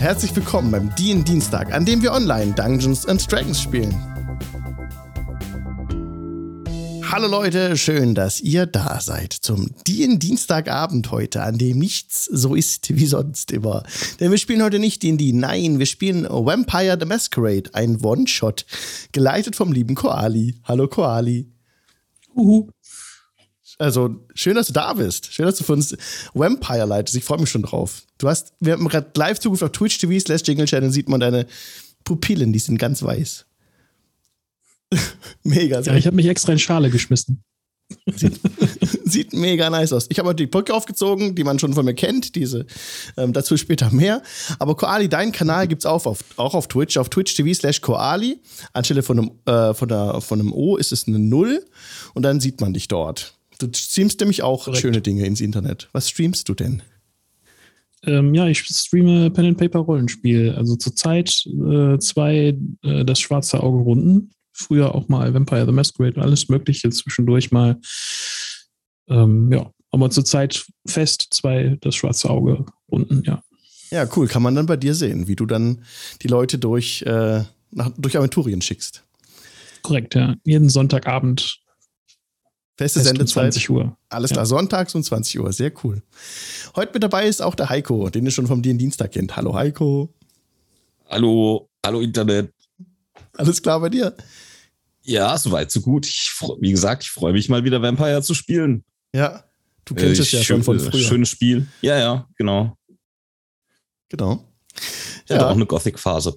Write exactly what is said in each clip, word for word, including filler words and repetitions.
Herzlich willkommen beim D und D Dienstag, an dem wir online Dungeons and Dragons spielen. Hallo Leute, schön, dass ihr da seid zum D und D Dienstagabend heute, an dem nichts so ist wie sonst immer. Denn wir spielen heute nicht D und D, nein, wir spielen Vampire the Masquerade, ein One-Shot, geleitet vom lieben Koali. Hallo Koali. Uhu. Also, schön, dass du da bist. Schön, dass du für uns Vampire leitest. Ich freue mich schon drauf. Du hast, wir haben gerade live zugefügt auf Twitch T V slash Jingle Channel, sieht man deine Pupillen, die sind ganz weiß. Mega. Ja, ich habe mich extra in Schale geschmissen. Sieht, sieht mega nice aus. Ich habe heute die Brücke aufgezogen, die man schon von mir kennt. Diese, ähm, dazu später mehr. Aber Koali, deinen Kanal gibt's auch auf, auch auf Twitch, auf Twitch T V slash Koali. Anstelle von einem, äh, von, der, von einem O ist es eine Null. Und dann sieht man dich dort. Du streamst nämlich auch Korrekt. Schöne Dinge ins Internet. Was streamst du denn? Ähm, ja, ich streame Pen and Paper Rollenspiel. Also zurzeit äh, zwei äh, das schwarze Auge Runden. Früher auch mal Vampire the Masquerade und alles Mögliche zwischendurch mal. Ähm, ja, aber zurzeit fest zwei das schwarze Auge Runden, ja. Ja, cool. Kann man dann bei dir sehen, wie du dann die Leute durch, äh, nach, durch Aventurien schickst. Korrekt, ja. Jeden Sonntagabend. Feste Sendezeit. Um zwanzig Uhr. Alles klar, ja. Sonntags um zwanzig Uhr. Sehr cool. Heute mit dabei ist auch der Heiko, den ihr schon vom D und D Dienstag kennt. Hallo Heiko. Hallo, hallo Internet. Alles klar bei dir? Ja, soweit, so gut. Ich, wie gesagt, ich freue mich mal wieder Vampire zu spielen. Ja, du kennst äh, es ja schön, schon von früher. Schönes Spiel. Ja, ja, genau. Genau. Ich hatte ja auch eine Gothic-Phase.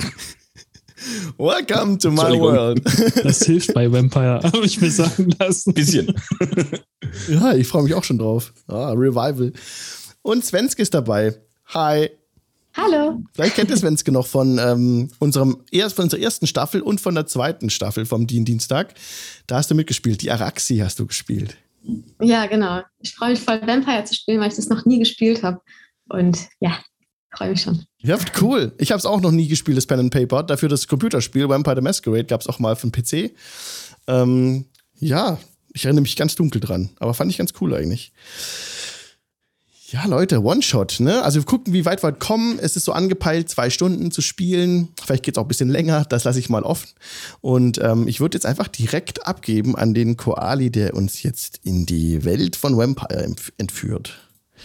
Welcome to my world. Das hilft bei Vampire, habe ich mir sagen lassen. Bisschen. Ja, ich freue mich auch schon drauf. Ah, Revival. Und Svenske ist dabei. Hi. Hallo. Vielleicht kennt ihr Svenske noch von, ähm, unserem, von unserer ersten Staffel und von der zweiten Staffel vom D und D Dienstag. Da hast du mitgespielt. Die Araxi hast du gespielt. Ja, genau. Ich freue mich voll, Vampire zu spielen, weil ich das noch nie gespielt habe. Und ja, freue mich schon. Ja, cool. Ich habe es auch noch nie gespielt, das Pen and Paper. Dafür das Computerspiel Vampire the Masquerade gab es auch mal für den P C. Ähm, ja, ich erinnere mich ganz dunkel dran. Aber fand ich ganz cool eigentlich. Ja, Leute, One-Shot, ne? Also wir gucken, wie weit wir kommen. Es ist so angepeilt, zwei Stunden zu spielen. Vielleicht geht es auch ein bisschen länger, das lasse ich mal offen. Und ähm, ich würde jetzt einfach direkt abgeben an den Koali, der uns jetzt in die Welt von Vampire entführt.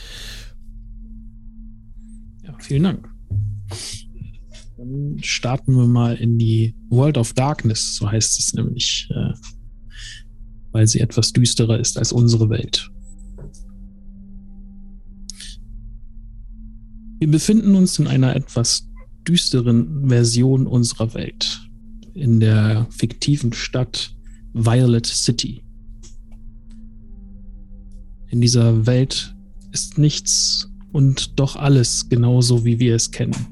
Ja, vielen Dank. Dann starten wir mal in die World of Darkness, so heißt es nämlich, äh, weil sie etwas düsterer ist als unsere Welt. Wir befinden uns in einer etwas düsteren Version unserer Welt, in der fiktiven Stadt Violet City. In dieser Welt ist nichts und doch alles genauso, wie wir es kennen.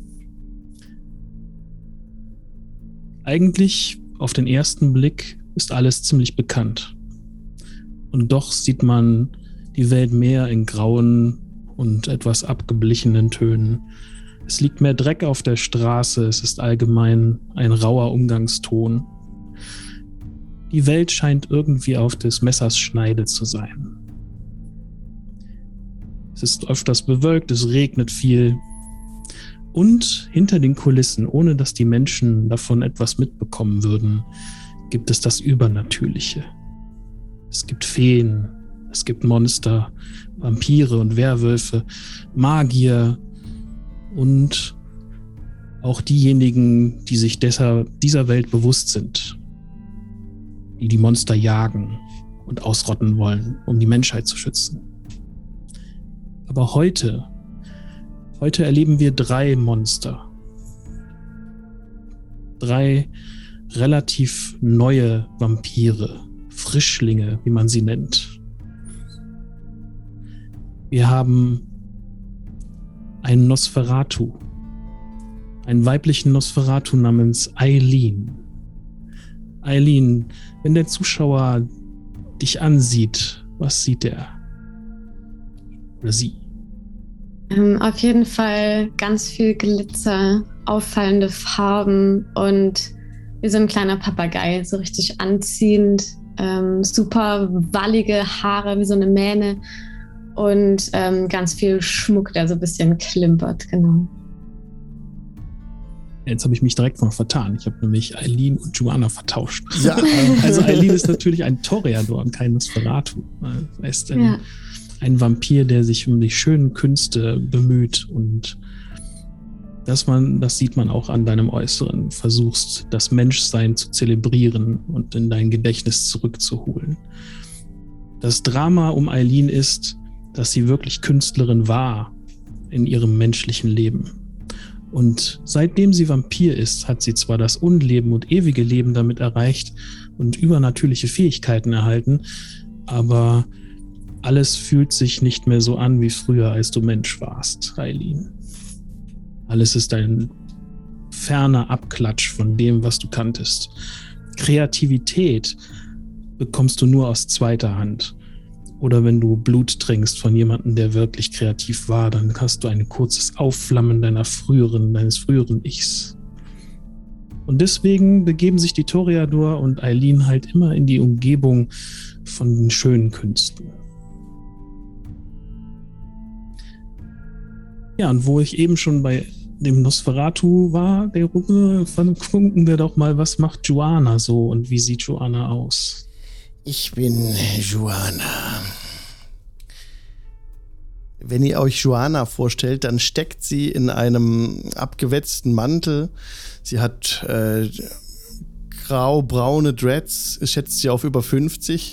Eigentlich, auf den ersten Blick, ist alles ziemlich bekannt. Und doch sieht man die Welt mehr in grauen und etwas abgeblichenen Tönen. Es liegt mehr Dreck auf der Straße, es ist allgemein ein rauer Umgangston. Die Welt scheint irgendwie auf des Messers Schneide zu sein. Es ist öfters bewölkt, es regnet viel. Und hinter den Kulissen, ohne dass die Menschen davon etwas mitbekommen würden, gibt es das Übernatürliche. Es gibt Feen, es gibt Monster, Vampire und Werwölfe, Magier und auch diejenigen, die sich deshalb dieser Welt bewusst sind, die die Monster jagen und ausrotten wollen, um die Menschheit zu schützen. Aber heute, heute erleben wir drei Monster. Drei relativ neue Vampire, Frischlinge, wie man sie nennt. Wir haben einen Nosferatu, einen weiblichen Nosferatu namens Eileen. Eileen, wenn der Zuschauer dich ansieht, was sieht er? Oder sie? Ähm, auf jeden Fall ganz viel Glitzer, auffallende Farben und wie so ein kleiner Papagei, so richtig anziehend. Ähm, super wallige Haare, wie so eine Mähne. Und ähm, ganz viel Schmuck, der so ein bisschen klimpert, genau. Jetzt habe ich mich direkt mal vertan. Ich habe nämlich Eileen und Joanna vertauscht. Ja. Also Eileen ist natürlich ein Toreador und kein Nosferatu. Er ist ein, ja. ein Vampir, der sich um die schönen Künste bemüht und dass man, das sieht man auch an deinem Äußeren, versuchst, das Menschsein zu zelebrieren und in dein Gedächtnis zurückzuholen. Das Drama um Eileen ist, dass sie wirklich Künstlerin war in ihrem menschlichen Leben. Und seitdem sie Vampir ist, hat sie zwar das Unleben und ewige Leben damit erreicht und übernatürliche Fähigkeiten erhalten, aber alles fühlt sich nicht mehr so an wie früher, als du Mensch warst, Eileen. Alles ist ein ferner Abklatsch von dem, was du kanntest. Kreativität bekommst du nur aus zweiter Hand. Oder wenn du Blut trinkst von jemandem, der wirklich kreativ war, dann hast du ein kurzes Aufflammen deiner früheren, deines früheren Ichs. Und deswegen begeben sich die Toreador und Eileen halt immer in die Umgebung von den schönen Künsten. Ja, und wo ich eben schon bei dem Nosferatu war, der Runde, gucken wir doch mal, was macht Joanna so und wie sieht Joanna aus? Ich bin Joanna. Wenn ihr euch Joanna vorstellt, dann steckt sie in einem abgewetzten Mantel. Sie hat äh, grau-braune Dreads, schätzt sie auf über fünfzig.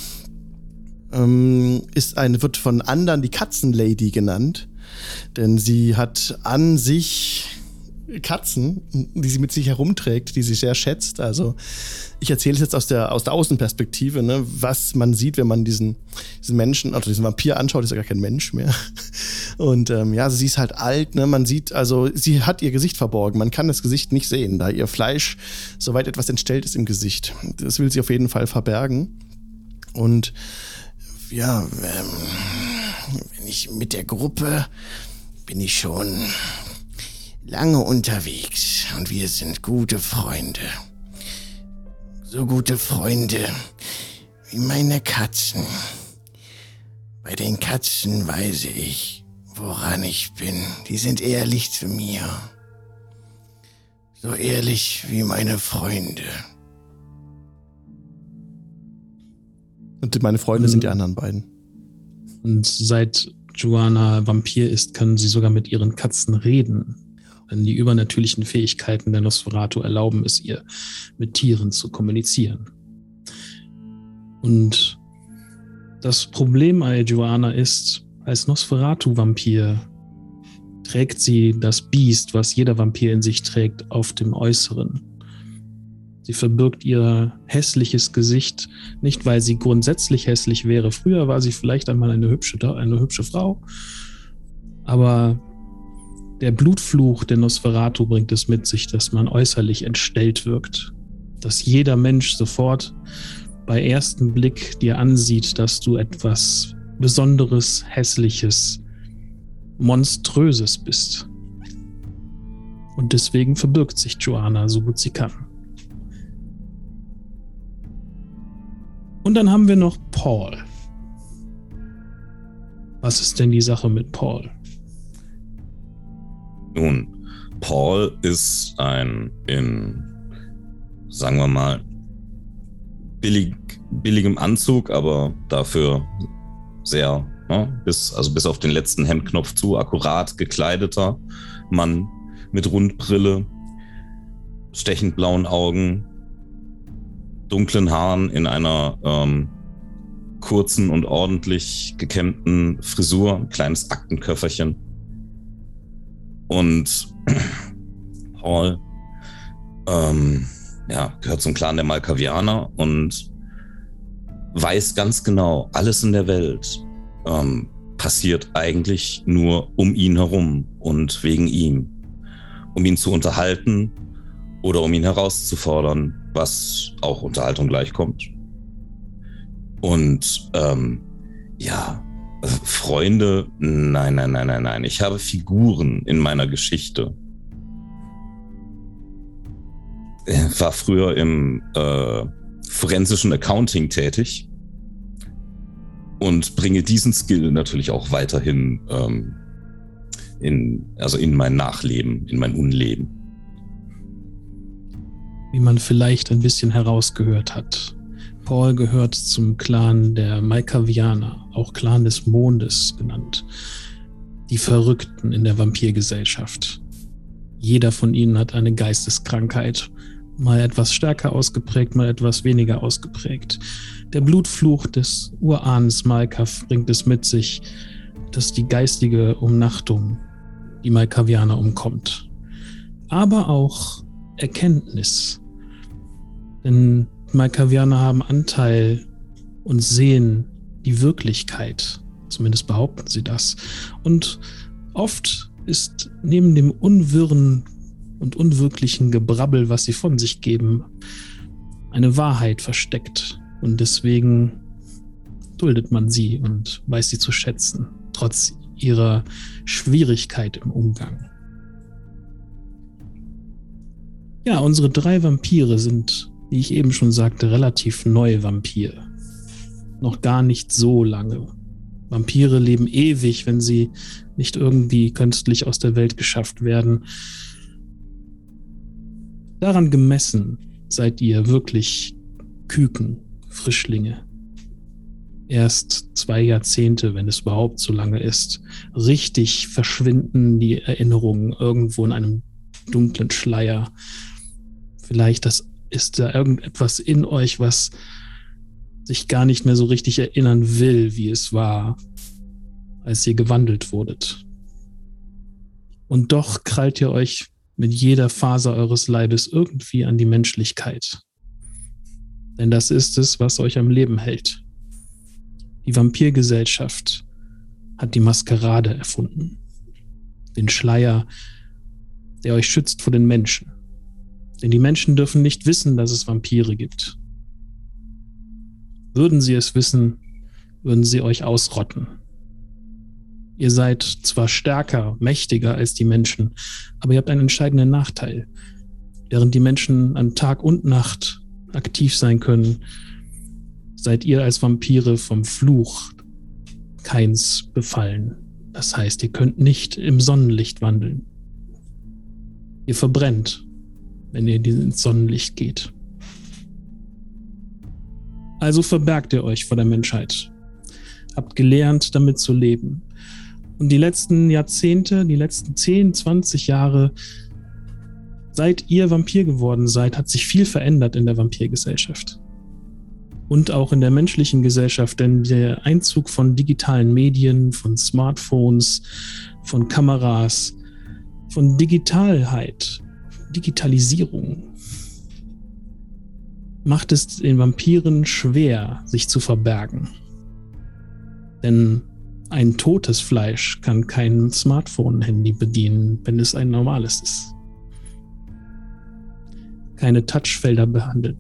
Ähm, ist eine, wird von anderen die Katzenlady genannt, denn sie hat an sich Katzen, die sie mit sich herumträgt, die sie sehr schätzt. Also ich erzähle es jetzt aus der, aus der Außenperspektive, ne, was man sieht, wenn man diesen, diesen Menschen, also diesen Vampir anschaut, ist ja gar kein Mensch mehr. Und ähm, ja, sie ist halt alt, ne, man sieht, also sie hat ihr Gesicht verborgen, man kann das Gesicht nicht sehen, da ihr Fleisch soweit etwas entstellt ist im Gesicht. Das will sie auf jeden Fall verbergen. Und ja, ähm, wenn ich mit der Gruppe bin ich schon lange unterwegs und wir sind gute Freunde. So gute Freunde wie meine Katzen. Bei den Katzen weiß ich, woran ich bin. Die sind ehrlich zu mir. So ehrlich wie meine Freunde. Und meine Freunde mhm. sind die anderen beiden. Und seit Joanna Vampir ist, können sie sogar mit ihren Katzen reden. Denn die übernatürlichen Fähigkeiten der Nosferatu erlauben es ihr, mit Tieren zu kommunizieren. Und das Problem bei Joanna ist, als Nosferatu-Vampir trägt sie das Biest, was jeder Vampir in sich trägt, auf dem Äußeren. Sie verbirgt ihr hässliches Gesicht, nicht weil sie grundsätzlich hässlich wäre. Früher war sie vielleicht einmal eine hübsche, eine hübsche Frau, aber der Blutfluch der Nosferatu bringt es mit sich, dass man äußerlich entstellt wirkt. Dass jeder Mensch sofort bei erstem Blick dir ansieht, dass du etwas Besonderes, Hässliches, Monströses bist. Und deswegen verbirgt sich Joanna so gut sie kann. Und dann haben wir noch Paul. Was ist denn die Sache mit Paul? Nun, Paul ist ein in, sagen wir mal, billig, billigem Anzug, aber dafür sehr, ne, bis, also bis auf den letzten Hemdknopf zu, akkurat gekleideter Mann mit Rundbrille, stechend blauen Augen, dunklen Haaren in einer ähm, kurzen und ordentlich gekämmten Frisur, ein kleines Aktenköfferchen. Und Paul ähm, ja, gehört zum Clan der Malkavianer und weiß ganz genau, alles in der Welt ähm, passiert eigentlich nur um ihn herum und wegen ihm. Um ihn zu unterhalten oder um ihn herauszufordern, was auch Unterhaltung gleichkommt. Und ähm, ja, Freunde, nein, nein, nein, nein, nein. Ich habe Figuren in meiner Geschichte. Ich war früher im äh, forensischen Accounting tätig und bringe diesen Skill natürlich auch weiterhin ähm, in, also in mein Nachleben, in mein Unleben. wie man vielleicht ein bisschen herausgehört hat. Paul gehört zum Clan der Malkavianer, auch Clan des Mondes genannt. Die Verrückten in der Vampirgesellschaft. Jeder von ihnen hat eine Geisteskrankheit. Mal etwas stärker ausgeprägt, mal etwas weniger ausgeprägt. Der Blutfluch des Urahns Malkav bringt es mit sich, dass die geistige Umnachtung die Malkavianer umkommt. Aber auch Erkenntnis. Denn Malkavianer haben Anteil und sehen die Wirklichkeit. Zumindest behaupten sie das. Und oft ist neben dem unwirren und unwirklichen Gebrabbel, was sie von sich geben, eine Wahrheit versteckt. Und deswegen duldet man sie und weiß sie zu schätzen, trotz ihrer Schwierigkeit im Umgang. Ja, unsere drei Vampire sind, wie ich eben schon sagte, relativ neue Vampire. Noch gar nicht so lange. Vampire leben ewig, wenn sie nicht irgendwie künstlich aus der Welt geschafft werden. Daran gemessen seid ihr wirklich Küken, Frischlinge. Erst zwei Jahrzehnte, wenn es überhaupt so lange ist. Richtig verschwinden die Erinnerungen irgendwo in einem dunklen Schleier. Vielleicht das ist da irgendetwas in euch, was sich gar nicht mehr so richtig erinnern will, wie es war, als ihr gewandelt wurdet. Und doch krallt ihr euch mit jeder Faser eures Leibes irgendwie an die Menschlichkeit. Denn das ist es, was euch am Leben hält. Die Vampirgesellschaft hat die Maskerade erfunden. Den Schleier, der euch schützt vor den Menschen. Denn die Menschen dürfen nicht wissen, dass es Vampire gibt. Würden sie es wissen, würden sie euch ausrotten. Ihr seid zwar stärker, mächtiger als die Menschen, aber ihr habt einen entscheidenden Nachteil. Während die Menschen an Tag und Nacht aktiv sein können, seid ihr als Vampire vom Fluch Kains befallen. Das heißt, ihr könnt nicht im Sonnenlicht wandeln. Ihr verbrennt, wenn ihr ins Sonnenlicht geht. Also verbergt ihr euch vor der Menschheit. Habt gelernt, damit zu leben. Und die letzten Jahrzehnte, die letzten zehn, zwanzig Jahre, seit ihr Vampir geworden seid, hat sich viel verändert in der Vampirgesellschaft. Und auch in der menschlichen Gesellschaft, denn der Einzug von digitalen Medien, von Smartphones, von Kameras, von Digitalheit, Digitalisierung, macht es den Vampiren schwer, sich zu verbergen. Denn ein totes Fleisch kann kein Smartphone-Handy bedienen, wenn es ein normales ist. Keine Touchfelder behandeln.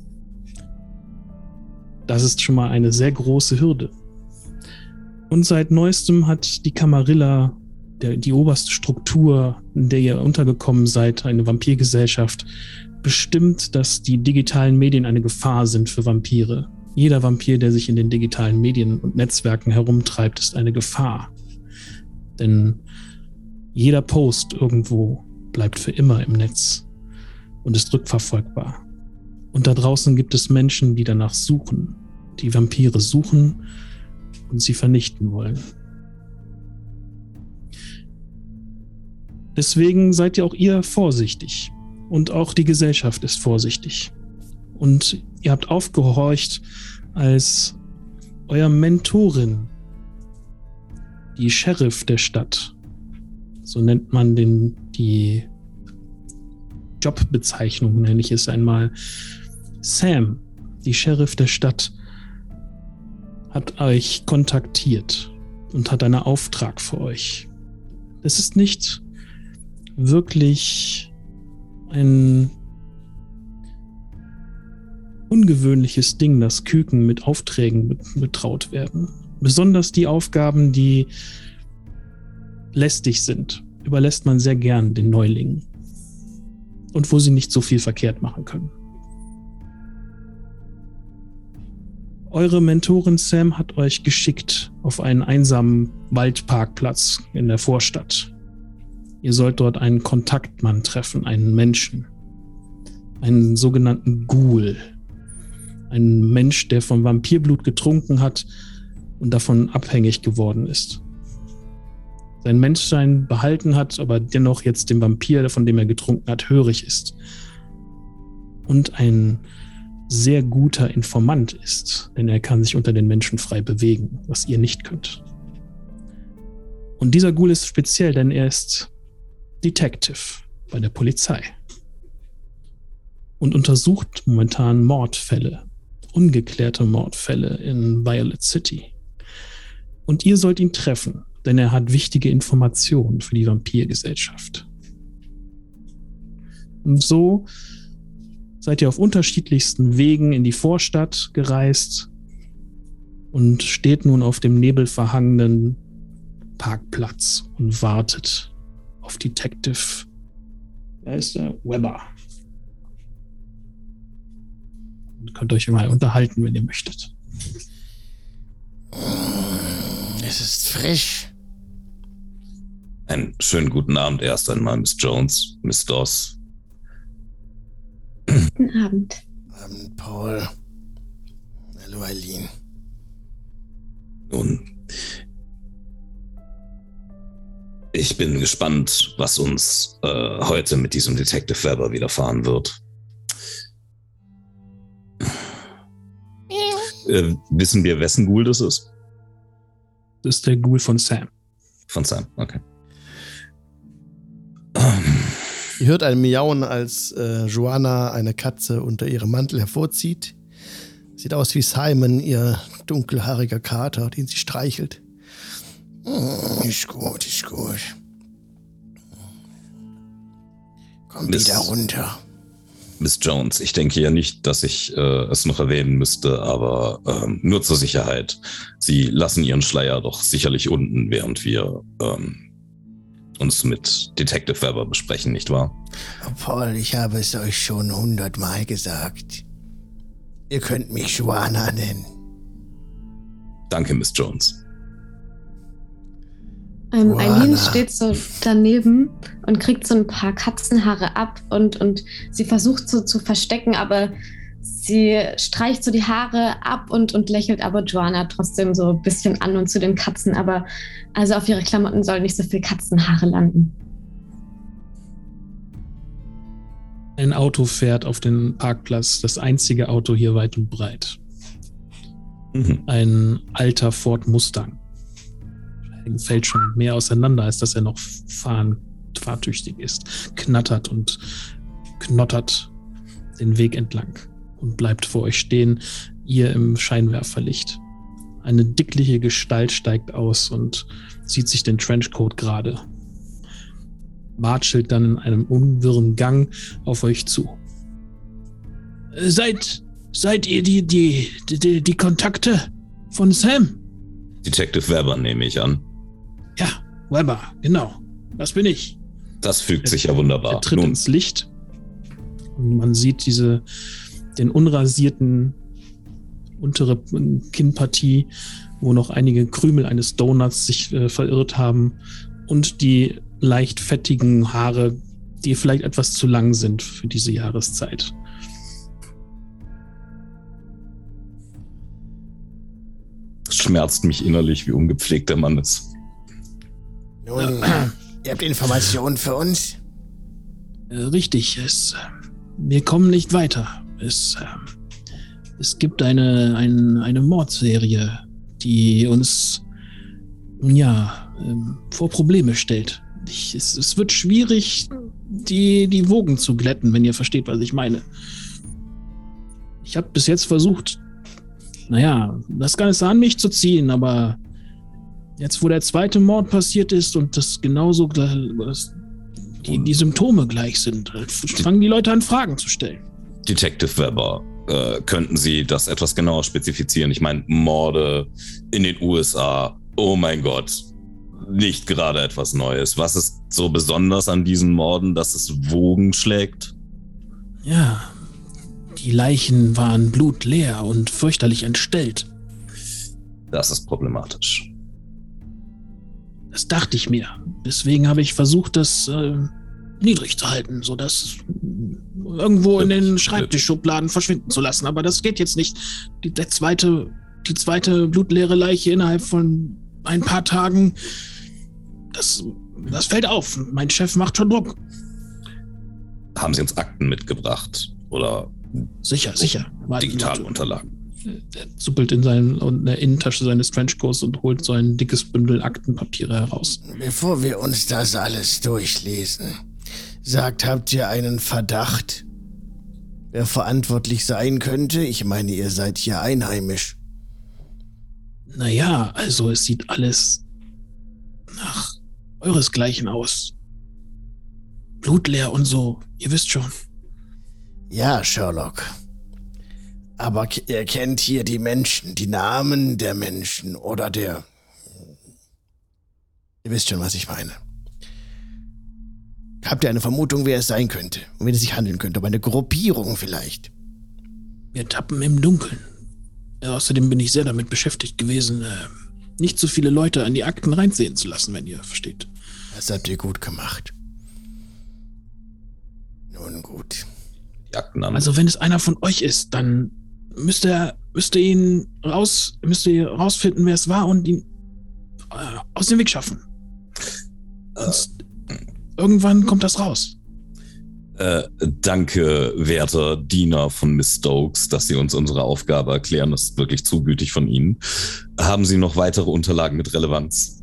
Das ist schon mal eine sehr große Hürde. Und seit neuestem hat die Camarilla, der, die oberste Struktur, in der ihr untergekommen seid, eine Vampirgesellschaft, bestimmt, dass die digitalen Medien eine Gefahr sind für Vampire. Jeder Vampir, der sich in den digitalen Medien und Netzwerken herumtreibt, ist eine Gefahr. Denn jeder Post irgendwo bleibt für immer im Netz und ist rückverfolgbar. Und da draußen gibt es Menschen, die danach suchen, die Vampire suchen und sie vernichten wollen. Deswegen seid ihr auch ihr vorsichtig. Und auch die Gesellschaft ist vorsichtig. Und ihr habt aufgehorcht, als euer Mentorin, die Sheriff der Stadt, so nennt man den, die Jobbezeichnung, nenne ich es einmal, Sam, die Sheriff der Stadt, hat euch kontaktiert und hat einen Auftrag für euch. Es ist nicht wirklich ein ungewöhnliches Ding, dass Küken mit Aufträgen betraut werden. Besonders die Aufgaben, die lästig sind, überlässt man sehr gern den Neulingen. Und wo sie nicht so viel verkehrt machen können. Eure Mentorin Sam hat euch geschickt auf einen einsamen Waldparkplatz in der Vorstadt. Ihr sollt dort einen Kontaktmann treffen, einen Menschen. einen sogenannten Ghoul. Ein Mensch, der vom Vampirblut getrunken hat und davon abhängig geworden ist. Sein Menschsein behalten hat, aber dennoch jetzt dem Vampir, von dem er getrunken hat, hörig ist. Und ein sehr guter Informant ist, denn er kann sich unter den Menschen frei bewegen, was ihr nicht könnt. Und dieser Ghoul ist speziell, denn er ist Detective bei der Polizei und untersucht momentan Mordfälle, ungeklärte Mordfälle in Violet City. Und ihr sollt ihn treffen, denn er hat wichtige Informationen für die Vampirgesellschaft. Und so seid ihr auf unterschiedlichsten Wegen in die Vorstadt gereist und steht nun auf dem nebelverhangenen Parkplatz und wartet auf Detective, wer ist der? Webber. Und könnt euch mal unterhalten, wenn ihr möchtet. Es ist frisch. Einen schönen guten Abend erst einmal, Miss Jones, Miss Doss. Guten Abend. Abend, Paul. Hallo, Eileen. Nun, ich bin gespannt, was uns äh, heute mit diesem Detective Webber widerfahren wird. Äh, wissen wir, wessen Ghoul das ist? Das ist der Ghoul von Sam. Von Sam, okay. Ihr hört ein Miauen, als äh, Joanna eine Katze unter ihrem Mantel hervorzieht. Sieht aus wie Simon, ihr dunkelhaariger Kater, den sie streichelt. Mm, ist gut, ist gut. Kommt Miss, wieder runter. Miss Jones, ich denke ja nicht, dass ich äh, es noch erwähnen müsste, aber ähm, nur zur Sicherheit. Sie lassen Ihren Schleier doch sicherlich unten, während wir ähm, uns mit Detective Webber besprechen, nicht wahr? Oh, Paul, ich habe es euch schon hundertmal gesagt. Ihr könnt mich Joanna nennen. Danke, Miss Jones. Ähm, Joanna. Eileen steht so daneben und kriegt so ein paar Katzenhaare ab und, und sie versucht so zu verstecken, aber sie streicht so die Haare ab und, und lächelt aber Joanna trotzdem so ein bisschen an und zu den Katzen, aber also auf ihre Klamotten sollen nicht so viel Katzenhaare landen. Ein Auto fährt auf den Parkplatz, das einzige Auto hier weit und breit. Mhm. Ein alter Ford Mustang. Er fällt schon mehr auseinander, als dass er noch fahren, fahrtüchtig ist. Knattert und knottert den Weg entlang und bleibt vor euch stehen, ihr im Scheinwerferlicht. Eine dickliche Gestalt steigt aus und zieht sich den Trenchcoat gerade. Watschelt dann in einem unwirren Gang auf euch zu. Seid, seid ihr die, die, die, die Kontakte von Sam? Detective Webber nehme ich an. Ja, Webber, genau. Das bin ich. Das fügt sich ja wunderbar. Er tritt Nun, ins Licht und man sieht diese, den unrasierten untere Kinnpartie, wo noch einige Krümel eines Donuts sich äh, verirrt haben und die leicht fettigen Haare, die vielleicht etwas zu lang sind für diese Jahreszeit. es schmerzt mich innerlich, wie ungepflegt der Mann ist. Nun, ihr habt Informationen für uns? Äh, richtig, es, wir kommen nicht weiter. Es, äh, es gibt eine, ein, eine Mordserie, die uns, nun ja, äh, vor Probleme stellt. Ich, es, es wird schwierig, die, die Wogen zu glätten, wenn ihr versteht, was ich meine. Ich habe bis jetzt versucht, naja, das Ganze an mich zu ziehen, aber jetzt, wo der zweite Mord passiert ist und das genauso, das, die, die Symptome gleich sind, fangen die Leute an, Fragen zu stellen. Detective Webber, äh, könnten Sie das etwas genauer spezifizieren? Ich meine, Morde in den U S A, oh mein Gott, nicht gerade etwas Neues. Was ist so besonders an diesen Morden, dass es Wogen schlägt? Ja, die Leichen waren blutleer und fürchterlich entstellt. Das ist problematisch. Das dachte ich mir. Deswegen habe ich versucht, das äh, niedrig zu halten, sodass irgendwo in den Schreibtischschubladen verschwinden zu lassen. Aber das geht jetzt nicht. Die, der zweite, die zweite blutleere Leiche innerhalb von ein paar Tagen, das, das fällt auf. Mein Chef macht schon Druck. Haben Sie uns Akten mitgebracht? Oder sicher, sicher. Digitale Unterlagen? Er zuppelt in, seinen, in der Innentasche seines Trenchcoats und holt so ein dickes Bündel Aktenpapiere heraus. Bevor wir uns das alles durchlesen, sagt, habt ihr einen Verdacht, wer verantwortlich sein könnte? Ich meine, ihr seid hier einheimisch. Naja, also es sieht alles nach euresgleichen aus. Blutleer und so, ihr wisst schon. Ja, Sherlock. Aber ihr kennt hier die Menschen, die Namen der Menschen oder der... Ihr wisst schon, was ich meine. Habt ihr eine Vermutung, wer es sein könnte? Um wen es sich handeln könnte? Um eine Gruppierung vielleicht? Wir tappen im Dunkeln. Außerdem bin ich sehr damit beschäftigt gewesen, nicht so viele Leute an die Akten reinsehen zu lassen, wenn ihr versteht. Das habt ihr gut gemacht. Nun gut. Die Akten haben. Also wenn es einer von euch ist, dann müsst ihr, müsst ihr ihn raus, müsst ihr rausfinden, wer es war und ihn äh, aus dem Weg schaffen. Sonst äh, irgendwann kommt das raus. Äh, danke, werter Diener von Miss Stokes, dass Sie uns unsere Aufgabe erklären. Das ist wirklich zu gütig von Ihnen. Haben Sie noch weitere Unterlagen mit Relevanz?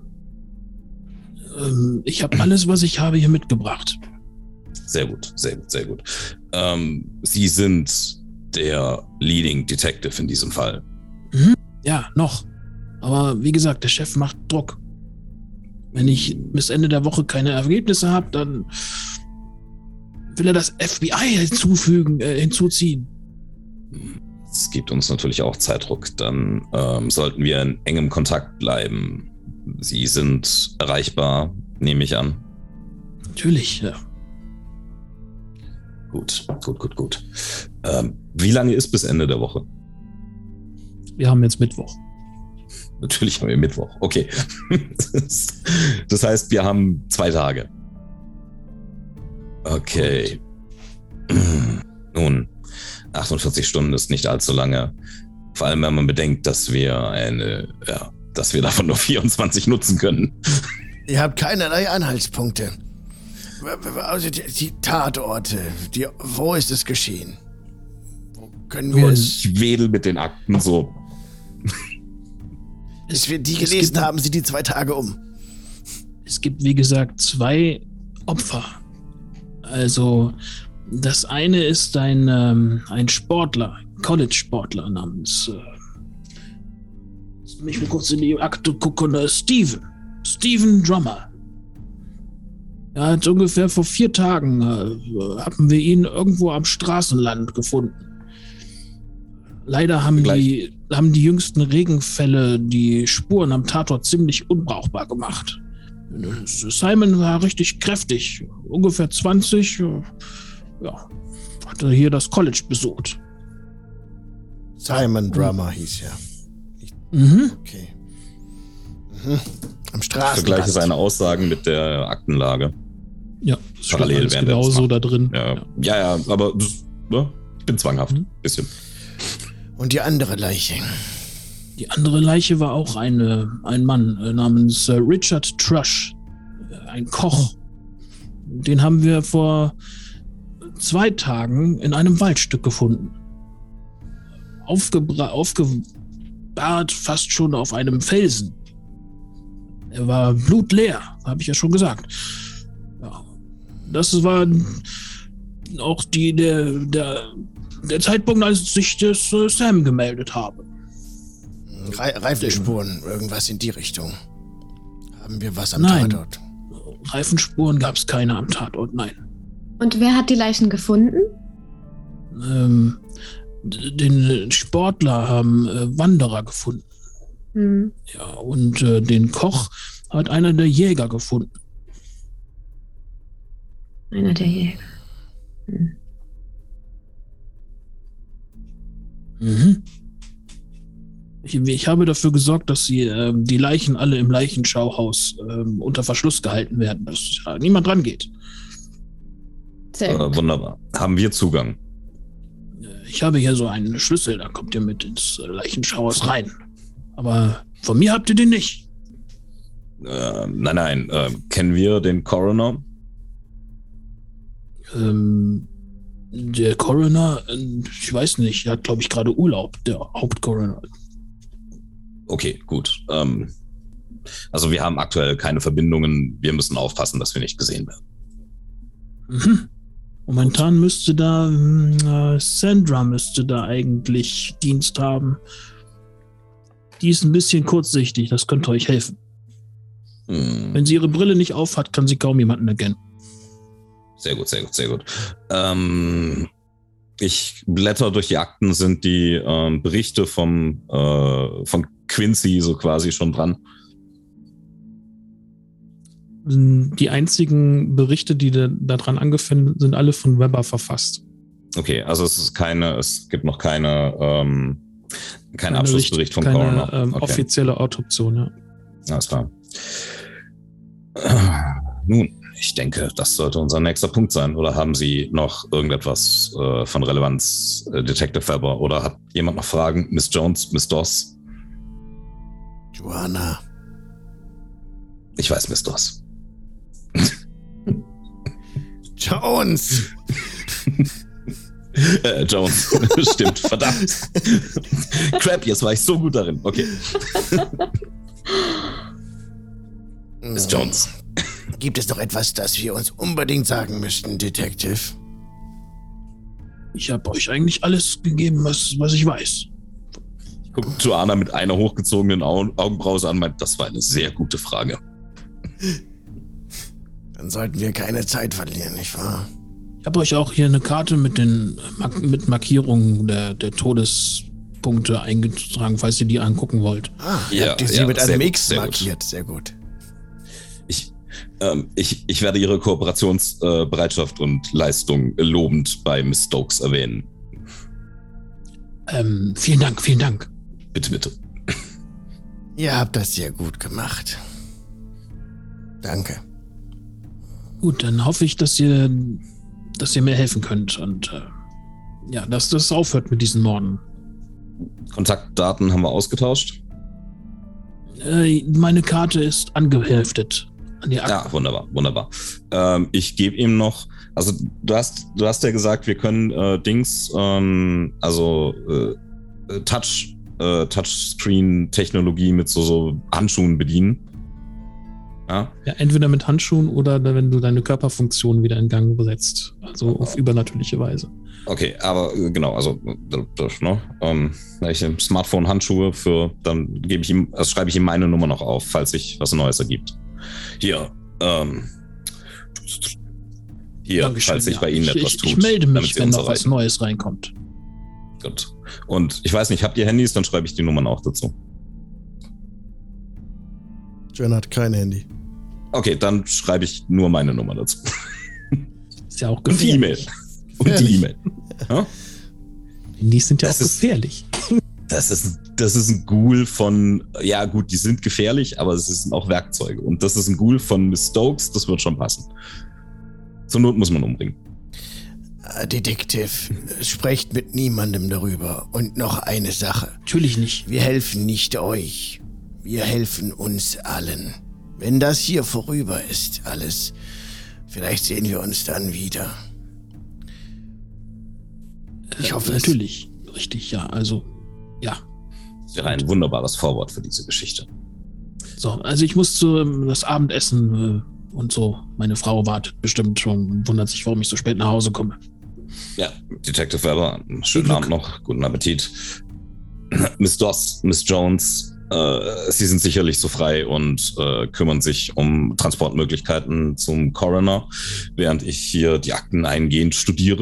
Ähm, ich habe alles, was ich habe, hier mitgebracht. Sehr gut, sehr gut, sehr gut. Ähm, Sie sind der Leading Detective in diesem Fall. Mhm. Ja, noch. Aber wie gesagt, der Chef macht Druck. Wenn ich bis Ende der Woche keine Ergebnisse habe, dann will er das F B I hinzufügen, äh, hinzuziehen. Es gibt uns natürlich auch Zeitdruck. Dann ähm, sollten wir in engem Kontakt bleiben. Sie sind erreichbar, nehme ich an. Natürlich, ja. Gut, gut, gut, gut. Ähm, wie lange ist bis Ende der Woche? Wir haben jetzt Mittwoch. Natürlich haben wir Mittwoch. Okay. Das heißt, wir haben zwei Tage. Okay. Nun, achtundvierzig Stunden ist nicht allzu lange. Vor allem, wenn man bedenkt, dass wir eine, ja, dass wir davon nur vierundzwanzig nutzen können. Ihr habt keinerlei Anhaltspunkte. Also die, die Tatorte, die, wo ist es geschehen? Wo können wir Und es... ich wedel mit den Akten so. Bis wir die gelesen haben, sind die zwei Tage um. Es gibt, wie gesagt, zwei Opfer. Also, das eine ist ein, ähm, ein Sportler, ein College-Sportler namens, äh, lass mich mal kurz in die Akte gucken, da ist Steven. Steven Drummer. Er hat ungefähr vor vier Tagen, äh, haben wir ihn irgendwo am Straßenland gefunden. Leider haben die, haben die jüngsten Regenfälle die Spuren am Tatort ziemlich unbrauchbar gemacht. Simon war richtig kräftig, ungefähr zwanzig, ja, hatte hier das College besucht. Simon Drummer hieß ja. Mhm. Okay. Mhm. Am Ich Straßenrand. vergleiche seine Aussagen mit der Aktenlage. Ja, das steht Parallel alles während der genauso Fahrt. da drin. Ja, ja, ja, ja aber das, ne? Ich bin zwanghaft. Mhm. Bisschen. Und die andere Leiche. Die andere Leiche war auch eine, ein Mann äh, namens äh, Richard Trush, äh, ein Koch. Den haben wir vor zwei Tagen in einem Waldstück gefunden. Aufgebra- aufgebahrt fast schon auf einem Felsen. Er war blutleer, habe ich ja schon gesagt. Ja, das war auch die, der, der, der Zeitpunkt, als ich das äh, Sam gemeldet habe. Re- Reifenspuren, irgendwas in die Richtung. Haben wir was am Nein. Tatort? Reifenspuren gab es keine am Tatort, nein. Und wer hat die Leichen gefunden? Ähm, d- den Sportler haben äh, Wanderer gefunden. Hm. Ja, und äh, den Koch hat einer der Jäger gefunden. Einer der Jäger. Hm. Mhm. Ich, ich habe dafür gesorgt, dass sie, äh, die Leichen alle im Leichenschauhaus äh, unter Verschluss gehalten werden, dass ja niemand rangeht. Sehr gut. Äh, wunderbar. Haben wir Zugang? Ich habe hier so einen Schlüssel, da kommt ihr mit ins Leichenschauhaus rein. Aber von mir habt ihr den nicht. Äh, nein, nein. Äh, kennen wir den Coroner? Ähm, der Coroner, ich weiß nicht, er hat, glaube ich, gerade Urlaub, der Hauptcoroner. Okay, gut. Ähm, also wir haben aktuell keine Verbindungen. Wir müssen aufpassen, dass wir nicht gesehen werden. Mhm. Momentan müsste da, äh, Sandra müsste da eigentlich Dienst haben. Die ist ein bisschen kurzsichtig, das könnte euch helfen. Hm. Wenn sie ihre Brille nicht aufhat, kann sie kaum jemanden erkennen. Sehr gut, sehr gut, sehr gut. Ähm, ich blätter durch die Akten, sind die ähm, Berichte vom, äh, von Quincy so quasi schon dran. Die einzigen Berichte, die da, daran angefangen sind, sind alle von Weber verfasst. Okay, also es ist keine, es gibt noch keine, ähm, keinen Keine Abschlussbericht vom keine, Coroner. Ähm, Okay. offizielle Autopsion, ja. Alles klar. Nun, ich denke, das sollte unser nächster Punkt sein. Oder haben Sie noch irgendetwas äh, von Relevanz, äh, Detective Weber? Oder hat jemand noch Fragen? Miss Jones, Miss Doss? Joanna. Ich weiß, Miss Doss. Jones! äh, Jones, stimmt, verdammt. Crap, jetzt war ich so gut darin. Okay. Miss Jones. Gibt es noch etwas, das wir uns unbedingt sagen müssten, Detective? Ich habe euch eigentlich alles gegeben, was, was ich weiß. Ich gucke Joanna mit einer hochgezogenen Au- Augenbrause an und meint, das war eine sehr gute Frage. Dann sollten wir keine Zeit verlieren, nicht wahr? Ich habe euch auch hier eine Karte mit den Mark- mit Markierungen der, der Todespunkte eingetragen, falls ihr die angucken wollt. Ah, Ja, habt ihr sie ja, mit sehr einem gut, X sehr gut. markiert. Sehr gut. Ich, ähm, ich, ich werde Ihre Kooperationsbereitschaft äh, und Leistung lobend bei Miss Stokes erwähnen. Ähm, vielen Dank, vielen Dank. Bitte, bitte. Ihr habt das sehr gut gemacht. Danke. Gut, dann hoffe ich, dass ihr, dass ihr mir helfen könnt und äh, ja, dass das aufhört mit diesen Morden. Kontaktdaten haben wir ausgetauscht. Äh, meine Karte ist angeheftet an die Akte. Ja, wunderbar, wunderbar. Ähm, ich gebe ihm noch, also du hast, du hast ja gesagt, wir können äh, Dings, ähm, also äh, Touch, äh, Touchscreen-Technologie mit so, so Handschuhen bedienen. Ja? Ja, entweder mit Handschuhen oder wenn du deine Körperfunktion wieder in Gang setzt. Also auf übernatürliche Weise. Okay, aber äh, genau, also das, ne? Ähm, welche Smartphone-Handschuhe für, dann gebe ich ihm, also schreibe ich ihm meine Nummer noch auf, falls sich was Neues ergibt. Hier, ähm, hier, Dankeschön, falls sich ja. bei Ihnen ich, etwas ich, tut. Ich melde damit mich, Sie wenn uns noch was erreichen. Neues reinkommt. Gut. Und ich weiß nicht, habt ihr Handys? Dann schreibe ich die Nummern auch dazu. Joanna hat kein Handy. Okay, dann schreibe ich nur meine Nummer dazu. Ist ja auch Und die gefährlich. E-Mail. Und die E-Mail. Ja? Die sind ja Das auch ist- gefährlich. Das ist, das ist ein Ghoul von, ja gut, die sind gefährlich, aber es sind auch Werkzeuge. Und das ist ein Ghoul von Miss Stokes, das wird schon passen. Zur Not muss man umbringen. Äh, Detective, sprecht mit niemandem darüber. Und noch eine Sache. Natürlich nicht. Wir helfen nicht euch. Wir helfen uns allen. Wenn das hier vorüber ist, alles, vielleicht sehen wir uns dann wieder. Ich hoffe äh, es. Natürlich. Richtig, ja. Also, ja. Das wäre ein wunderbares Vorwort für diese Geschichte. So, also ich muss zu ähm, das Abendessen äh, und so. Meine Frau wartet bestimmt schon und wundert sich, warum ich so spät nach Hause komme. Ja, Detective Weber, einen schönen Glück. Abend noch, guten Appetit. Miss Doss, Miss Jones, äh, Sie sind sicherlich so frei und äh, kümmern sich um Transportmöglichkeiten zum Coroner, während ich hier die Akten eingehend studiere.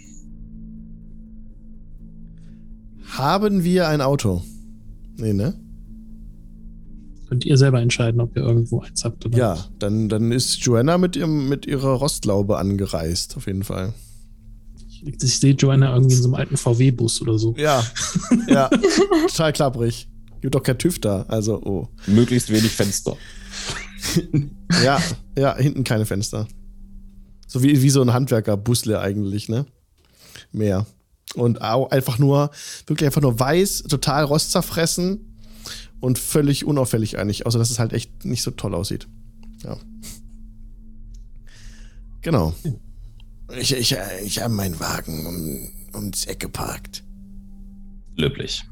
Haben wir ein Auto? Nee, ne? Könnt ihr selber entscheiden, ob ihr irgendwo eins habt oder Ja, nicht. dann, dann ist Joanna mit, ihrem, mit ihrer Rostlaube angereist, auf jeden Fall. Ich, ich sehe Joanna irgendwie in so einem alten V W-Bus oder so. Ja, ja, total klapprig. Gibt doch kein TÜV da, also, oh. Möglichst wenig Fenster. Ja, ja, hinten keine Fenster. So wie, wie so ein Handwerker-Busle eigentlich, ne? Mehr. Und auch einfach nur, wirklich einfach nur weiß, total rostzerfressen und völlig unauffällig eigentlich, außer dass es halt echt nicht so toll aussieht. Ja. Genau. Ich, ich, ich habe meinen Wagen um, ums Eck geparkt. Löblich.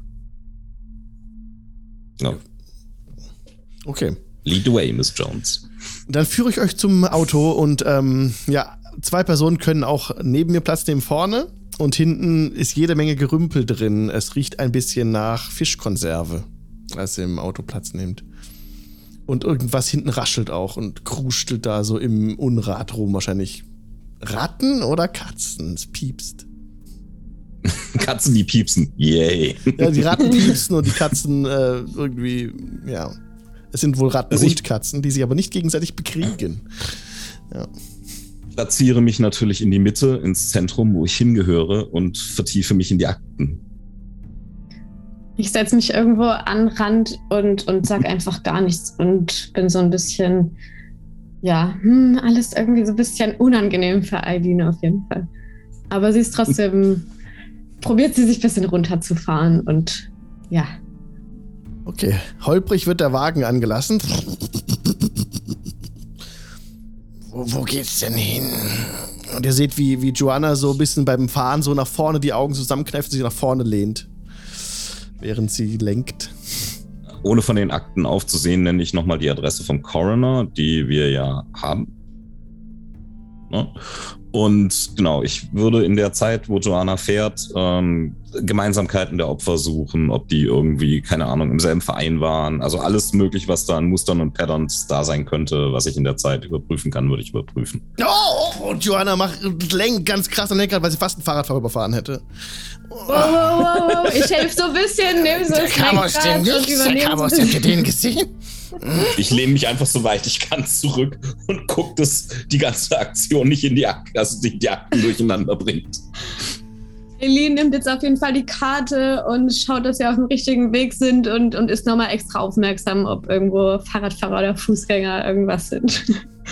Ja. Okay. Lead the way, Miss Jones. Dann führe ich euch zum Auto und ähm, ja, zwei Personen können auch neben mir Platz nehmen vorne und hinten ist jede Menge Gerümpel drin. Es riecht ein bisschen nach Fischkonserve, als ihr im Auto Platz nehmt. Und irgendwas hinten raschelt auch und kruschtelt da so im Unrat rum. Wahrscheinlich Ratten oder Katzen? Es piepst. Katzen, die piepsen. Yay. Ja, die Ratten piepsen und die Katzen äh, irgendwie, ja. Es sind wohl Ratten also ich, und Katzen, die sich aber nicht gegenseitig bekriegen. Ja. Platziere mich natürlich in die Mitte, ins Zentrum, wo ich hingehöre und vertiefe mich in die Akten. Ich setze mich irgendwo an den Rand und, und sag einfach gar nichts und bin so ein bisschen, ja, hm, alles irgendwie so ein bisschen unangenehm für Eileen auf jeden Fall. Aber sie ist trotzdem, probiert sie sich ein bisschen runterzufahren und ja. Okay, holprig wird der Wagen angelassen. Wo, wo geht's denn hin? Und ihr seht, wie, wie Joanna so ein bisschen beim Fahren so nach vorne die Augen zusammenkneift und sich nach vorne lehnt, während sie lenkt. Ohne von den Akten aufzusehen, nenne ich nochmal die Adresse vom Coroner, die wir ja haben. Ne? Und genau, ich würde in der Zeit, wo Joanna fährt, ähm, Gemeinsamkeiten der Opfer suchen, ob die irgendwie, keine Ahnung, im selben Verein waren. Also alles möglich, was da an Mustern und Patterns da sein könnte, was ich in der Zeit überprüfen kann, würde ich überprüfen. Oh, und Joanna macht lenkt ganz krass am Lenkrad, weil sie fast einen Fahrradfahrer überfahren hätte. Wow, wow, wow. Ich helfe so ein bisschen, nehme so der kam aus dem Nichts, der kam aus dem den gesehen. Ich lehne mich einfach so weit ich kann zurück und gucke, dass die ganze Aktion nicht in die Akten, also die, die Akten durcheinander bringt. Eileen nimmt jetzt auf jeden Fall die Karte und schaut, dass wir auf dem richtigen Weg sind und, und ist nochmal extra aufmerksam, ob irgendwo Fahrradfahrer oder Fußgänger irgendwas sind.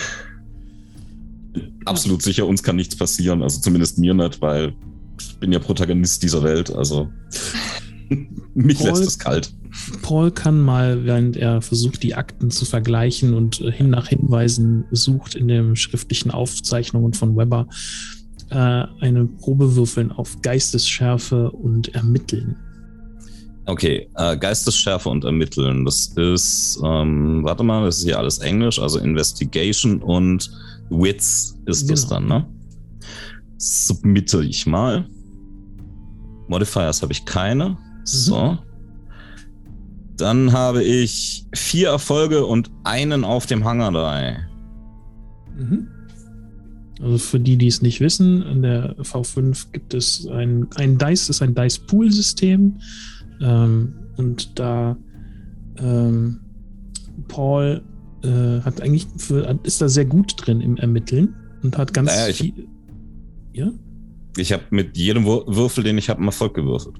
Absolut sicher, uns kann nichts passieren, also zumindest mir nicht, weil ich bin ja Protagonist dieser Welt, also mich Paul, lässt es kalt. Paul kann mal, während er versucht, die Akten zu vergleichen und hin nach Hinweisen sucht in den schriftlichen Aufzeichnungen von Weber, äh, eine Probe würfeln auf Geistesschärfe und Ermitteln. Okay, äh, Geistesschärfe und Ermitteln, das ist, ähm, warte mal, das ist hier alles Englisch, also Investigation und Wits ist genau. das dann, ne? Submitte ich mal. Modifiers habe ich keine. Mhm. So. Dann habe ich vier Erfolge und einen auf dem Hangar dabei. Mhm. Also für die, die es nicht wissen, in der V fünf gibt es ein, ein Dice, ist ein Dice-Pool-System. Ähm, und da ähm, Paul äh, hat eigentlich für, ist da sehr gut drin im Ermitteln und hat ganz naja, ich, viel. Ja? Ich habe mit jedem Würfel, den ich habe, einen Erfolg gewürfelt.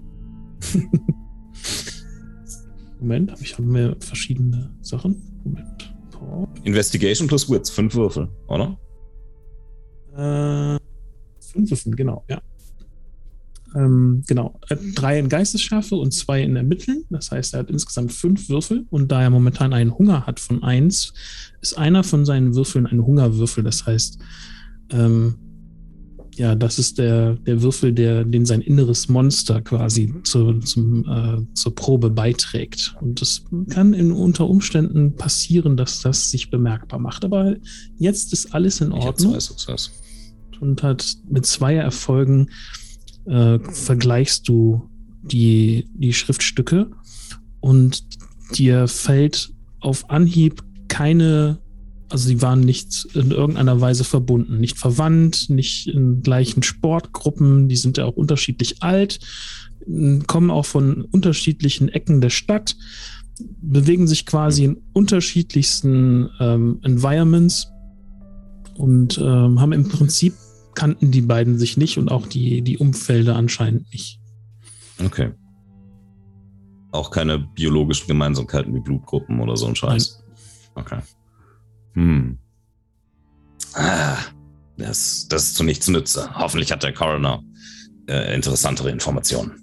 Moment, ich habe mir verschiedene Sachen. Moment. Paul. Investigation plus Wits, fünf Würfel, oder? Äh, fünf Würfel, genau, ja. Ähm, genau, er hat drei in Geistesschärfe und zwei in Ermitteln. Das heißt, er hat insgesamt fünf Würfel und da er momentan einen Hunger hat von eins, ist einer von seinen Würfeln ein Hungerwürfel. Das heißt, ähm, ja, das ist der, der Würfel, der, den sein inneres Monster quasi zu, zum, äh, zur Probe beiträgt. Und es kann in, unter Umständen passieren, dass das sich bemerkbar macht. Aber jetzt ist alles in Ordnung. Ich habe zwei Success. Und hat mit zwei Erfolgen äh, vergleichst du die, die Schriftstücke und dir fällt auf Anhieb keine, also sie waren nicht in irgendeiner Weise verbunden, nicht verwandt, nicht in gleichen Sportgruppen, die sind ja auch unterschiedlich alt, kommen auch von unterschiedlichen Ecken der Stadt, bewegen sich quasi in unterschiedlichsten ähm, Environments und ähm, haben im Prinzip kannten die beiden sich nicht und auch die, die Umfelder anscheinend nicht. Okay. Auch keine biologischen Gemeinsamkeiten wie Blutgruppen oder so ein Scheiß? Nein. Okay. Hm. Ah. Das, das ist zu nichts nütze. Hoffentlich hat der Coroner äh, interessantere Informationen.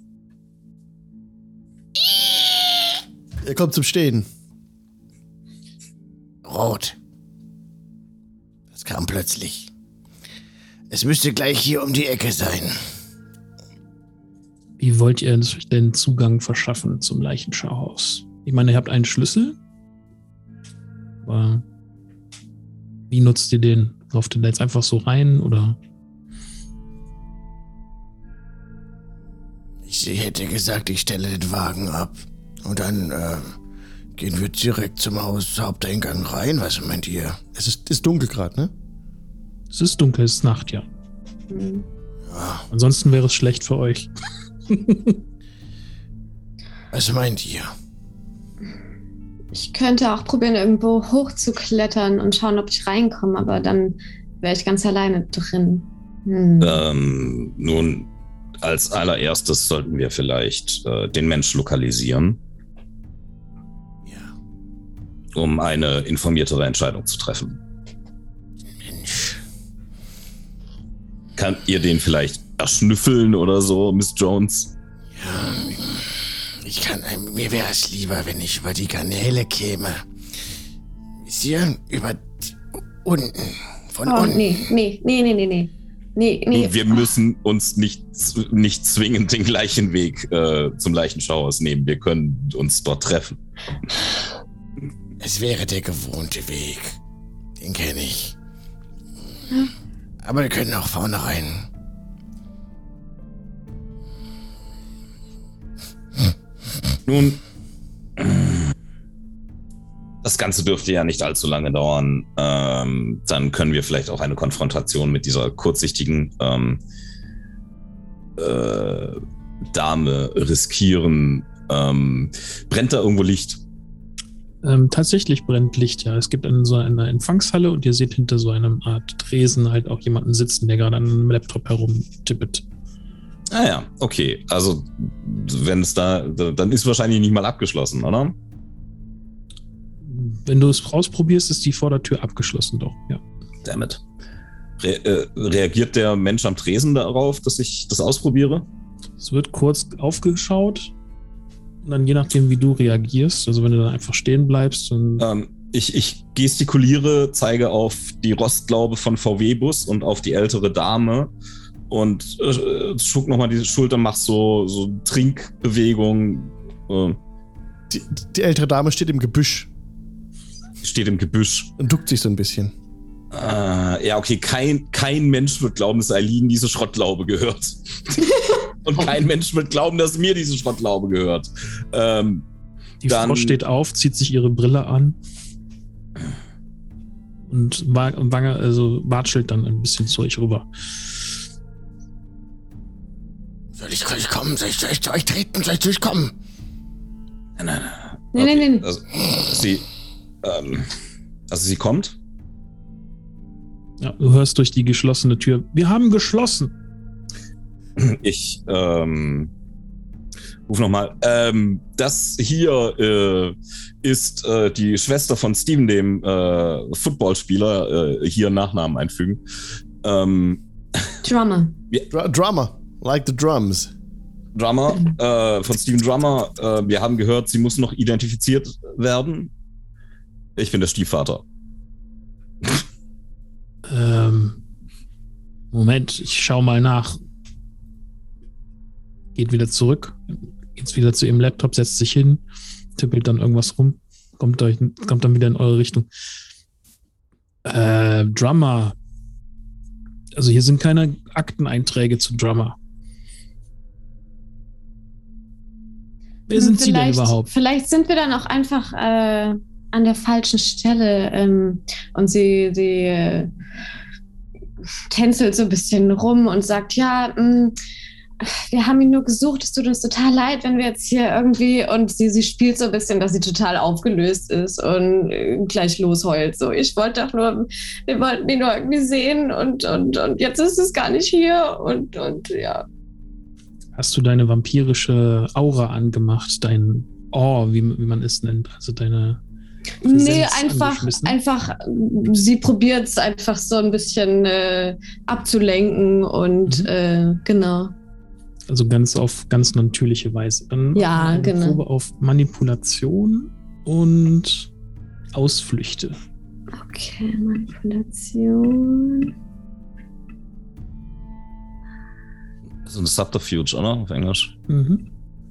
Er kommt zum Stehen. Rot. Das kam plötzlich. Es müsste gleich hier um die Ecke sein. Wie wollt ihr denn Zugang verschaffen zum Leichenschauhaus? Ich meine, ihr habt einen Schlüssel. Aber wie nutzt ihr den? Lauft ihr da jetzt einfach so rein, oder? Ich hätte gesagt, ich stelle den Wagen ab. Und dann äh, gehen wir direkt zum Haus Haupteingang rein. Was meint ihr? Es ist, ist dunkel gerade, ne? Es ist dunkel, es ist Nacht, ja. Hm. Ja. Ansonsten wäre es schlecht für euch. Was meint ihr? Ich könnte auch probieren, irgendwo hochzuklettern und schauen, ob ich reinkomme, aber dann wäre ich ganz alleine drin. Hm. Ähm, nun, als allererstes sollten wir vielleicht äh, den Mensch lokalisieren. Ja. Um eine informiertere Entscheidung zu treffen. Mensch. Kann ihr den vielleicht erschnüffeln oder so, Miss Jones? Ja, ich kann, mir wäre es lieber, wenn ich über die Kanäle käme. Wisst ihr? Über die, unten. Von Oh, unten. nee, nee, nee, nee, nee, nee. Nee, nee. Wir müssen uns nicht, nicht zwingend den gleichen Weg äh, zum Leichenschauhaus nehmen. Wir können uns dort treffen. Es wäre der gewohnte Weg. Den kenne ich. Hm. Aber wir können auch vorne rein. Nun, das Ganze dürfte ja nicht allzu lange dauern. Ähm, dann können wir vielleicht auch eine Konfrontation mit dieser kurzsichtigen ähm, äh, Dame riskieren. Ähm, brennt da irgendwo Licht? Ähm, tatsächlich brennt Licht, ja. Es gibt in so einer Empfangshalle und ihr seht hinter so einer Art Tresen halt auch jemanden sitzen, der gerade an einem Laptop herumtippet. Ah ja, okay. Also, wenn es da, dann ist wahrscheinlich nicht mal abgeschlossen, oder? Wenn du es rausprobierst, ist die Vordertür abgeschlossen, doch, ja. Dammit. Re äh, reagiert der Mensch am Tresen darauf, dass ich das ausprobiere? Es wird kurz aufgeschaut und dann je nachdem, wie du reagierst, also wenn du dann einfach stehen bleibst und Ähm, ich, ich gestikuliere, zeige auf die Rostlaube von V W-Bus und auf die ältere Dame und äh, schuck nochmal die Schulter, mach so, so Trinkbewegungen. Äh, Die, die ältere Dame steht im Gebüsch steht im Gebüsch. und duckt sich so ein bisschen. Äh, ja, okay, kein, kein Mensch wird glauben, dass Eileen diese Schrottlaube gehört. Und kein Mensch wird glauben, dass mir diese Schrottlaube gehört. Ähm, die dann, Frau steht auf, zieht sich ihre Brille an und Wange, also watschelt dann ein bisschen zu euch rüber. Soll ich durchkommen? Soll ich, soll ich zu euch treten? Soll ich durchkommen? Nein, nein, nein. Nee, Okay, nee, nee. Also, sie, ähm, also sie kommt. Ja, du hörst durch die geschlossene Tür, wir haben geschlossen. Ich, ähm, ruf nochmal. Ähm, das hier äh, ist äh, die Schwester von Steven, dem äh, Footballspieler. Äh, hier Nachnamen einfügen. Ähm, Drummer. Dr Drummer, like the drums. Drummer, äh, von Steven Drummer. Äh, wir haben gehört, sie muss noch identifiziert werden. Ich bin der Stiefvater. Ähm, Moment, ich schau mal nach. Geht wieder zurück, geht wieder zu ihrem Laptop, setzt sich hin, tippelt dann irgendwas rum, kommt, euch, kommt dann wieder in eure Richtung. Äh, Drummer. Also hier sind keine Akteneinträge zu Drummer. Wer sind Sie denn überhaupt? Vielleicht sind wir dann auch einfach äh, an der falschen Stelle ähm, und sie, sie äh, tänzelt so ein bisschen rum und sagt, ja, mh, wir haben ihn nur gesucht, es tut uns total leid, wenn wir jetzt hier irgendwie, und sie, sie spielt so ein bisschen, dass sie total aufgelöst ist und äh, gleich losheult. So, ich wollte doch nur, wir wollten ihn nur irgendwie sehen und, und, und jetzt ist es gar nicht hier und, und ja. Hast du deine vampirische Aura angemacht, dein Awe, wie, wie man es nennt, also deine Präsenz Nee, einfach, angeschmissen? einfach, sie probiert es einfach so ein bisschen äh, abzulenken und Mhm. äh, genau. Also ganz auf ganz natürliche Weise. Dann Ja, machen wir eine genau. Probe auf Manipulation und Ausflüchte. Okay, Manipulation. So ein Subterfuge, oder? Auf Englisch. Mhm.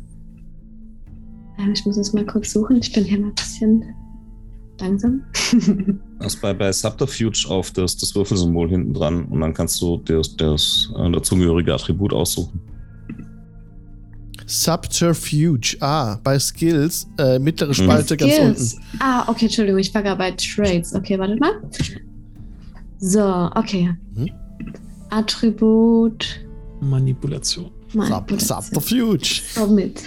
Ähm, ich muss es mal kurz suchen. Ich bin hier mal ein bisschen langsam. Das bei, bei Subterfuge auf das, das Würfelsymbol hinten dran und dann kannst du das, das äh, dazugehörige Attribut aussuchen. Subterfuge. Ah, bei Skills, äh, mittlere Spalte ganz Skills. unten. Ah, okay, Entschuldigung, ich war gerade bei Trades. Okay, wartet mal. So, okay. Mhm. Attribut. Manipulation. Sub Manipulation. Subterfuge. So mit.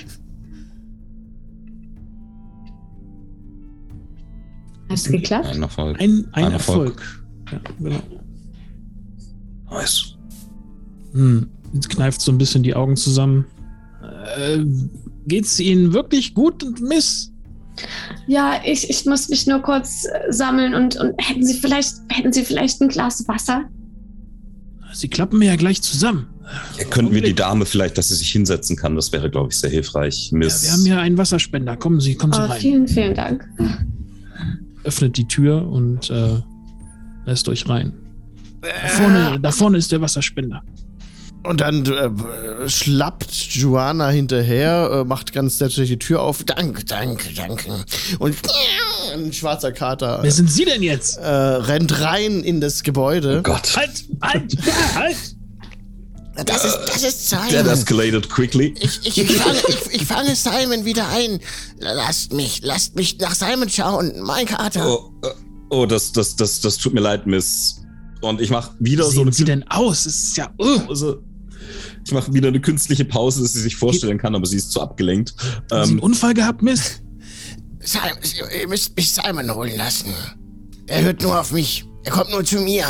Hat es geklappt? Ein Erfolg. Ein, ein, Ein Erfolg. Erfolg. Ja, genau. Nice. Hm. Jetzt kneift so ein bisschen die Augen zusammen. Äh, geht's Ihnen wirklich gut, Miss? Ja, ich, ich muss mich nur kurz äh, sammeln und, und hätten Sie vielleicht, hätten Sie vielleicht ein Glas Wasser? Sie klappen mir ja gleich zusammen. Ja, könnten wir die Dame vielleicht, dass sie sich hinsetzen kann? Das wäre, glaube ich, sehr hilfreich. Ja, Miss. wir haben ja einen Wasserspender. Kommen Sie, kommen Sie Oh, rein. vielen, vielen Dank. Öffnet die Tür und äh, lässt euch rein. Da vorne, da vorne ist der Wasserspender. Und dann äh, schlappt Joanna hinterher, äh, macht ganz selbstverständlich die Tür auf. Danke, danke, danke. Und ein schwarzer Kater Wer sind Sie denn jetzt? äh, rennt rein in das Gebäude. Oh Gott. Halt, halt, halt! Das ist, das ist That Simon. escalated quickly. Ich, ich, ich, fange, ich, ich fange Simon wieder ein. Lasst mich, lasst mich nach Simon schauen. Mein Kater. Oh, äh, oh das, das, das, das tut mir leid, Miss. Und ich mache wieder Wie so sehen eine Sie denn aus? Es ist ja... Uh, Pause. Ich mache wieder eine künstliche Pause, dass sie sich vorstellen kann, aber sie ist zu abgelenkt. haben Sie einen Ähm, Unfall gehabt, Miss? Simon, ihr müsst mich Simon holen lassen. Er hört nur auf mich. Er kommt nur zu mir.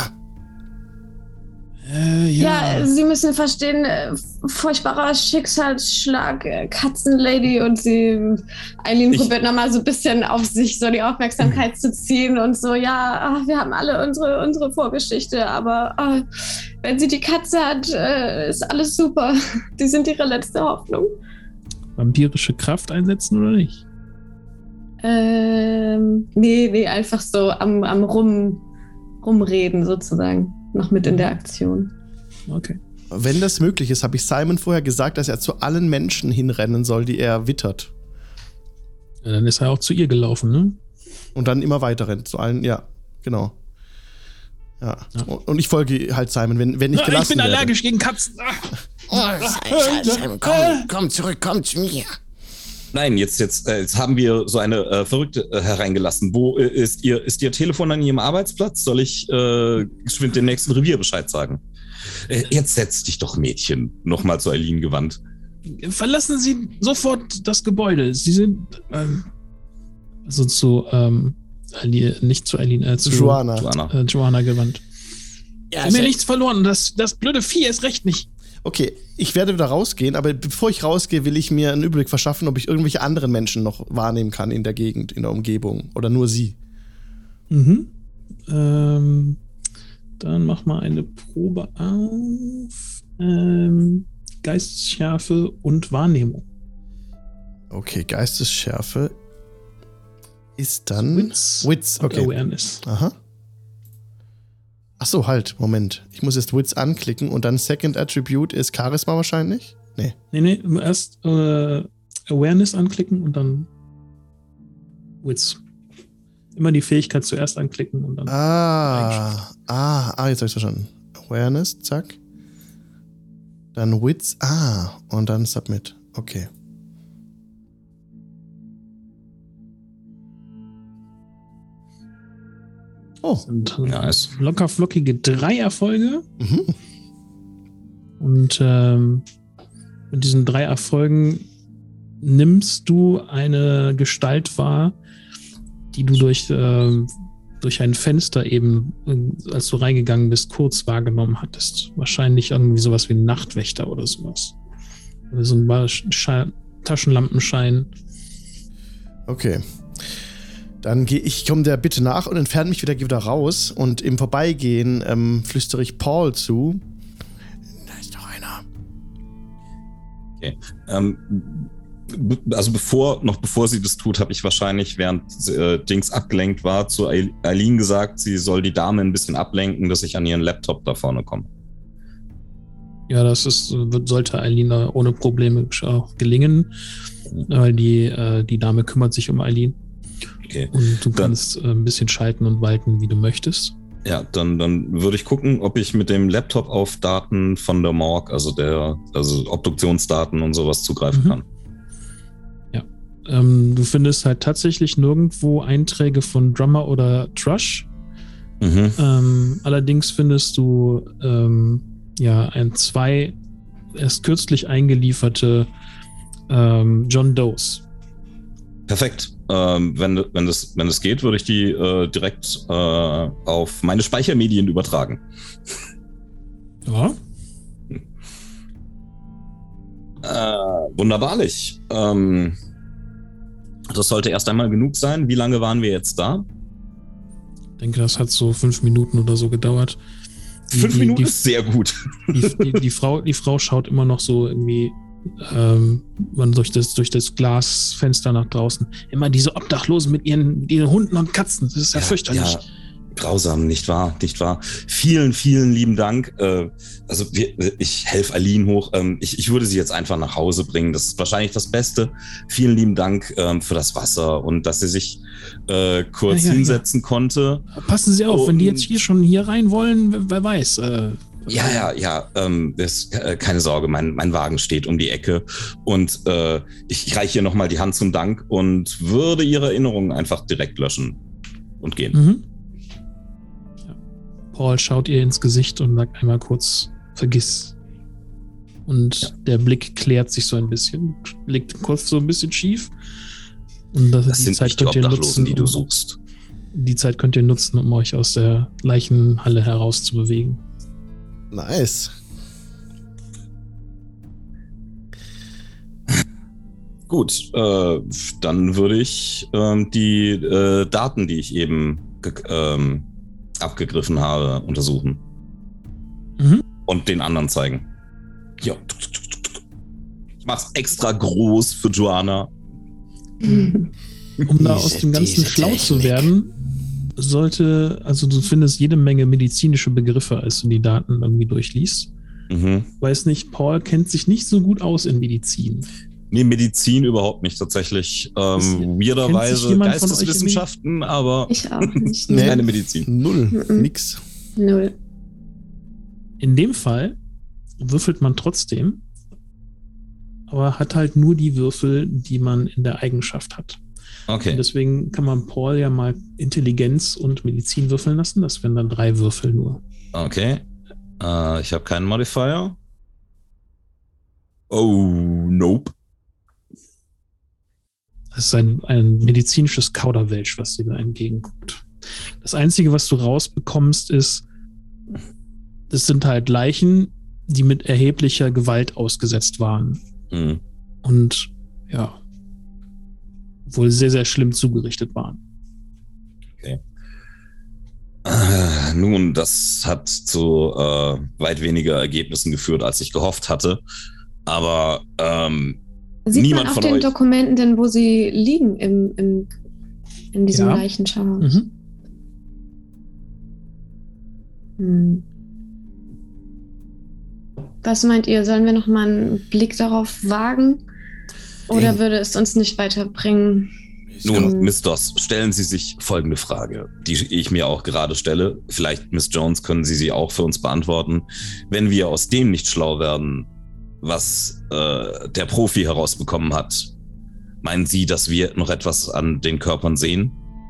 Äh, ja. Ja, Sie müssen verstehen, äh, furchtbarer Schicksalsschlag, äh, Katzenlady und sie, Eileen Ich- probiert nochmal so ein bisschen auf sich so die Aufmerksamkeit zu ziehen und so, ja, ach, wir haben alle unsere, unsere Vorgeschichte, aber ah, wenn sie die Katze hat, äh, ist alles super. Die sind ihre letzte Hoffnung. Vampirische Kraft einsetzen oder nicht? Ähm, nee, nee, einfach so am, am Rum, Rumreden sozusagen, noch mit in der Aktion. Okay. Wenn das möglich ist, habe ich Simon vorher gesagt, dass er zu allen Menschen hinrennen soll, die er wittert. Ja, dann ist er auch zu ihr gelaufen, ne? Und dann immer weiter rennt. Zu allen, ja, genau. Ja. Ja. Und und ich folge halt Simon, wenn, wenn ich Ja, gelassen ich bin werde. allergisch gegen Katzen. Ah. Oh, Simon, Simon, komm, komm zurück, komm zu mir. nein, jetzt, jetzt, äh, jetzt haben wir so eine äh, Verrückte äh, hereingelassen. Wo äh, ist, ihr, ist Ihr Telefon an Ihrem Arbeitsplatz? Soll ich äh, geschwind dem nächsten Revier Bescheid sagen? Äh, jetzt setz dich doch, Mädchen. Nochmal zu Eileen gewandt. Verlassen Sie sofort das Gebäude. Sie sind ähm, also zu ähm, Ali, nicht zu Eileen, äh, zu Joanna. Joanna. Äh, Joanna gewandt. Ja, Ich habe mir se- nichts verloren. Das, das blöde Vieh ist recht nicht. Okay, ich werde wieder rausgehen, aber bevor ich rausgehe, will ich mir einen Überblick verschaffen, ob ich irgendwelche anderen Menschen noch wahrnehmen kann in der Gegend, in der Umgebung. Oder nur sie. Mhm. Ähm, dann mach mal eine Probe auf ähm, Geistesschärfe und Wahrnehmung. Okay, Geistesschärfe ist dann Wits, Wits, und okay. Awareness. Aha. Ach so, halt, Moment. Ich muss jetzt Wits anklicken und dann Second Attribute ist Charisma wahrscheinlich? Nee. Nee, nee, erst äh, Awareness anklicken und dann Wits. Immer die Fähigkeit zuerst anklicken und dann. Ah, ah, ah, jetzt hab ich's verstanden. Awareness, zack. Dann Wits, ah, und dann Submit. Okay. Oh. sind Nice. locker flockige drei Erfolge. Mhm. Und ähm, mit diesen drei Erfolgen nimmst du eine Gestalt wahr, die du durch, ähm, durch ein Fenster eben, äh, als du reingegangen bist, kurz wahrgenommen hattest. Wahrscheinlich irgendwie sowas wie ein Nachtwächter oder sowas. Oder so ein Bar- Sche- Taschenlampenschein. Okay. Dann gehe ich, komme der Bitte nach und entferne mich wieder, gehe wieder raus. Und im Vorbeigehen ähm, flüstere ich Paul zu. Da ist doch einer. Okay. Ähm, also bevor, noch bevor sie das tut, habe ich wahrscheinlich, während äh, Dings abgelenkt war, zu Eileen gesagt, sie soll die Dame ein bisschen ablenken, dass ich an ihren Laptop da vorne komme. Ja, das ist, sollte Eileen ohne Probleme auch gelingen, weil die, äh, die Dame kümmert sich um Eileen. Okay. Und du dann, kannst äh, ein bisschen schalten und walten, wie du möchtest. Ja, dann, dann würde ich gucken, ob ich mit dem Laptop auf Daten von der Morgue, also der, also Obduktionsdaten und sowas zugreifen mhm. kann. Ja. Ähm, du findest halt tatsächlich nirgendwo Einträge von Drummer oder Trush. Mhm. Ähm, allerdings findest du ähm, ja ein zwei erst kürzlich eingelieferte ähm, John Does. Perfekt. Ähm, wenn, wenn, das, wenn das geht, würde ich die äh, direkt äh, auf meine Speichermedien übertragen. Ja. Äh, wunderbarlich. Ähm, das sollte erst einmal genug sein. Wie lange waren wir jetzt da? Ich denke, das hat so fünf Minuten oder so gedauert. Die, fünf die, Minuten die, ist sehr gut. Die, die, die, Frau, die Frau schaut immer noch so irgendwie ähm, durch, das, durch das Glasfenster nach draußen. Immer diese Obdachlosen mit ihren, mit ihren Hunden und Katzen. Das ist ja, ja fürchterlich. Ja, grausam, nicht wahr? Nicht wahr? Vielen, vielen lieben Dank. Äh, also wir, ich helfe Eileen hoch. Ähm, ich, ich würde sie jetzt einfach nach Hause bringen. Das ist wahrscheinlich das Beste. Vielen lieben Dank ähm, für das Wasser und dass sie sich äh, kurz ja, ja, hinsetzen ja. konnte. Passen Sie auf, und, wenn die jetzt hier schon hier rein wollen, wer weiß. Äh, Ja, ja, ja, ähm, das, äh, keine Sorge, mein, mein Wagen steht um die Ecke und äh, ich reiche ihr nochmal die Hand zum Dank und würde ihre Erinnerungen einfach direkt löschen und gehen. Mhm. Ja. Paul schaut ihr ins Gesicht und sagt einmal kurz, vergiss. Und ja. der Blick klärt sich so ein bisschen, legt den Kopf so ein bisschen schief. Und das, das die sind Zeit nicht die könnt ihr Obdachlosen, nutzen, die du suchst. Die Zeit könnt ihr nutzen, um euch aus der Leichenhalle herauszubewegen. Nice. Gut, äh, dann würde ich ähm, die äh, Daten, die ich eben ähm, abgegriffen habe, untersuchen. Mhm. Und den anderen zeigen. Ja. Ich mach's extra groß für Joanna. Um da aus dem Ganzen schlau zu werden, sollte, also du findest jede Menge medizinische Begriffe, als du die Daten irgendwie durchliest. Mhm. Weiß nicht, Paul kennt sich nicht so gut aus in Medizin. Nee, Medizin überhaupt nicht tatsächlich. Ähm, weirderweise Geisteswissenschaften, aber ich auch nicht. Nee. Keine Medizin. Null. Mhm. Nix. Null. In dem Fall würfelt man trotzdem, aber hat halt nur die Würfel, die man in der Eigenschaft hat. Okay. Und deswegen kann man Paul ja mal Intelligenz und Medizin würfeln lassen. Das wären dann drei Würfel nur. Okay. Äh, ich habe keinen Modifier. Oh, nope. Das ist ein, ein medizinisches Kauderwelsch, was dir da entgegenguckt. Das Einzige, was du rausbekommst, ist, das sind halt Leichen, die mit erheblicher Gewalt ausgesetzt waren. Mhm. Und ja, wohl sehr, sehr schlimm zugerichtet waren. Okay. Äh, nun, das hat zu äh, weit weniger Ergebnissen geführt, als ich gehofft hatte. Aber ähm, Sieht niemand man auf von den euch Dokumenten denn, wo sie liegen im, im, in diesem ja. Leichenschauhaus? Mhm. Hm. Was meint ihr? Sollen wir noch mal einen Blick darauf wagen? Oder würde es uns nicht weiterbringen? Nun, Miss Doss, stellen Sie sich folgende Frage, die ich mir auch gerade stelle. Vielleicht, Miss Jones, können Sie sie auch für uns beantworten. Wenn wir aus dem nicht schlau werden, was äh, der Profi herausbekommen hat, meinen Sie, dass wir noch etwas an den Körpern sehen?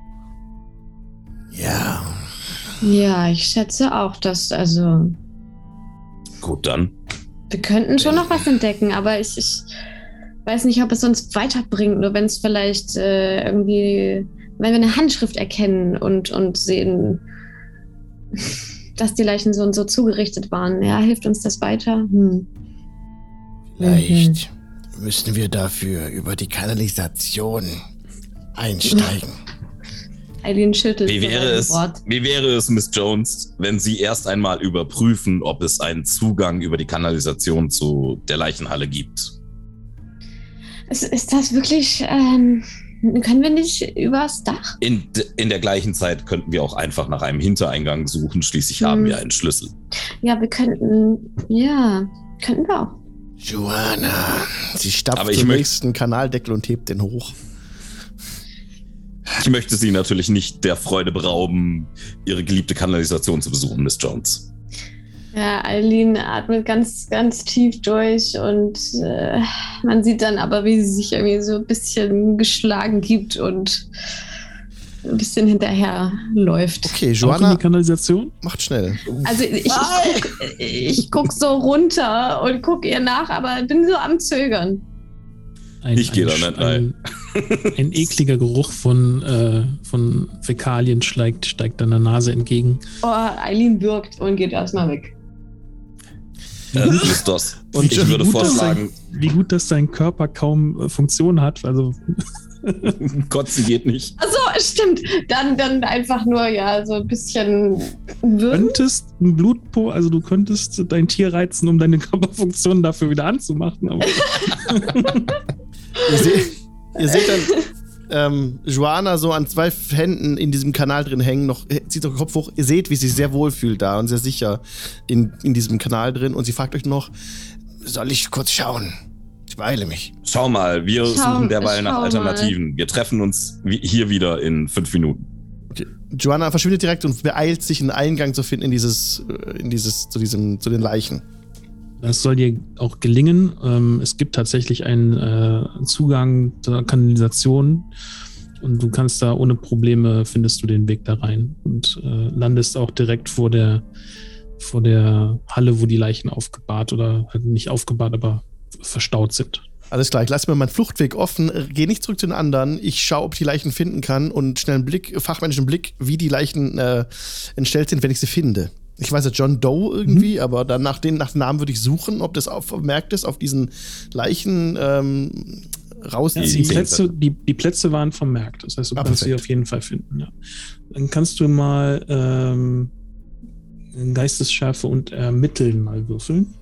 Ja. Ja, ich schätze auch, dass, also... Gut, dann. Wir könnten schon noch was entdecken, aber ich... ich weiß nicht, ob es uns weiterbringt, nur wenn es vielleicht äh, irgendwie, wenn wir eine Handschrift erkennen und, und sehen, dass die Leichen so und so zugerichtet waren. Ja, hilft uns das weiter? Hm. Vielleicht mhm. müssen wir dafür über die Kanalisation einsteigen. Eileen schüttelt. Wie wäre, es, wie wäre es, Miss Jones, wenn Sie erst einmal überprüfen, ob es einen Zugang über die Kanalisation zu der Leichenhalle gibt? Ist, ist das wirklich... Ähm, können wir nicht übers Dach? In, in der gleichen Zeit könnten wir auch einfach nach einem Hintereingang suchen. Schließlich hm. haben wir einen Schlüssel. Ja, wir könnten... Ja, könnten wir auch. Joanna. Sie stapft Aber ich zum möcht- nächsten Kanaldeckel und hebt den hoch. Ich möchte Sie natürlich nicht der Freude berauben, Ihre geliebte Kanalisation zu besuchen, Miss Jones. Ja, Eileen atmet ganz, ganz tief durch und äh, man sieht dann aber, wie sie sich irgendwie so ein bisschen geschlagen gibt und ein bisschen hinterher läuft. Okay, Joanna. Auch in Joanna, die Kanalisation? macht schnell. Also ich, ich, guck, ich guck so runter und guck ihr nach, aber bin so am Zögern. Ein, ich gehe da ein, nicht rein. Ein, ein ekliger Geruch von, äh, von Fäkalien steigt, steigt deiner Nase entgegen. Oh, Eileen wirkt und geht erstmal weg. Äh, Christos. Und ich würde gut, vorschlagen... Dass sein, wie gut, dass dein Körper kaum äh, Funktion hat. Also Gott, sie geht nicht. Achso, stimmt. Dann, dann einfach nur, ja, so ein bisschen Du würgen. könntest ein Blutpo, also du könntest dein Tier reizen, um deine Körperfunktion dafür wieder anzumachen. Aber Ihr, se- ihr seht dann ähm, Joanna so an zwei Händen in diesem Kanal drin hängen, noch zieht den Kopf hoch. Ihr seht, wie sie sich sehr wohl fühlt da und sehr sicher in, in diesem Kanal drin. Und sie fragt euch noch, Soll ich kurz schauen? Ich beeile mich. Schau mal, wir Schau- suchen derweil nach schau Alternativen. Wir treffen uns wie- hier wieder in fünf Minuten. okay. Joanna verschwindet direkt und beeilt sich, einen Eingang zu finden in dieses, in dieses, zu diesem, zu den Leichen. das soll dir auch gelingen. Ähm, es gibt tatsächlich einen äh, Zugang zur Kanalisation und du kannst da ohne Probleme, findest du den Weg da rein und äh, landest auch direkt vor der, vor der Halle, wo die Leichen aufgebahrt oder halt nicht aufgebahrt, aber verstaut sind. Alles klar, ich lasse mir meinen Fluchtweg offen, gehe nicht zurück zu den anderen. Ich schaue, ob ich die Leichen finden kann und schnell einen Blick, fachmännischen Blick, wie die Leichen äh, entstellt sind, wenn ich sie finde. Ich weiß ja John Doe irgendwie, mhm. aber dann nach den, nach den Namen würde ich suchen, ob das auf, vermerkt ist, auf diesen Leichen ähm, rausziehen. Ja, die, Plätze, die, die Plätze waren vermerkt, das heißt, du ah, kannst perfekt. sie auf jeden Fall finden. Ja. Dann kannst du mal ähm, Geistesschärfe und Ermitteln mal würfeln.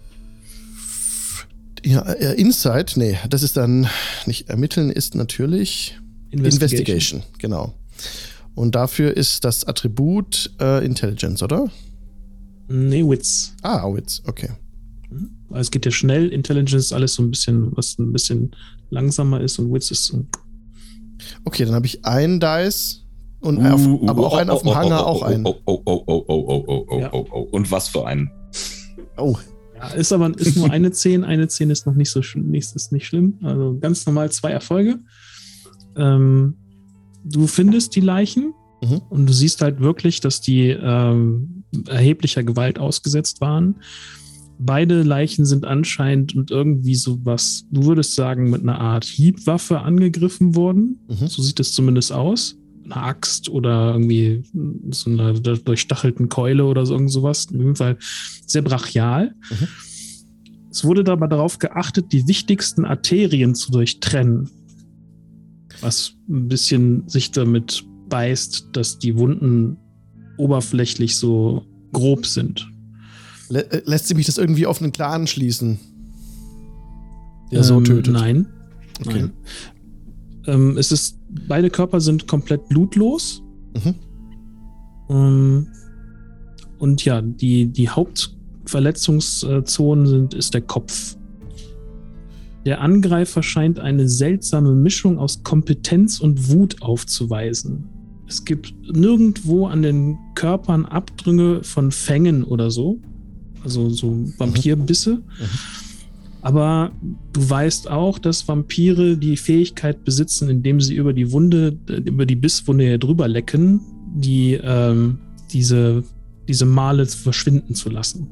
Ja, äh, Insight, nee, das ist dann nicht ermitteln, ist natürlich Investigation. Investigation, genau. Und dafür ist das Attribut äh, Intelligence, oder? Nee, Wits. Ah, Wits, okay. Weil es geht ja schnell, Intelligence ist alles so ein bisschen, was ein bisschen langsamer ist und Wits ist so. Okay, dann habe ich einen Dice und auf, Uh, uh, aber auch oh, einen oh, auf dem oh, Hanger, oh, auch oh, einen. Oh, oh, oh, oh, oh, oh, oh, oh, Ja. oh, oh. Und was für einen? Oh, Ja, ist aber ist nur eine zehn, eine zehn ist noch nicht so schlimm, nichts ist nicht schlimm. Also ganz normal zwei Erfolge. Ähm, du findest die Leichen Mhm. und du siehst halt wirklich, dass die ähm, erheblicher Gewalt ausgesetzt waren. Beide Leichen sind anscheinend und irgendwie sowas, du würdest sagen, mit einer Art Hiebwaffe angegriffen worden. Mhm. So sieht es zumindest aus. Eine Axt oder irgendwie so einer durchstachelten Keule oder so irgend sowas. Auf jeden Fall sehr brachial. Mhm. Es wurde dabei darauf geachtet, die wichtigsten Arterien zu durchtrennen. Was ein bisschen sich damit beißt, dass die Wunden oberflächlich so grob sind. Lä äh, lässt sie mich das irgendwie auf einen Clan schließen, der so Ähm, tötet? Nein. Okay. Nein. Ähm, es ist, beide Körper sind komplett blutlos. Mhm. Ähm, und ja, die, die Hauptverletzungszonen sind, ist der Kopf. Der Angreifer scheint eine seltsame Mischung aus Kompetenz und Wut aufzuweisen. Es gibt nirgendwo an den Körpern Abdrücke von Fängen oder so. Also so Vampirbisse. Mhm. Aber du weißt auch, dass Vampire die Fähigkeit besitzen, indem sie über die Wunde, über die Bisswunde drüber lecken, die ähm, diese, diese Male verschwinden zu lassen.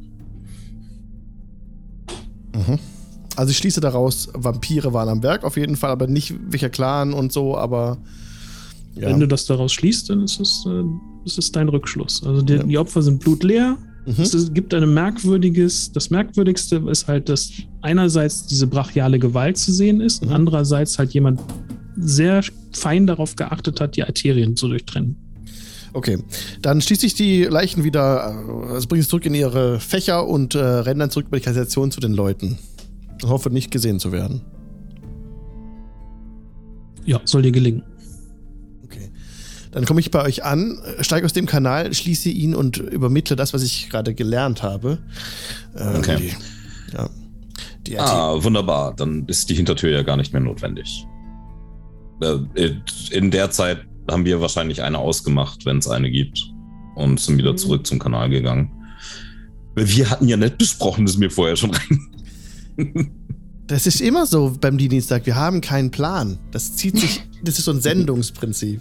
Mhm. Also ich schließe daraus, Vampire waren am Werk auf jeden Fall, aber nicht welcher Clan und so, aber ja. Wenn du das daraus schließt, dann ist es, äh, ist es dein Rückschluss. Also die, Ja. die Opfer sind blutleer. Mhm. Es ist, gibt ein merkwürdiges, das Merkwürdigste ist halt, dass einerseits diese brachiale Gewalt zu sehen ist Mhm. und andererseits halt jemand sehr fein darauf geachtet hat, die Arterien zu durchtrennen. Okay, dann schließe ich die Leichen wieder, also bringe ich zurück in ihre Fächer und äh, renne dann zurück über die Kanalisation zu den Leuten. Ich hoffe, nicht gesehen zu werden. Ja, soll dir gelingen. Okay. Dann komme ich bei euch an, steige aus dem Kanal, schließe ihn und übermittle das, was ich gerade gelernt habe. Äh, Okay. Die, ja. Die Ah, wunderbar. Dann ist die Hintertür ja gar nicht mehr notwendig. Äh, in der Zeit haben wir wahrscheinlich eine ausgemacht, wenn es eine gibt. Und sind wieder zurück zum Kanal gegangen. Wir hatten ja nicht besprochen, das ist mir vorher schon rein. Das ist immer so beim Dienstag. Wir haben keinen Plan. Das zieht sich, das ist so ein Sendungsprinzip.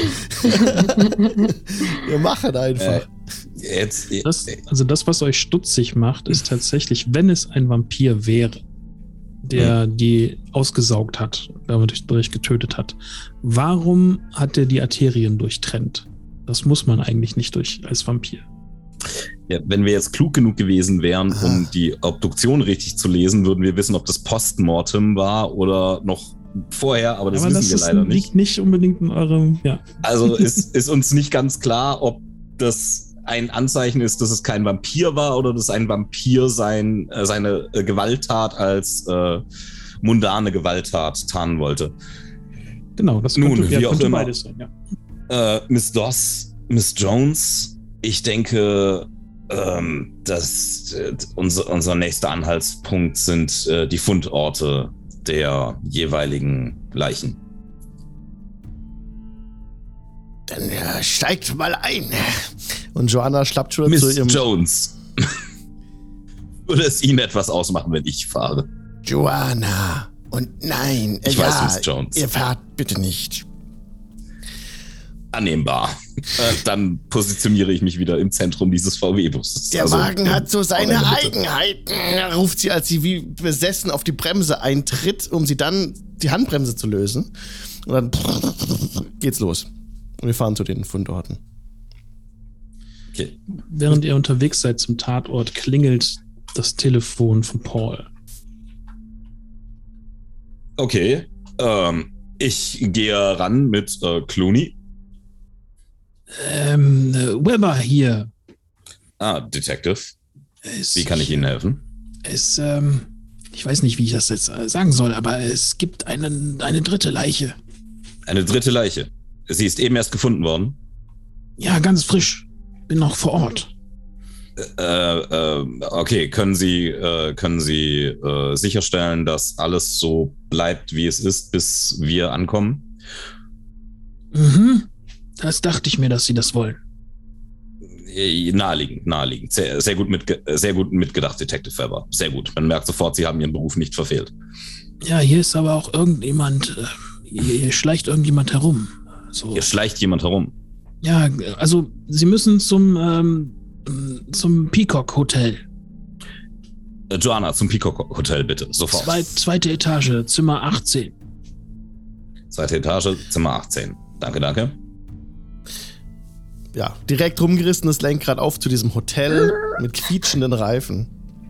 Wir machen einfach. Äh, jetzt, Das, also das, was euch stutzig macht, ist tatsächlich, wenn es ein Vampir wäre, der die ausgesaugt hat, dadurch getötet hat, warum hat er die Arterien durchtrennt? Das muss man eigentlich nicht durch als Vampir. Ja, wenn wir jetzt klug genug gewesen wären, Aha. um die Obduktion richtig zu lesen, würden wir wissen, ob das Postmortem war oder noch vorher, aber das aber wissen das wir ist, leider nicht. liegt nicht unbedingt in eurem, ja. Also ist, ist uns nicht ganz klar, ob das ein Anzeichen ist, dass es kein Vampir war oder dass ein Vampir sein, äh, seine äh, Gewalttat als äh, mundane Gewalttat tarnen wollte. Genau, das Nun, könnte, ja, wie auch könnte immer. beides sein, ja. Äh, Miss Doss, Miss Jones, ich denke, ähm, dass äh, unser, unser nächster Anhaltspunkt sind äh, die Fundorte der jeweiligen Leichen. Dann ja, steigt mal ein. Und Joanna schlappt schon Miss zu ihrem... Jones. Würde es Ihnen etwas ausmachen, wenn ich fahre? Joanna. Und nein, Ich ja, weiß, Miss Jones. Ihr fahrt bitte nicht. Annehmbar. Äh, dann positioniere ich mich wieder im Zentrum dieses V W-Busses. Der Also, Wagen hat so seine Frau Reine, bitte. Eigenheiten. ruft sie, als sie wie besessen auf die Bremse eintritt, um sie dann die Handbremse zu lösen. Und dann geht's los. Und wir fahren zu den Fundorten. Okay. Während ihr unterwegs seid zum Tatort, klingelt das Telefon von Paul. Okay. Ähm, ich gehe ran mit äh, Clooney. Ähm, äh, Weber hier. Ah, Detective. Es, Wie kann ich Ihnen helfen? Es, ähm, ich weiß nicht, wie ich das jetzt äh, sagen soll, aber es gibt einen, eine dritte Leiche. Eine dritte Leiche. Sie ist eben erst gefunden worden. Ja, ganz frisch. Bin noch vor Ort. Äh, äh, okay, können Sie, äh, können Sie äh, sicherstellen, dass alles so bleibt, wie es ist, bis wir ankommen? Mhm. Das dachte ich mir, dass Sie das wollen. Äh, Naheliegend, naheliegend. Sehr, sehr, gut mitge sehr gut mitgedacht, Detective Weber. Sehr gut. Man merkt sofort, Sie haben Ihren Beruf nicht verfehlt. Ja, hier ist aber auch irgendjemand, äh, hier, hier schleicht irgendjemand herum. So. Hier schleicht jemand herum. Ja, also Sie müssen zum, ähm, zum Peacock Hotel. Äh, Joanna, zum Peacock Hotel, bitte. Sofort. Zwei, zweite Etage, Zimmer achtzehn. Zweite Etage, Zimmer achtzehn. Danke, danke. Ja, direkt rumgerissenes Lenkrad auf zu diesem Hotel mit quietschenden Reifen.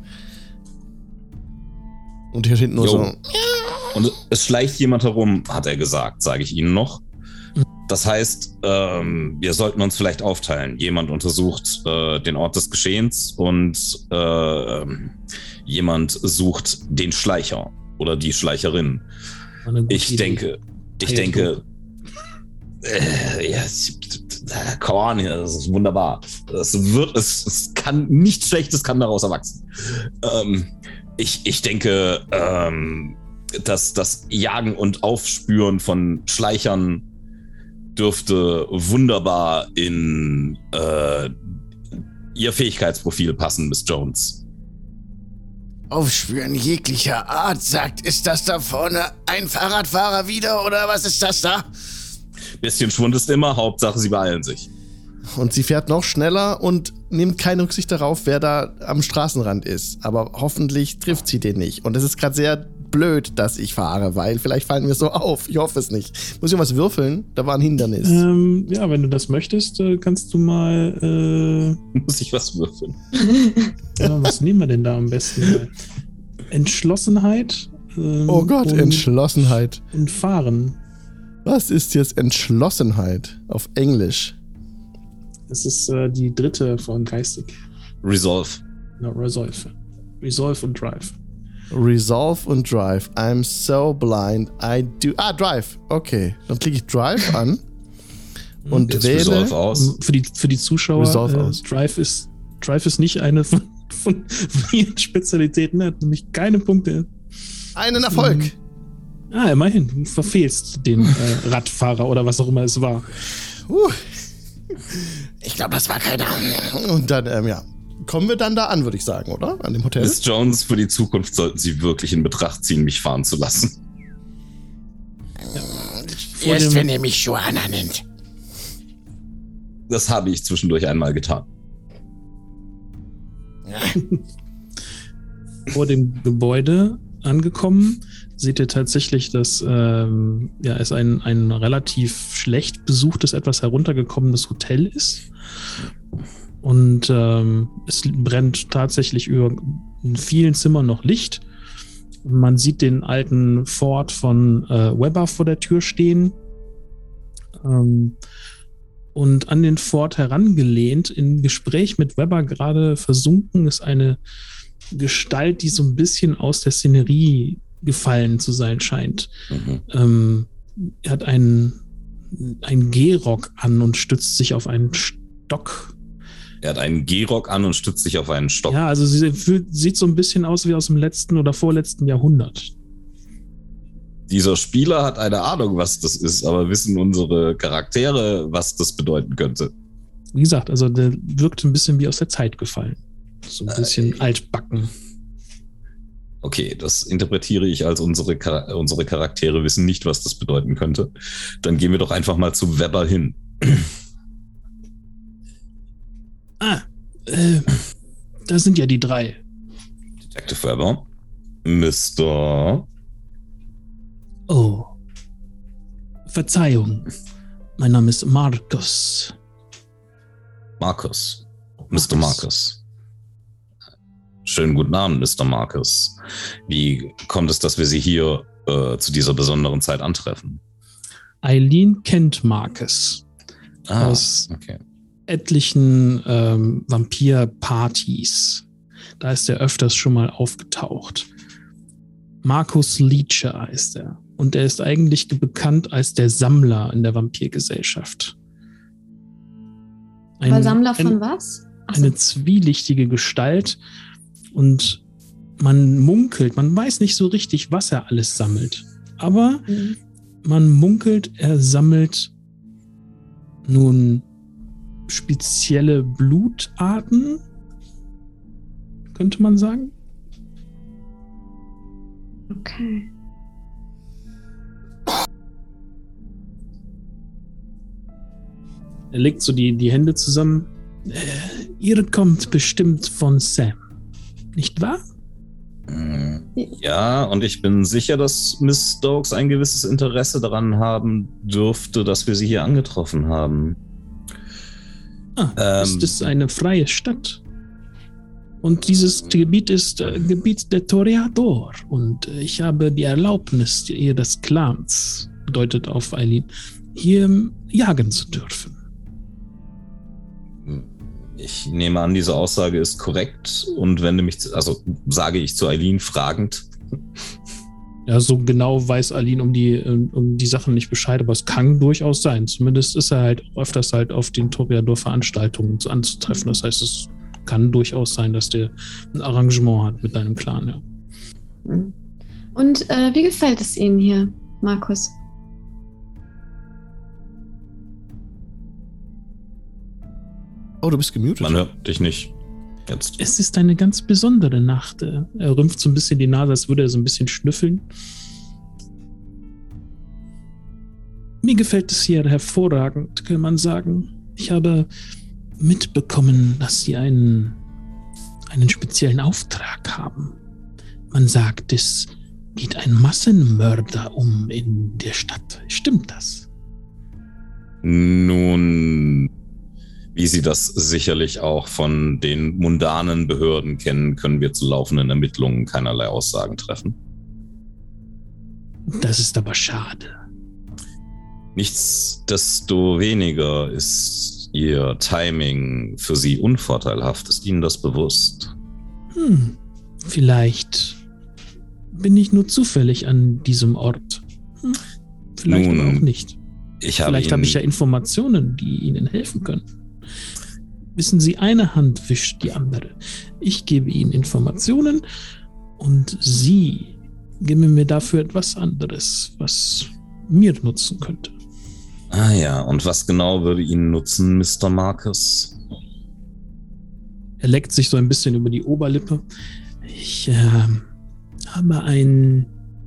Und hier hinten nur Jo. so... Und es schleicht jemand herum, hat er gesagt, sage ich Ihnen noch. Das heißt, ähm, wir sollten uns vielleicht aufteilen. Jemand untersucht äh, den Ort des Geschehens und äh, jemand sucht den Schleicher oder die Schleicherin. Eine gute Ich Idee. denke, ich Hey, denke, äh, ja, come on, das ist wunderbar. Das wird, es, es kann nichts Schlechtes kann daraus erwachsen. Ähm, ich, ich denke, ähm, dass das Jagen und Aufspüren von Schleichern dürfte wunderbar in äh, ihr Fähigkeitsprofil passen, Miss Jones. Aufspüren jeglicher Art, sagt, ist das da vorne ein Fahrradfahrer wieder oder was ist das da? Bisschen Schwund ist immer, Hauptsache sie beeilen sich. Und sie fährt noch schneller und nimmt keine Rücksicht darauf, wer da am Straßenrand ist. Aber hoffentlich trifft sie den nicht. Und es ist gerade sehr blöd, dass ich fahre, weil vielleicht fallen wir so auf. Ich hoffe es nicht. Muss ich was würfeln? Da war ein Hindernis. Ähm, ja, wenn du das möchtest, äh, kannst du mal. Äh, Muss ich was würfeln? ja, was nehmen wir denn da am besten? Entschlossenheit. Ähm, Oh Gott, und, Entschlossenheit. und Fahren. Was ist jetzt Entschlossenheit auf Englisch? Es ist äh, die dritte von Geistig. Resolve. No, Resolve. Resolve und Drive. Resolve und Drive. I'm so blind. I do. Ah, Drive. Okay. Dann klicke ich Drive an und Jetzt wähle. Resolve aus. Für die, für die Zuschauer, Resolve äh, aus. Drive ist, Drive ist nicht eine von, von vielen Spezialitäten. Er hat nämlich keine Punkte. Einen Erfolg. Ah, immerhin. Du verfehlst den äh, Radfahrer oder was auch immer es war. Uh. Ich glaube, das war keiner. Und dann, ähm, ja. Kommen wir dann da an, würde ich sagen, oder? An dem Hotel? Miss Jones, für die Zukunft sollten Sie wirklich in Betracht ziehen, mich fahren zu lassen. Vor Erst dem- wenn ihr mich Joanna nennt. Das habe ich zwischendurch einmal getan. Vor dem Gebäude angekommen, seht ihr tatsächlich, dass ähm, ja, es ein, ein relativ schlecht besuchtes, etwas heruntergekommenes Hotel ist. Und ähm, es brennt tatsächlich über in vielen Zimmern noch Licht. Man sieht den alten Ford von äh, Weber vor der Tür stehen. Ähm, und an den Ford herangelehnt, in Gespräch mit Weber gerade versunken, ist eine Gestalt, die so ein bisschen aus der Szenerie gefallen zu sein scheint. Mhm. Ähm, er hat einen, einen Gehrock an und stützt sich auf einen Stock. Er hat einen Gehrock an und stützt sich auf einen Stock. Ja, also sie fühlt, sieht so ein bisschen aus wie aus dem letzten oder vorletzten Jahrhundert. Dieser Spieler hat eine Ahnung, was das ist, aber wissen unsere Charaktere, was das bedeuten könnte. Wie gesagt, also der wirkt ein bisschen wie aus der Zeit gefallen. So ein bisschen Äh, altbacken. Okay, das interpretiere ich als unsere, Char- unsere Charaktere wissen nicht, was das bedeuten könnte. Dann gehen wir doch einfach mal zu Weber hin. Ah, äh, da sind ja die drei. Detective Weber. Mister Oh. Verzeihung. Mein Name ist Markus. Markus. Mister Markus. Markus. Schönen guten Abend, Mister Markus. Wie kommt es, dass wir Sie hier äh, zu dieser besonderen Zeit antreffen? Eileen kennt Markus Ah, aus okay. etlichen ähm, Vampir-Partys. Da ist er öfters schon mal aufgetaucht. Markus Leacher ist er. Und er ist eigentlich bekannt als der Sammler in der Vampirgesellschaft. Ein- Aber Sammler von ein- was? Ach so. Eine zwielichtige Gestalt. Und man munkelt, man weiß nicht so richtig, was er alles sammelt. Aber Mhm. man munkelt, er sammelt nun spezielle Blutarten, könnte man sagen. Okay. Er legt so die, die Hände zusammen. Äh, ihr kommt bestimmt von Sam, nicht wahr? Mm, Ja, und ich bin sicher, dass Miss Stokes ein gewisses Interesse daran haben dürfte, dass wir sie hier angetroffen haben. Ah, Ähm, ist es eine freie Stadt? Und dieses Gebiet ist äh, Gebiet der Toreador. Und äh, ich habe die Erlaubnis ihres Clans, bedeutet auf Eileen, hier jagen zu dürfen. Ich nehme an, diese Aussage ist korrekt und wende mich, zu, also sage ich zu Eileen fragend. Ja, so genau weiß Eileen um die, äh, um die Sachen nicht Bescheid, aber es kann durchaus sein. Zumindest ist er halt öfters halt auf den Toreador-Veranstaltungen anzutreffen. Das heißt, es kann durchaus sein, dass der ein Arrangement hat mit deinem Clan, ja. Mhm. Und äh, wie gefällt es Ihnen hier, Markus? Oh, du bist gemutet. Man hört dich nicht. Jetzt. Es ist eine ganz besondere Nacht. Er rümpft so ein bisschen die Nase, als würde er so ein bisschen schnüffeln. Mir gefällt es hier hervorragend, kann man sagen. Ich habe mitbekommen, dass Sie einen, einen speziellen Auftrag haben. Man sagt, es geht ein Massenmörder um in der Stadt. Stimmt das? Nun, wie Sie das sicherlich auch von den mundanen Behörden kennen, können wir zu laufenden Ermittlungen keinerlei Aussagen treffen. Das ist aber schade. Nichtsdestoweniger ist Ihr Timing für Sie unvorteilhaft. Ist Ihnen das bewusst? Hm, vielleicht bin ich nur zufällig an diesem Ort. Hm, vielleicht Nun, aber auch nicht. Ich habe Vielleicht habe ich ja Informationen, die Ihnen helfen können. Wissen Sie, eine Hand wischt die andere. Ich gebe Ihnen Informationen und Sie geben mir dafür etwas anderes, was mir nutzen könnte. Ah ja, und was genau würde Ihnen nutzen, Mister Marcus? Er leckt sich so ein bisschen über die Oberlippe. Ich äh, habe ein,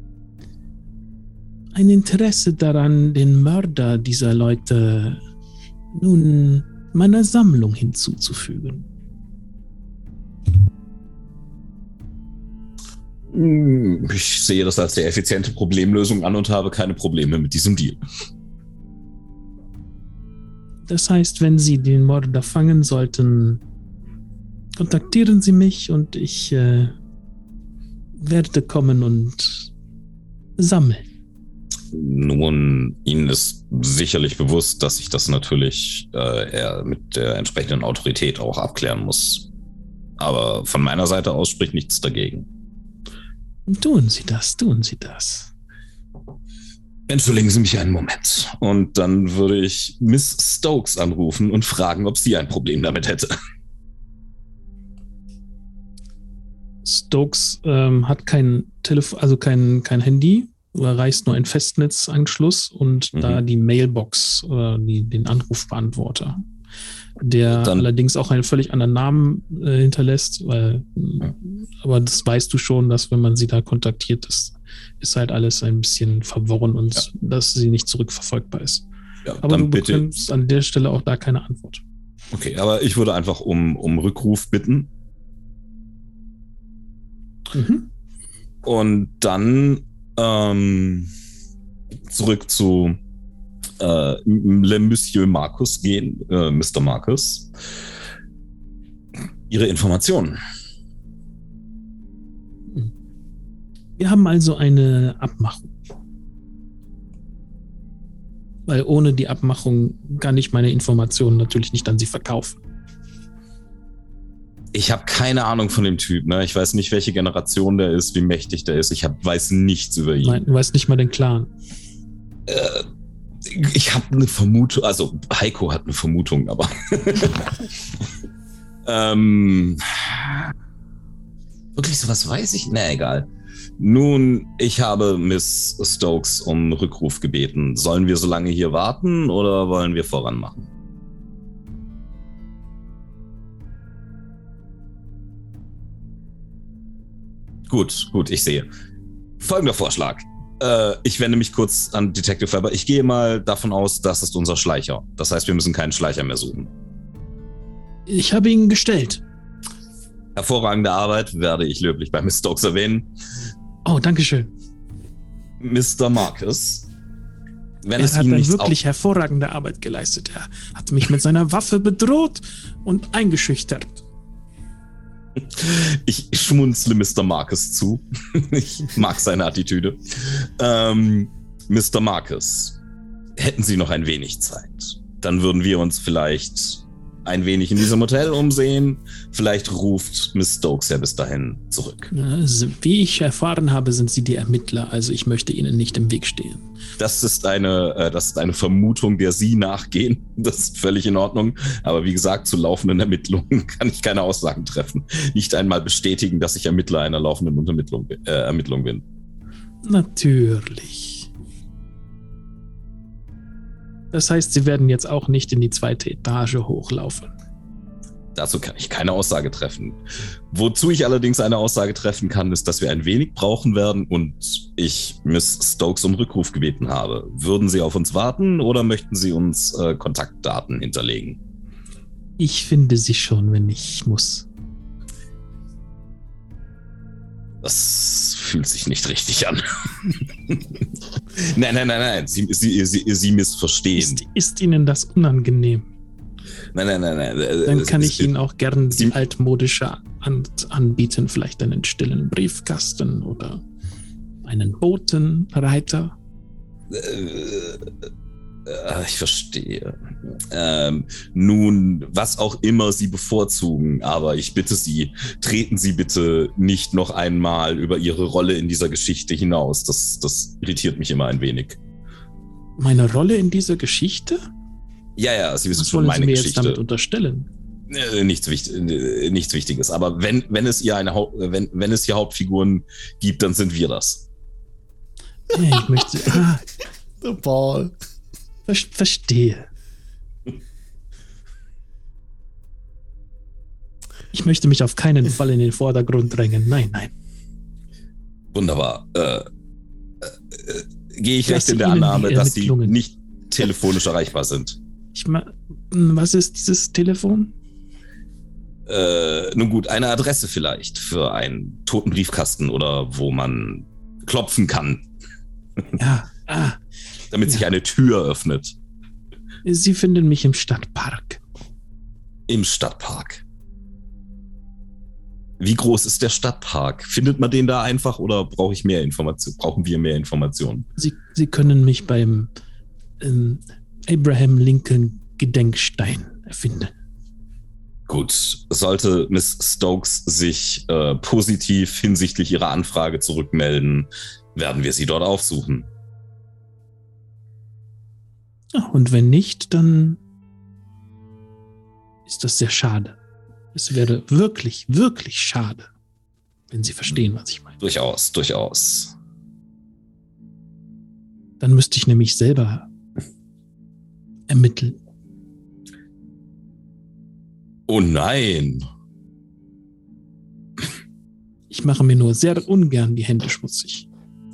ein Interesse daran, den Mörder dieser Leute nun meiner Sammlung hinzuzufügen. Ich sehe das als sehr effiziente Problemlösung an und habe keine Probleme mit diesem Deal. Das heißt, wenn Sie den Mörder fangen sollten, kontaktieren Sie mich und ich äh, werde kommen und sammeln. Nun, Ihnen ist sicherlich bewusst, dass ich das natürlich äh, eher mit der entsprechenden Autorität auch abklären muss. Aber von meiner Seite aus spricht nichts dagegen. Tun Sie das, tun Sie das. Entschuldigen Sie mich einen Moment. Und dann würde ich Miss Stokes anrufen und fragen, ob sie ein Problem damit hätte. Stokes ähm, hat kein Telefon, also kein, kein Handy. Du erreichst nur einen Festnetzanschluss und mhm. da die Mailbox oder die, den Anrufbeantworter, der dann allerdings auch einen völlig anderen Namen äh, hinterlässt, weil, ja. aber das weißt du schon, dass wenn man sie da kontaktiert, das ist halt alles ein bisschen verworren und ja. dass sie nicht zurückverfolgbar ist. Ja, aber du bitte. bekommst an der Stelle auch da keine Antwort. Okay, aber ich würde einfach um, um Rückruf bitten. Mhm. Und dann ähm, zurück zu äh, Le Monsieur Marcus gehen, äh, Mister Marcus. Ihre Informationen. Wir haben also eine Abmachung. Weil ohne die Abmachung kann ich meine Informationen natürlich nicht an Sie verkaufen. Ich habe keine Ahnung von dem Typ, ne? Ich weiß nicht, welche Generation der ist, wie mächtig der ist. Ich hab, weiß nichts über ihn. Nein, du weißt nicht mal den Clan. Äh, ich habe eine Vermutung, also Heiko hat eine Vermutung, aber ähm, wirklich sowas weiß ich? Na, egal. Nun, ich habe Miss Stokes um Rückruf gebeten. Sollen wir so lange hier warten oder wollen wir voran machen? Gut, gut, ich sehe. Folgender Vorschlag. Äh, ich wende mich kurz an Detective Weber. Ich gehe mal davon aus, das ist unser Schleicher. Das heißt, wir müssen keinen Schleicher mehr suchen. Ich habe ihn gestellt. Hervorragende Arbeit, werde ich löblich bei Miss Stokes erwähnen. Oh, danke schön. Mister Marcus. Wenn er es hat Ihnen eine nichts wirklich hervorragende Arbeit geleistet. Er hat mich mit seiner Waffe bedroht und eingeschüchtert. Ich schmunzle Mister Marcus zu. Ich mag seine Attitüde. Ähm, Mister Marcus, hätten Sie noch ein wenig Zeit? Dann würden wir uns vielleicht ein wenig in diesem Hotel umsehen. Vielleicht ruft Miss Stokes ja bis dahin zurück. Also, wie ich erfahren habe, sind Sie die Ermittler. Also ich möchte Ihnen nicht im Weg stehen. Das ist eine, äh, das ist eine Vermutung, der Sie nachgehen. Das ist völlig in Ordnung. Aber wie gesagt, zu laufenden Ermittlungen kann ich keine Aussagen treffen. Nicht einmal bestätigen, dass ich Ermittler einer laufenden Untermittlung, äh, Ermittlung bin. Natürlich. Das heißt, Sie werden jetzt auch nicht in die zweite Etage hochlaufen. Dazu kann ich keine Aussage treffen. Wozu ich allerdings eine Aussage treffen kann, ist, dass wir ein wenig brauchen werden und ich Miss Stokes um Rückruf gebeten habe. Würden Sie auf uns warten oder möchten Sie uns äh, Kontaktdaten hinterlegen? Ich finde sie schon, wenn ich muss. Das fühlt sich nicht richtig an. Nein, nein, nein, nein. Sie, Sie, Sie, Sie missverstehen. Ist, ist Ihnen das unangenehm? Nein, nein, nein, nein. Dann kann ich Ihnen auch gern die altmodische an, anbieten. Vielleicht einen stillen Briefkasten oder einen Botenreiter. Äh, ich verstehe. Ähm, nun, was auch immer Sie bevorzugen, aber ich bitte Sie, treten Sie bitte nicht noch einmal über Ihre Rolle in dieser Geschichte hinaus. Das, das irritiert mich immer ein wenig. Meine Rolle in dieser Geschichte? Ja, ja, Sie wissen Was schon wollen meine Sie mir Geschichte. jetzt damit unterstellen? Äh, nichts, wichtig, äh, nichts Wichtiges. Aber wenn, wenn, es hier eine Haupt, wenn, wenn es hier Hauptfiguren gibt, dann sind wir das. Hey, ich möchte. Ah, Der Paul. ver verstehe. Ich möchte mich auf keinen Fall in den Vordergrund drängen. Nein, nein. Wunderbar. Äh, äh, äh, gehe ich Ich recht lasse in der Ihnen Annahme, die dass Sie Ermittlungen. nicht telefonisch erreichbar sind? Ich ma was ist dieses Telefon? Äh, nun gut, eine Adresse vielleicht für einen toten Briefkasten oder wo man klopfen kann, Ja, ah, damit Ja. sich eine Tür öffnet. Sie finden mich im Stadtpark. Im Stadtpark. Wie groß ist der Stadtpark? Findet man den da einfach oder brauche ich mehr Information? Brauchen wir mehr Informationen? Sie, Sie können mich beim ähm, Abraham Lincoln Gedenkstein erfinden. Gut, sollte Miss Stokes sich äh, positiv hinsichtlich ihrer Anfrage zurückmelden, werden wir sie dort aufsuchen. Ja, und wenn nicht, dann ist das sehr schade. Es wäre wirklich, wirklich schade, wenn Sie verstehen, was ich meine. Durchaus, durchaus. Dann müsste ich nämlich selber ermitteln. Oh nein! Ich mache mir nur sehr ungern die Hände schmutzig.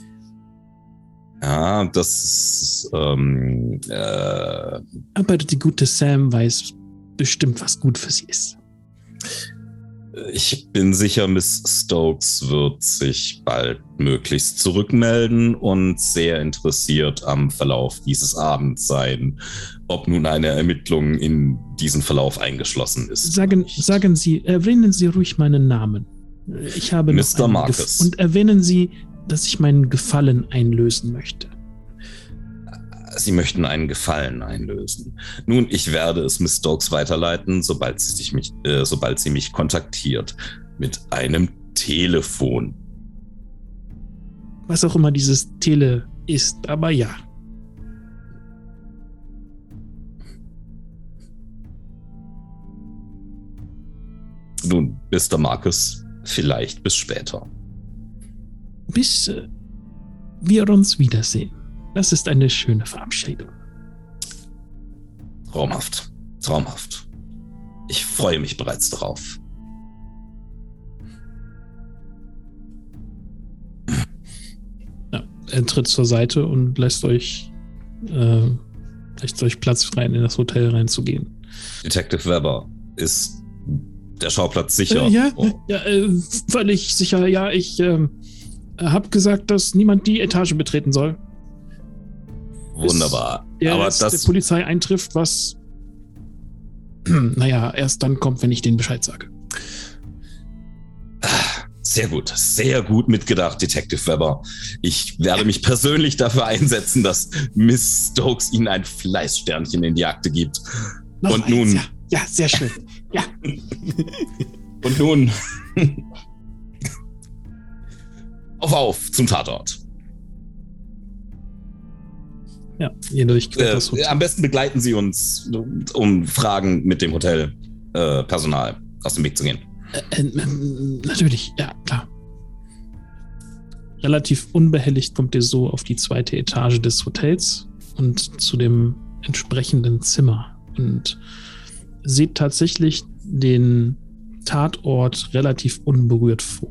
Ja, das ist, ähm, äh, Aber die gute Sam weiß bestimmt, was gut für sie ist. ich bin sicher, Miss Stokes wird sich bald möglichst zurückmelden und sehr interessiert am Verlauf dieses Abends sein, ob nun eine Ermittlung in diesen Verlauf eingeschlossen ist. Sagen, sagen Sie, erwähnen Sie ruhig meinen Namen. Ich habe noch Mister einen Marcus. Gef- Und erwähnen Sie, dass ich meinen Gefallen einlösen möchte. Sie möchten einen Gefallen einlösen. Nun, ich werde es Miss Stokes weiterleiten, sobald sie, sich mich, äh, sobald sie mich kontaktiert. Mit einem Telefon. Was auch immer dieses Tele ist, aber ja. Nun, Mister Marcus, vielleicht bis später. Bis äh, wir uns wiedersehen. Das ist eine schöne Verabschiedung. Traumhaft, traumhaft. Ich freue mich bereits darauf. Ja, er tritt zur Seite und lässt euch, äh, lässt euch Platz frei, in das Hotel reinzugehen. Detective Weber, ist der Schauplatz sicher? Äh, ja, Oh, ja äh, völlig sicher. Ja, ich äh, habe gesagt, dass niemand die Etage betreten soll. wunderbar. Der Aber Rest der das, Polizei eintrifft, was naja, erst dann kommt, wenn ich denen Bescheid sage. sehr gut, sehr gut mitgedacht, Detective Weber. Ich werde mich persönlich dafür einsetzen, dass Miss Stokes Ihnen ein Fleißsternchen in die Akte gibt. Noch Und eins, nun- Ja, ja, sehr schön. Ja. Und nun auf, auf zum Tatort. Ja, ihr durchquert Äh, das Hotel. am besten begleiten Sie uns, um Fragen mit dem Hotelpersonal äh, Personal aus dem Weg zu gehen. Äh, äh, natürlich, ja, klar. Relativ unbehelligt kommt ihr so auf die zweite Etage des Hotels und zu dem entsprechenden Zimmer und seht tatsächlich den Tatort relativ unberührt vor.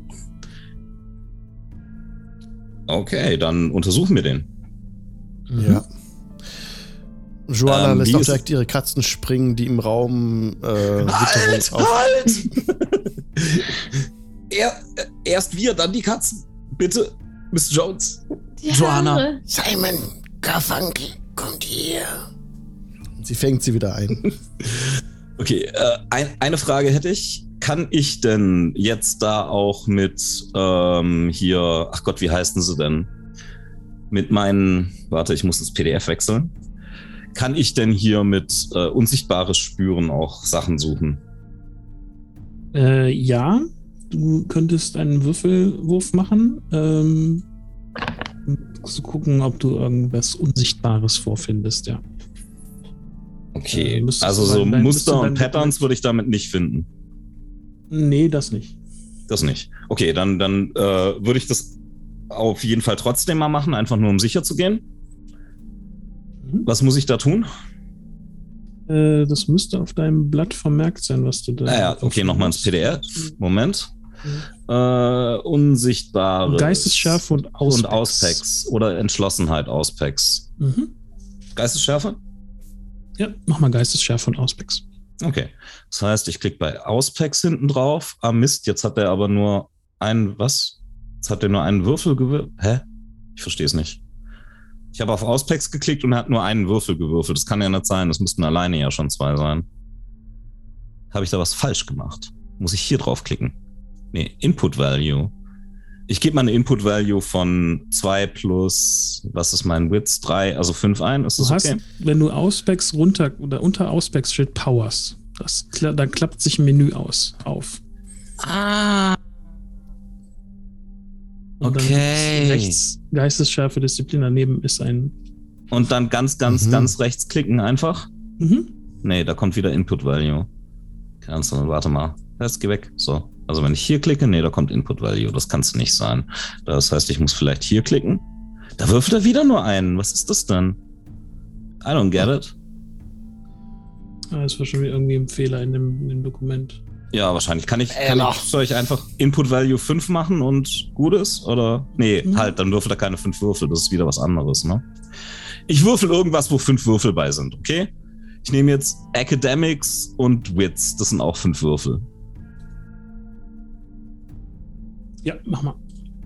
Okay, dann untersuchen wir den. Mhm. Ja. Joanna Ähm, lässt wie auch ist- direkt ihre Katzen springen, die im Raum äh, Halt, Witterung auf. halt! er, erst wir, dann die Katzen. Bitte, Miss Jones. Die Joanna. Haare. Simon, Garfunkel, kommt hier. Sie fängt sie wieder ein. Okay, äh, ein, eine Frage hätte ich. Kann ich denn jetzt da auch mit ähm, hier, ach Gott, wie heißen sie denn? Mit meinen, warte, ich muss das P D F wechseln. kann ich denn hier mit äh, unsichtbares Spüren auch Sachen suchen? Äh, ja, du könntest einen Würfelwurf machen, ähm, um zu gucken, ob du irgendwas Unsichtbares vorfindest, ja. Okay, Äh, müsstest also du so dein- dein- Muster müsste und dein Patterns Dokument- würde ich damit nicht finden. Nee, das nicht. Das nicht. Okay, dann, dann äh, würde ich das auf jeden Fall trotzdem mal machen, einfach nur um sicher zu gehen. Mhm. Was muss ich da tun? Äh, das müsste auf deinem Blatt vermerkt sein, was du da... Ah ja, okay, nochmal ins P D F. Moment. Äh, unsichtbare. Geistesschärfe und Auspex. Und Auspex. Oder Entschlossenheit Auspex. Mhm. Geistesschärfe? Ja, mach mal Geistesschärfe und Auspex. Okay. Das heißt, ich klicke bei Auspex hinten drauf. Ah Mist, jetzt hat er aber nur einen, was? Jetzt hat er nur einen Würfel gewürfelt. Hä? Ich verstehe es nicht. Ich habe auf Auspex geklickt und er hat nur einen Würfel gewürfelt. Das kann ja nicht sein. Das müssten alleine ja schon zwei sein. Habe ich da was falsch gemacht? Muss ich hier draufklicken? Nee, Input Value. Ich gebe mal eine Input Value von zwei plus, was ist mein Wits? drei, also fünf ein. Ist das Du hast, okay? wenn du Auspex runter oder unter Auspex steht Powers. Das, dann klappt sich ein Menü aus, auf. Ah. Und dann Okay. ist rechts Geistesschärfe Disziplin, daneben ist ein... Und dann ganz, ganz, Mhm. ganz rechts klicken einfach. Mhm. Nee, da kommt wieder Input Value. Kannst du, warte mal. Jetzt geh weg. So. Also wenn ich hier klicke, nee, da kommt Input Value. Das kann es nicht sein. Das heißt, ich muss vielleicht hier klicken. Da würfelt er wieder nur einen. Was ist das denn? I don't get it. Ah, das war schon wieder irgendwie ein Fehler in dem, in dem Dokument. Ja, wahrscheinlich. Kann ich, kann ich, soll ich einfach Input Value fünf machen und gut ist? Oder? Nee, Mhm. halt, dann würfelt er keine fünf Würfel. Das ist wieder was anderes, ne? Ich würfel irgendwas, wo fünf Würfel bei sind, okay? Ich nehme jetzt Academics und Wits. Das sind auch fünf Würfel. Ja, mach mal.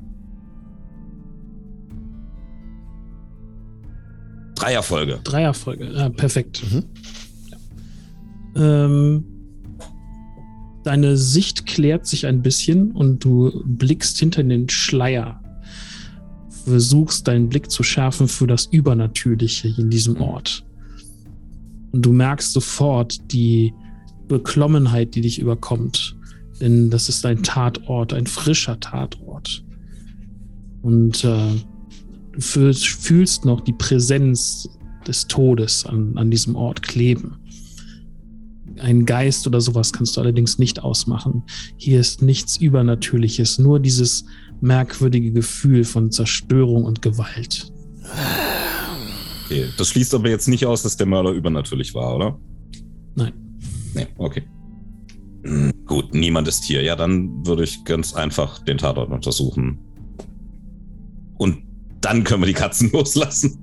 Dreierfolge. Dreierfolge. Ja, perfekt. Mhm. Ja. Ähm, deine Sicht klärt sich ein bisschen und du blickst hinter den Schleier. Versuchst deinen Blick zu schärfen für das Übernatürliche in diesem Ort. Und du merkst sofort die Beklommenheit, die dich überkommt. Denn das ist ein Tatort, ein frischer Tatort. Und äh, du fühlst, fühlst noch die Präsenz des Todes an, an diesem Ort kleben. Ein Geist oder sowas kannst du allerdings nicht ausmachen. Hier ist nichts Übernatürliches, nur dieses merkwürdige Gefühl von Zerstörung und Gewalt. Okay, das schließt aber jetzt nicht aus, dass der Mörder übernatürlich war, oder? Nein. Nee, okay. Hm, gut, niemand ist hier. Ja, dann würde ich ganz einfach den Tatort untersuchen. Und dann können wir die Katzen loslassen.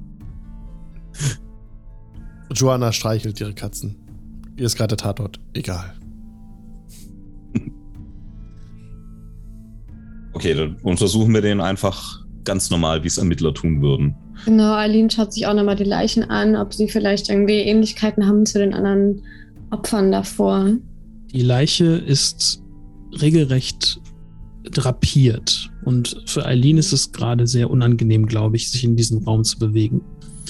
Joanna streichelt ihre Katzen. Ihr ist gerade der Tatort. Egal. Okay, dann untersuchen wir den einfach ganz normal, wie es Ermittler tun würden. Genau, Aline schaut sich auch nochmal die Leichen an, ob sie vielleicht irgendwie Ähnlichkeiten haben zu den anderen Opfern davor. Die Leiche ist regelrecht drapiert. Und für Eileen ist es gerade sehr unangenehm, glaube ich, sich in diesem Raum zu bewegen.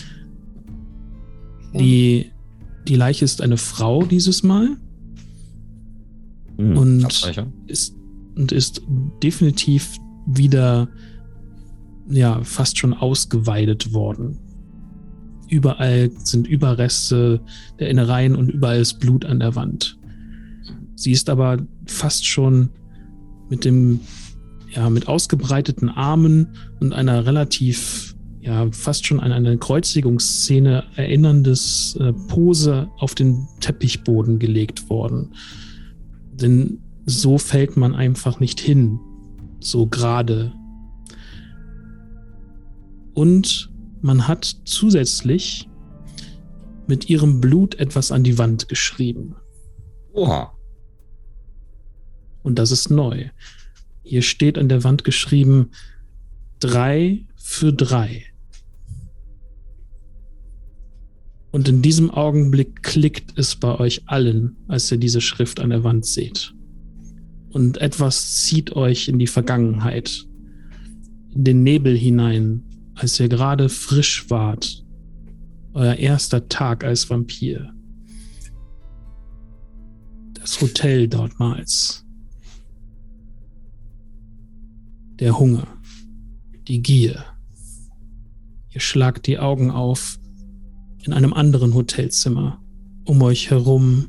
Ja. Die, die Leiche ist eine Frau dieses Mal. Hm, Und Abstreicher. ist, und ist definitiv wieder ja, fast schon ausgeweidet worden. Überall sind Überreste der Innereien und überall ist Blut an der Wand. Sie ist aber fast schon mit dem, ja, mit ausgebreiteten Armen und einer relativ, ja, fast schon an eine Kreuzigungsszene erinnerndes äh, Pose auf den Teppichboden gelegt worden. Denn so fällt man einfach nicht hin, so gerade. Und man hat zusätzlich mit ihrem Blut etwas an die Wand geschrieben. Oha. Und das ist neu. Hier steht an der Wand geschrieben, drei für drei. Und in diesem Augenblick klickt es bei euch allen, als ihr diese Schrift an der Wand seht. Und etwas zieht euch in die Vergangenheit, in den Nebel hinein, als ihr gerade frisch wart, Euer erster Tag als Vampir. Das Hotel dortmals. Der Hunger. Die Gier. Ihr schlagt die Augen auf in einem anderen Hotelzimmer. Um euch herum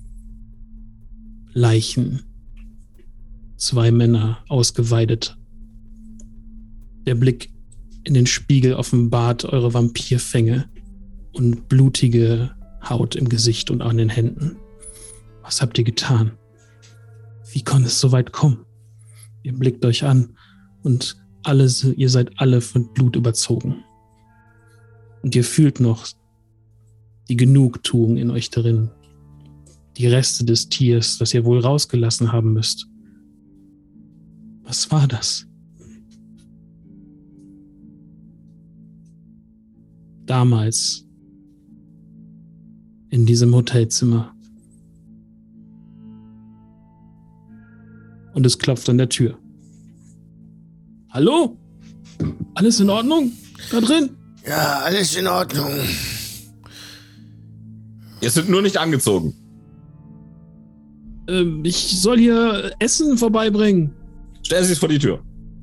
Leichen. Zwei Männer ausgeweidet. Der Blick in den Spiegel offenbart eure Vampirfänge und blutige Haut im Gesicht und an den Händen. Was habt ihr getan? Wie konnte es so weit kommen? Ihr blickt euch an und alle, ihr seid alle von Blut überzogen. Und ihr fühlt noch die Genugtuung in euch drin. Die Reste des Tiers, das ihr wohl rausgelassen haben müsst. Was war das? Damals in diesem Hotelzimmer. Und es klopft an der Tür. Hallo? Alles in Ordnung? Da drin? Ja, alles in Ordnung. Ihr sind nur nicht angezogen. Ähm, ich soll hier Essen vorbeibringen. Stellen Sie es vor die Tür.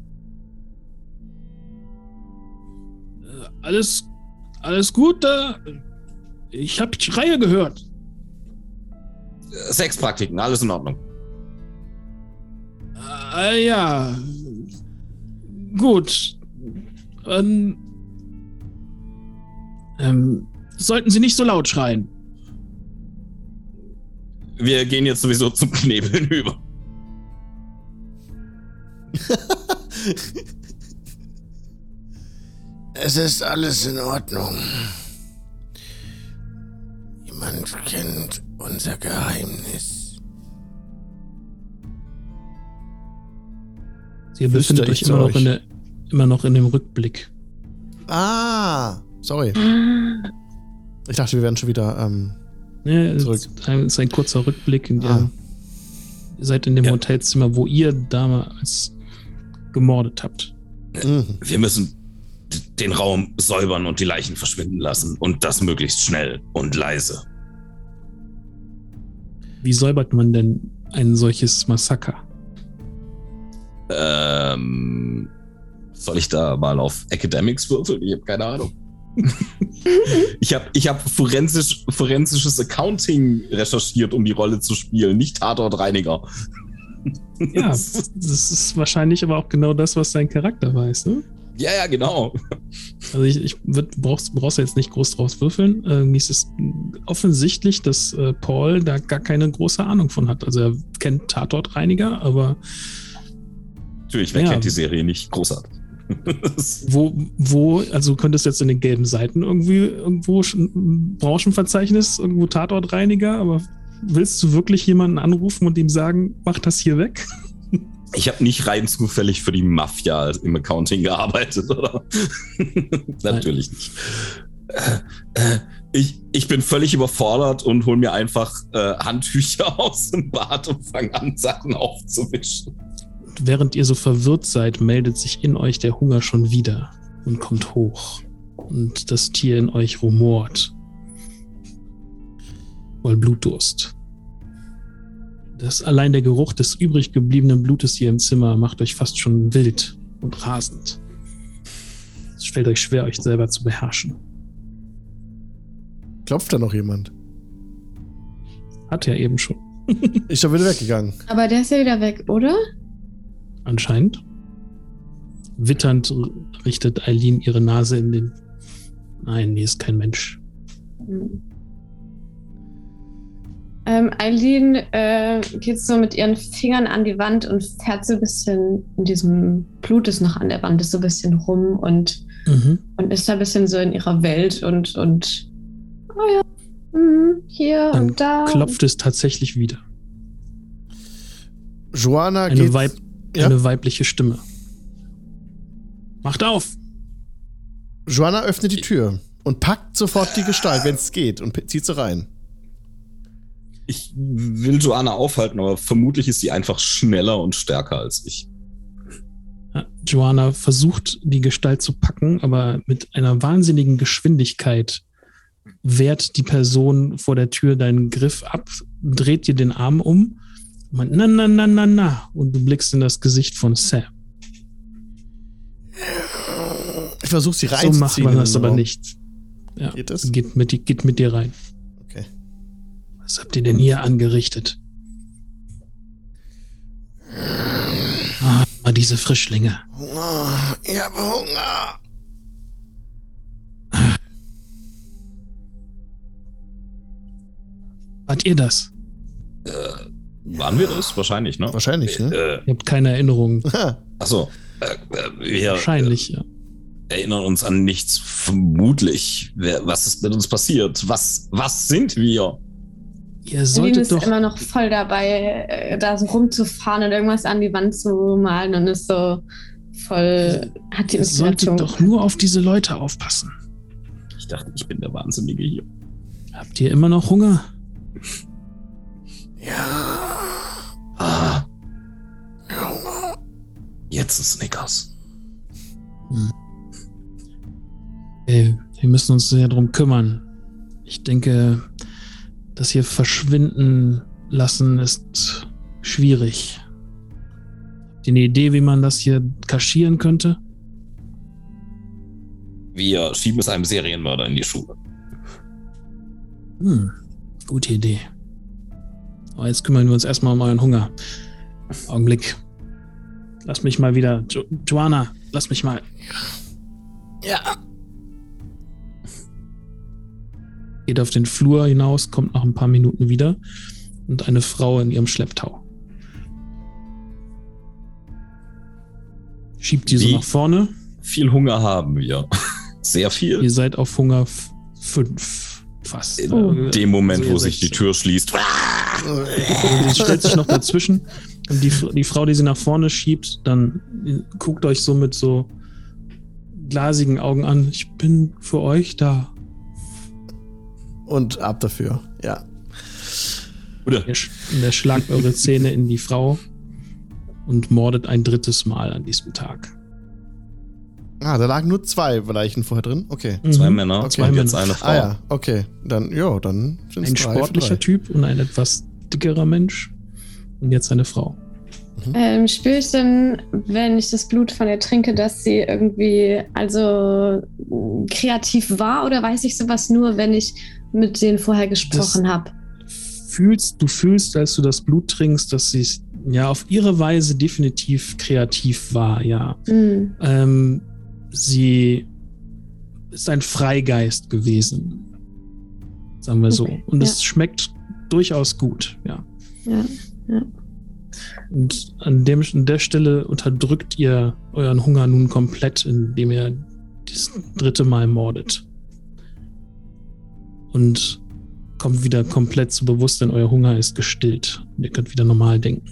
Äh, alles, alles gut da? Ich habe Schreie gehört. Sexpraktiken, alles in Ordnung. Äh, ja. Gut. Ähm, ähm, sollten Sie nicht so laut schreien. Wir gehen jetzt sowieso zum Knebeln über. Es ist alles in Ordnung. Jemand kennt unser Geheimnis. Sie befindet euch immer noch, in der, immer noch in dem Rückblick. Ah, sorry. Ich dachte, wir wären schon wieder ähm, ja, zurück. Es ist ein kurzer Rückblick. In der, ah. Ihr seid in dem ja. Hotelzimmer, wo ihr damals gemordet habt. Mhm. Wir müssen den Raum säubern und die Leichen verschwinden lassen. Und das möglichst schnell und leise. Wie säubert man denn ein solches Massaker? Ähm, soll ich da mal auf Academics würfeln? Ich habe keine Ahnung. ich habe ich hab forensisch, forensisches Accounting recherchiert, um die Rolle zu spielen, nicht Tatortreiniger. Ja, das ist wahrscheinlich aber auch genau das, was dein Charakter weiß, ne? Ja, ja, genau. Also ich, ich würd, brauchst, brauchst du jetzt nicht groß draus würfeln. Irgendwie ist es offensichtlich, dass äh, Paul da gar keine große Ahnung von hat. Also er kennt Tatortreiniger, aber Natürlich, wer ja. kennt die Serie nicht? Großartig. wo, wo, also du könntest jetzt in den gelben Seiten irgendwie irgendwo ein Branchenverzeichnis, irgendwo Tatortreiniger, aber willst du wirklich jemanden anrufen und ihm sagen, mach das hier weg? Ich habe nicht rein zufällig für die Mafia im Accounting gearbeitet, oder? Natürlich nicht. Äh, äh, ich, ich bin völlig überfordert und hol mir einfach äh, Handtücher aus dem Bad und fange an, Sachen aufzuwischen. Während ihr so verwirrt seid, meldet sich in euch der Hunger schon wieder und kommt hoch. Und das Tier in euch rumort. Voll Blutdurst. Das allein der Geruch des übrig gebliebenen Blutes hier im Zimmer macht euch fast schon wild und rasend. Es fällt euch schwer, euch selber zu beherrschen. Klopft da noch jemand? Hat ja eben schon. Ist schon wieder weggegangen. Aber der ist ja wieder weg, oder? Anscheinend. Witternd richtet Eileen ihre Nase in den... Nein, nee, ist kein Mensch. Hm. Ähm, Eileen äh, geht so mit ihren Fingern an die Wand und fährt so ein bisschen in diesem Blut, das noch an der Wand ist, so ein bisschen rum und, Mhm. und ist da ein bisschen so in ihrer Welt und, und oh ja, mhm, hier Dann und da. klopft es tatsächlich wieder. Joanna Eine, geht... Weib, ja? eine weibliche Stimme. Macht auf! Joanna öffnet die Tür und packt sofort die Gestalt, wenn es geht, und zieht sie rein. Ich will Joanna aufhalten, aber vermutlich ist sie einfach schneller und stärker als ich. Ja, Joanna versucht, die Gestalt zu packen, aber mit einer wahnsinnigen Geschwindigkeit wehrt die Person vor der Tür deinen Griff ab, dreht dir den Arm um, meint, na, na, na, na, na, und du blickst in das Gesicht von Sam. Ich versuche sie reinzuziehen. So macht man das aber nicht. Ja, geht das? Geht mit, geht mit dir rein. Okay. Was habt ihr denn hier angerichtet? Ah, diese Frischlinge. Hunger, ich habe Hunger. Wart ihr das? Äh, waren wir das? Wahrscheinlich, ne? Wahrscheinlich, ne? Äh, Ihr habt keine Erinnerung. achso. Äh, äh, wir Wahrscheinlich, äh, ja. erinnern uns an nichts. Vermutlich. Wer, was ist mit uns passiert? Was, was sind wir? Ihr Aline solltet ist doch... immer noch voll dabei, äh, da so rumzufahren und irgendwas an die Wand zu malen und ist so voll, hat die Ihr solltet Inspiration. doch nur auf diese Leute aufpassen. Ich dachte, ich bin der Wahnsinnige hier. Habt ihr immer noch Hunger? Ja. Ah, Hunger. jetzt ist Snickers. Hm. Okay, wir müssen uns sehr drum kümmern. Ich denke, das hier verschwinden lassen ist schwierig. Habt ihr eine Idee, wie man das hier kaschieren könnte? Wir schieben es einem Serienmörder in die Schuhe. Hm, gute Idee. Aber jetzt kümmern wir uns erstmal um euren Hunger. Augenblick. Lass mich mal wieder. Jo- Joanna, lass mich mal. Ja. Geht auf den Flur hinaus, kommt nach ein paar Minuten wieder und eine Frau in ihrem Schlepptau. Schiebt die so Wie? nach vorne. Viel Hunger haben wir. Sehr viel. Ihr seid auf Hunger fünf fast. In Äh, dem Moment, also ihr wo sich die seid- Tür schließt. Also sie stellt sich noch dazwischen. Und die, die Frau, die sie nach vorne schiebt, dann guckt euch so mit so glasigen Augen an. Ich bin für euch da. Und ab dafür, ja. Oder? Ihr, sch- ihr schlagt eure Zähne in die Frau und mordet ein drittes Mal an diesem Tag. Ah, da lagen nur zwei Leichen vorher drin. Okay. Zwei Mhm. Männer Okay. und jetzt eine Frau. Ah ja, okay. Dann, ja, dann sind es Ein drei sportlicher von drei. Typ und ein etwas dickerer Mensch. Und jetzt eine Frau. Ähm, spüre ich denn, wenn ich das Blut von ihr trinke, dass sie irgendwie also mh, kreativ war, oder weiß ich sowas nur, wenn ich mit denen vorher gesprochen habe? Fühlst, du fühlst, als du das Blut trinkst, dass sie ja auf ihre Weise definitiv kreativ war, ja. Hm. Ähm, sie ist ein Freigeist gewesen, sagen wir so. Okay, Und ja. es schmeckt durchaus gut, ja. Ja, ja. Und an, dem, an der Stelle unterdrückt ihr euren Hunger nun komplett, indem ihr das dritte Mal mordet. Und kommt wieder komplett zu Bewusstsein, euer Hunger ist gestillt. Und ihr könnt wieder normal denken.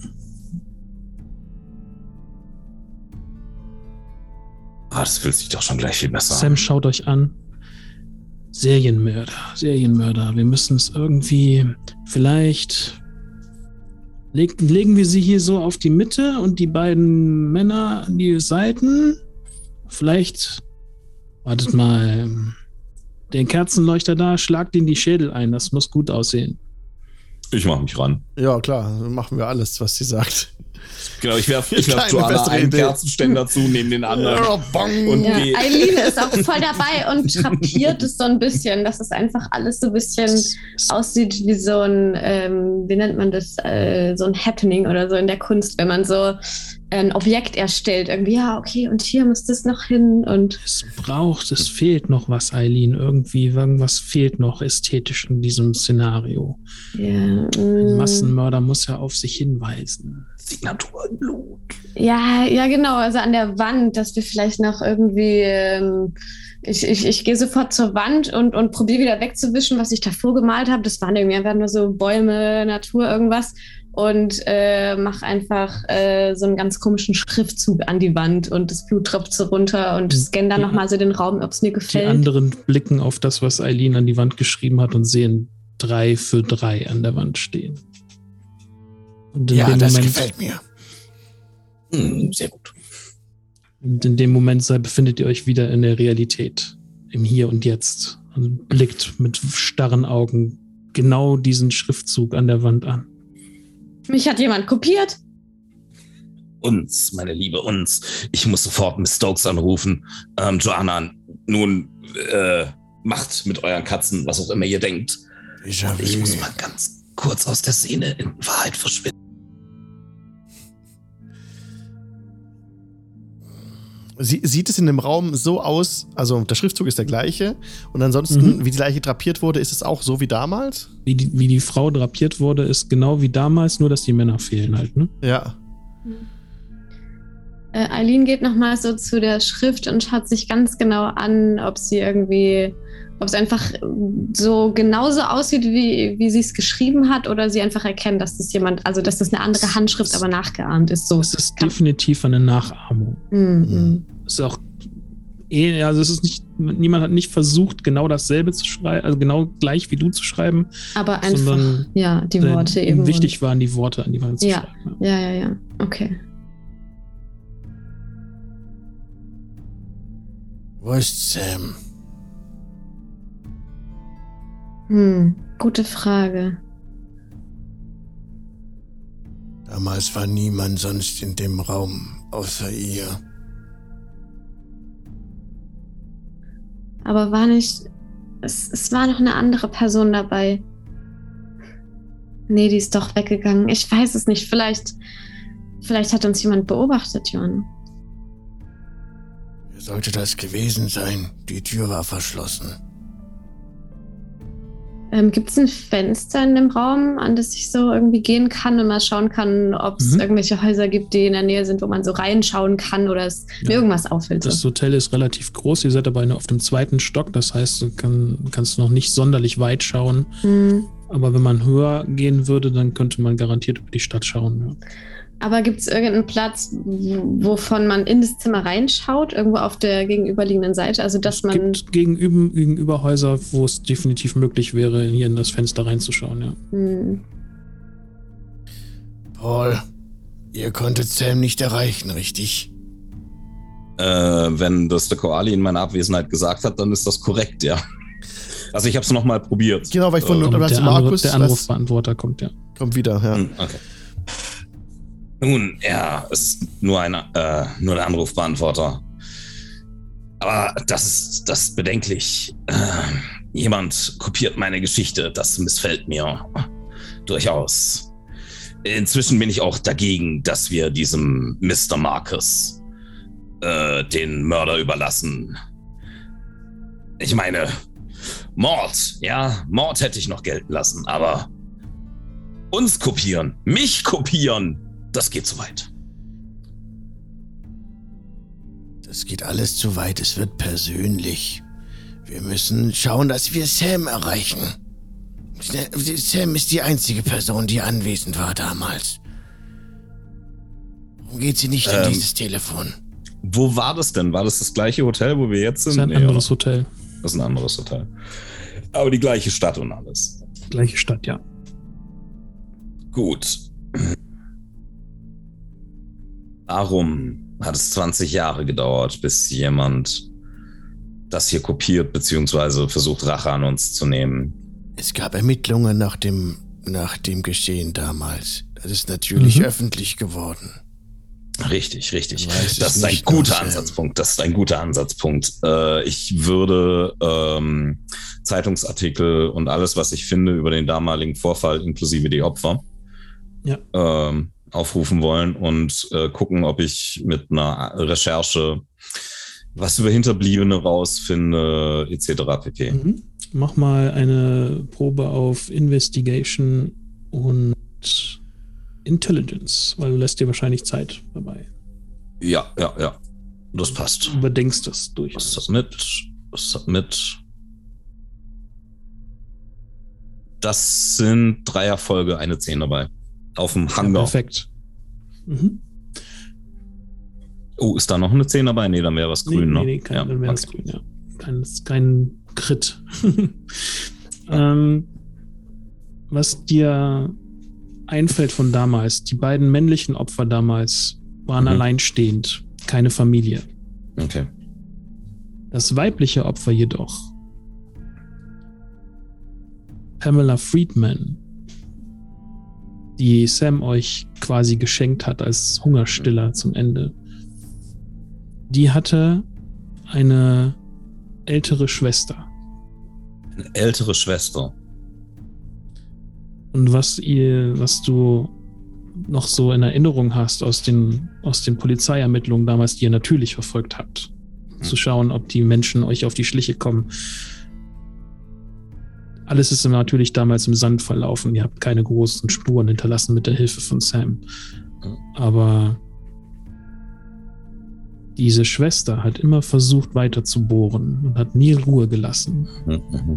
Ah, das fühlt sich doch schon gleich viel besser Sam an. schaut euch an. Serienmörder, Serienmörder. Wir müssen es irgendwie, vielleicht leg, legen wir sie hier so auf die Mitte und die beiden Männer an die Seiten. Vielleicht, wartet mal, den Kerzenleuchter da, schlagt ihn die Schädel ein. Das muss gut aussehen. Ich mach mich ran. Ja, klar, machen wir alles, was sie sagt. Genau, ich werf, ich werf Keine Joanna bessere einen Idee. Kerzenständer zu, neben den anderen. Ja, bang. Und Ja, die- Eileen ist auch voll dabei und drapiert es so ein bisschen, dass es einfach alles so ein bisschen aussieht wie so ein, ähm, wie nennt man das, äh, so ein Happening oder so in der Kunst, wenn man so ein Objekt erstellt. Irgendwie, ja, okay, und hier muss das noch hin und Es braucht, es fehlt noch was, Eileen. Irgendwie, irgendwas fehlt noch ästhetisch in diesem Szenario. ja, Ein mm, Massenmörder muss ja auf sich hinweisen. Signatur im Blut. ja, ja, genau, also an der Wand, dass wir vielleicht noch irgendwie, ähm, ich, ich, ich gehe sofort zur Wand und, und probiere wieder wegzuwischen, was ich davor gemalt habe. Das waren irgendwie einfach nur so Bäume, Natur, irgendwas. Und äh, mach einfach äh, so einen ganz komischen Schriftzug an die Wand und das Blut tropft so runter und scanne dann Ja. nochmal so den Raum, ob es mir Die gefällt. anderen blicken auf das, was Eileen an die Wand geschrieben hat und sehen drei für drei an der Wand stehen. Und in Ja, dem das Moment, gefällt mir. Hm, sehr gut. und in dem Moment sei- befindet ihr euch wieder in der Realität, im Hier und Jetzt. und blickt mit starren Augen genau diesen Schriftzug an der Wand an. Mich hat jemand kopiert. Uns, meine Liebe, uns. Ich muss sofort Miss Stokes anrufen. Ähm, Joanna, nun äh, macht mit euren Katzen, was auch immer ihr denkt. Ich muss mal ganz kurz aus der Szene in Wahrheit verschwinden. Sie, sieht es in dem Raum so aus, also der Schriftzug ist der gleiche und ansonsten, mhm. wie die Leiche drapiert wurde, ist es auch so wie damals? Wie die, wie die Frau drapiert wurde, ist genau wie damals, nur dass die Männer fehlen halt, ne? Ja. Äh, Eileen geht nochmal so zu der Schrift und schaut sich ganz genau an, ob sie irgendwie, ob es einfach so genauso aussieht, wie, wie sie es geschrieben hat, oder sie einfach erkennt, dass das jemand, also dass das eine andere Handschrift, aber nachgeahmt ist. So, es ist definitiv eine Nachahmung. Mhm. Es ist auch eh, also es ist nicht, niemand hat nicht versucht, genau dasselbe zu schreiben, also genau gleich wie du zu schreiben. Aber einfach, ja, die Worte äh, eben. Wichtig waren die Worte, an die Wand zu ja. schreiben. Ja, ja, ja, ja. Okay. Wo ist Sam? Hm, gute Frage. Damals war niemand sonst in dem Raum, außer ihr. Aber war nicht... Es, es war noch eine andere Person dabei. Nee, die ist doch weggegangen. Ich weiß es nicht. Vielleicht... Vielleicht hat uns jemand beobachtet, Johann. Wer sollte das gewesen sein? Die Tür war verschlossen. Ähm, Gibt es ein Fenster in dem Raum, an das ich so irgendwie gehen kann und mal schauen kann, ob es mhm. irgendwelche Häuser gibt, die in der Nähe sind, wo man so reinschauen kann oder es ja. mir irgendwas auffällt? Das Hotel ist relativ groß. Ihr seid aber auf dem zweiten Stock. Das heißt, du kann, kannst noch nicht sonderlich weit schauen. Mhm. Aber wenn man höher gehen würde, dann könnte man garantiert über die Stadt schauen. Ja. Aber gibt es irgendeinen Platz, wovon man in das Zimmer reinschaut, irgendwo auf der gegenüberliegenden Seite? Also, dass es man. Es gibt gegenüber, gegenüber Häuser, wo es definitiv möglich wäre, hier in das Fenster reinzuschauen, ja. Hm. Paul, ihr konntet Sam nicht erreichen, richtig? Äh, wenn das der Koali in meiner Abwesenheit gesagt hat, dann ist das korrekt, ja. Also, ich habe es nochmal probiert. Genau, weil ich von äh, der, der, Markus, der Anrufbeantworter kommt, ja. Kommt wieder, ja. Okay. Nun, ja, es ist nur, eine, äh, nur der Anrufbeantworter. Aber das ist, das ist bedenklich. Äh, jemand kopiert meine Geschichte, das missfällt mir durchaus. Inzwischen bin ich auch dagegen, dass wir diesem Mister Marcus äh, den Mörder überlassen. Ich meine, Mord, ja, Mord hätte ich noch gelten lassen, aber uns kopieren, mich kopieren, das geht zu weit. Das geht alles zu weit, es wird persönlich. Wir müssen schauen, dass wir Sam erreichen. Sam ist die einzige Person, die anwesend war damals. Warum geht sie nicht ähm, an dieses Telefon? Wo war das denn? War das das gleiche Hotel, wo wir jetzt sind? Das ist ein nee, anderes oder? Hotel. Das ist ein anderes Hotel. Aber die gleiche Stadt und alles. Gleiche Stadt, ja. Gut. Warum hat es zwanzig Jahre gedauert, bis jemand das hier kopiert, beziehungsweise versucht, Rache an uns zu nehmen? Es gab Ermittlungen nach dem, nach dem Geschehen damals. Das ist natürlich mhm. öffentlich geworden. Richtig, richtig. Das ist ein guter Ansatzpunkt. Das ist ein guter Ansatzpunkt. Äh, ich würde ähm, Zeitungsartikel und alles, was ich finde über den damaligen Vorfall, inklusive die Opfer, ja. ähm, aufrufen wollen und äh, gucken, ob ich mit einer Recherche was über Hinterbliebene rausfinde, et cetera pp. Mhm. Mach mal eine Probe auf Investigation und Intelligence, weil du lässt dir wahrscheinlich Zeit dabei. Ja, ja, ja. Das passt. Du überdenkst das durchaus. Submit, Submit. Das sind drei Erfolge, eine zehn dabei. Auf dem Hangar. Ja, perfekt. Mhm. Oh, ist da noch eine zehn dabei? Nee, dann wäre es grün, nee, ne? Nee, kein, ja, dann wäre es okay. grün, ja. Kein, kein Crit. ähm, was dir einfällt von damals, die beiden männlichen Opfer damals waren mhm. alleinstehend, keine Familie. Okay. Das weibliche Opfer jedoch Pamela Friedman, die Sam euch quasi geschenkt hat als Hungerstiller zum Ende, die hatte eine ältere Schwester. Eine ältere Schwester. Und was ihr, was du noch so in Erinnerung hast aus den, aus den Polizeiermittlungen damals, die ihr natürlich verfolgt habt, mhm. zu schauen, ob die Menschen euch auf die Schliche kommen. Alles ist natürlich damals im Sand verlaufen. Ihr habt keine großen Spuren hinterlassen mit der Hilfe von Sam. Mhm. Aber diese Schwester hat immer versucht, weiter zu bohren und hat nie Ruhe gelassen. Mhm.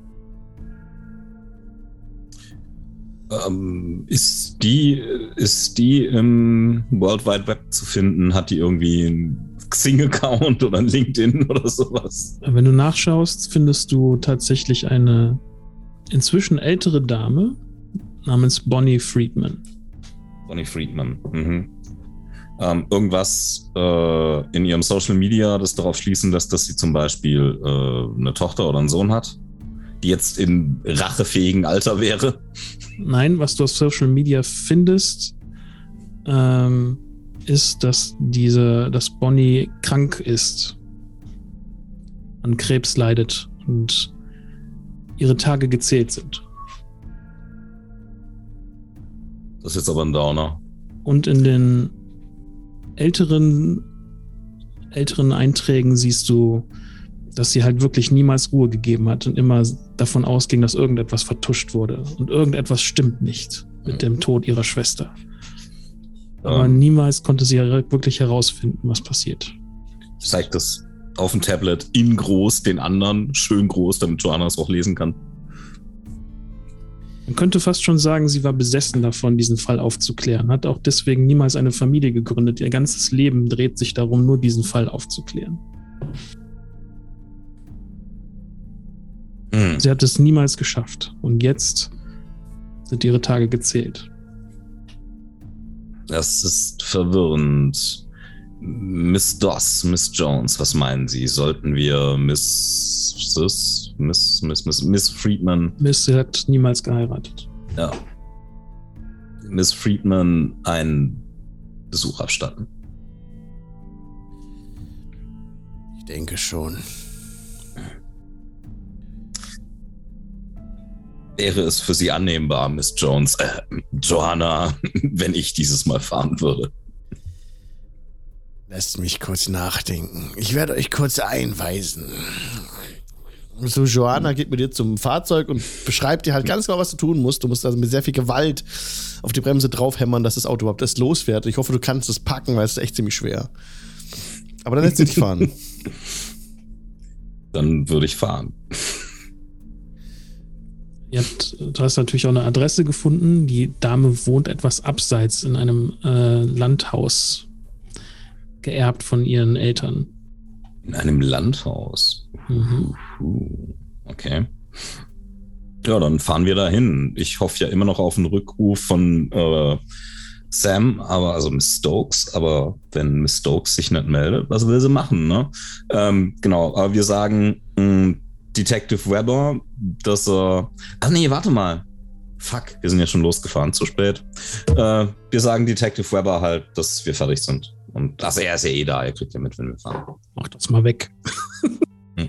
Ähm, ist die, ist die im World Wide Web zu finden? Hat die irgendwie einen Xing-Account oder einen LinkedIn oder sowas? Wenn du nachschaust, findest du tatsächlich eine inzwischen ältere Dame namens Bonnie Friedman. Bonnie Friedman. Mhm. Ähm, irgendwas äh, in ihrem Social Media, das darauf schließen lässt, dass sie zum Beispiel äh, eine Tochter oder einen Sohn hat, die jetzt im rachefähigen Alter wäre? Nein, was du auf Social Media findest, ähm, ist, dass diese, dass Bonnie krank ist, an Krebs leidet und ihre Tage gezählt sind. Das ist jetzt aber ein Downer. Und in den älteren, älteren Einträgen siehst du, dass sie halt wirklich niemals Ruhe gegeben hat und immer davon ausging, dass irgendetwas vertuscht wurde. Und irgendetwas stimmt nicht mit dem Tod ihrer Schwester. Aber ähm, niemals konnte sie wirklich herausfinden, was passiert. Ich zeige das auf dem Tablet in groß, den anderen schön groß, damit Joanna es auch lesen kann. Man könnte fast schon sagen, sie war besessen davon, diesen Fall aufzuklären. Hat auch deswegen niemals eine Familie gegründet. Ihr ganzes Leben dreht sich darum, nur diesen Fall aufzuklären. Hm. Sie hat es niemals geschafft. Und jetzt sind ihre Tage gezählt. Das ist verwirrend. Miss Doss, Miss Jones, was meinen Sie? Sollten wir Miss Miss Miss Miss Miss, Miss Friedman... Miss, sie hat niemals geheiratet. Ja. Miss Friedman einen Besuch abstatten? Ich denke schon. Wäre es für Sie annehmbar, Miss Jones, äh, Joanna, wenn ich dieses Mal fahren würde? Lasst mich kurz nachdenken. Ich werde euch kurz einweisen. So, Joanna geht mit dir zum Fahrzeug und beschreibt dir halt ganz genau, was du tun musst. Du musst also mit sehr viel Gewalt auf die Bremse draufhämmern, dass das Auto überhaupt erst losfährt. Ich hoffe, du kannst es packen, weil es ist echt ziemlich schwer. Aber dann lässt sie dich fahren. Dann würde ich fahren. Ihr habt, du hast natürlich auch eine Adresse gefunden. Die Dame wohnt etwas abseits in einem äh, Landhaus, geerbt von ihren Eltern. In einem Landhaus? Mhm. Okay. Ja, dann fahren wir dahin. Ich hoffe ja immer noch auf einen Rückruf von äh, Sam, aber also Miss Stokes. Aber wenn Miss Stokes sich nicht meldet, was will sie machen, ne? Ähm, genau, aber wir sagen mh, Detective Webber, dass er... Ach nee, warte mal. Fuck, wir sind ja schon losgefahren, zu spät. Äh, wir sagen Detective Webber halt, dass wir fertig sind. Und also er ist ja eh da, er kriegt ja mit, wenn wir fahren. Mach das mal weg. hm.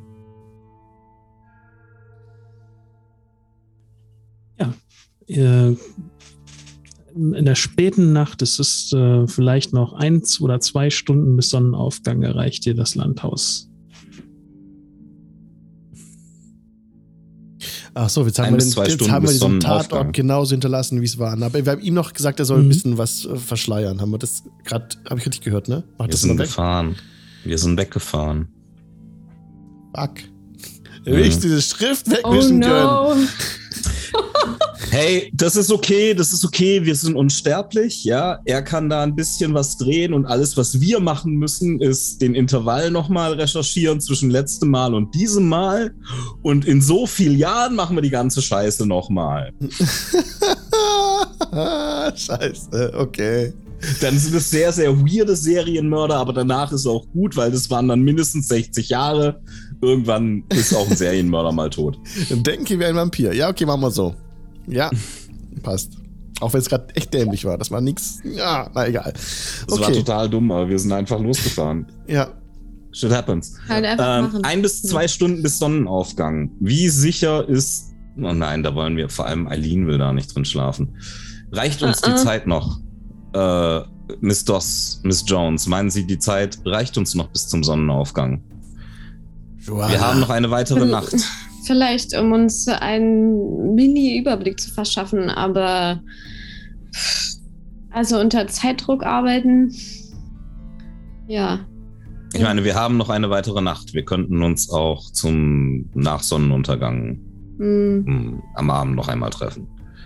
Ja. Äh, in der späten Nacht, es ist äh, vielleicht noch eins oder zwei Stunden bis Sonnenaufgang, erreicht ihr das Landhaus. Ach so, jetzt haben wir den, jetzt haben wir diesen Tatort genauso hinterlassen, wie es war. Aber wir haben ihm noch gesagt, er soll mhm. ein bisschen was äh, verschleiern. Haben wir das gerade, habe ich richtig gehört, ne? Mach wir das sind gefahren. Wir sind weggefahren. Fuck. Mhm. Will ich diese Schrift wegwischen oh no. können? Hey, das ist okay, das ist okay, wir sind unsterblich, ja. Er kann da ein bisschen was drehen und alles, was wir machen müssen, ist den Intervall nochmal recherchieren zwischen letztem Mal und diesem Mal. Und in so vielen Jahren machen wir die ganze Scheiße nochmal. Scheiße, okay. Dann sind es sehr, sehr weirde Serienmörder, aber danach ist auch gut, weil das waren dann mindestens sechzig Jahre. Irgendwann ist auch ein Serienmörder mal tot. Dann denke ich wie ein Vampir. Ja, okay, machen wir so. Ja, passt. Auch wenn es gerade echt dämlich war. Das war nix. Ja, na egal. Das okay. war total dumm, aber wir sind einfach losgefahren. Ja. Shit happens. Halt einfach ähm, ein bis zwei Stunden bis Sonnenaufgang. Wie sicher ist... Oh nein, da wollen wir... Vor allem Eileen will da nicht drin schlafen. Reicht uns uh-uh. die Zeit noch? Äh, Miss Doss, Miss Jones, meinen Sie, die Zeit reicht uns noch bis zum Sonnenaufgang? Joanna. Wir haben noch eine weitere um, Nacht. Vielleicht, um uns einen Mini-Überblick zu verschaffen, aber also unter Zeitdruck arbeiten, ja. Ich meine, wir haben noch eine weitere Nacht. Wir könnten uns auch zum Nachsonnenuntergang hm. am Abend noch einmal treffen.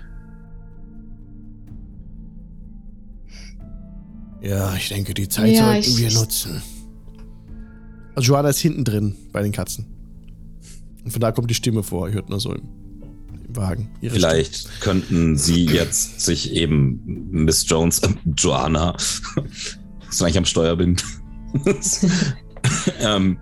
Ja, ich denke, die Zeit ja, sollten wir nutzen. Also Joanna ist hinten drin bei den Katzen. Und von da kommt die Stimme vor. Ihr hört nur so im, im Wagen. Vielleicht Stimme. Könnten sie jetzt sich eben Miss Jones, äh, Joanna, solange ich am Steuer bin, ähm,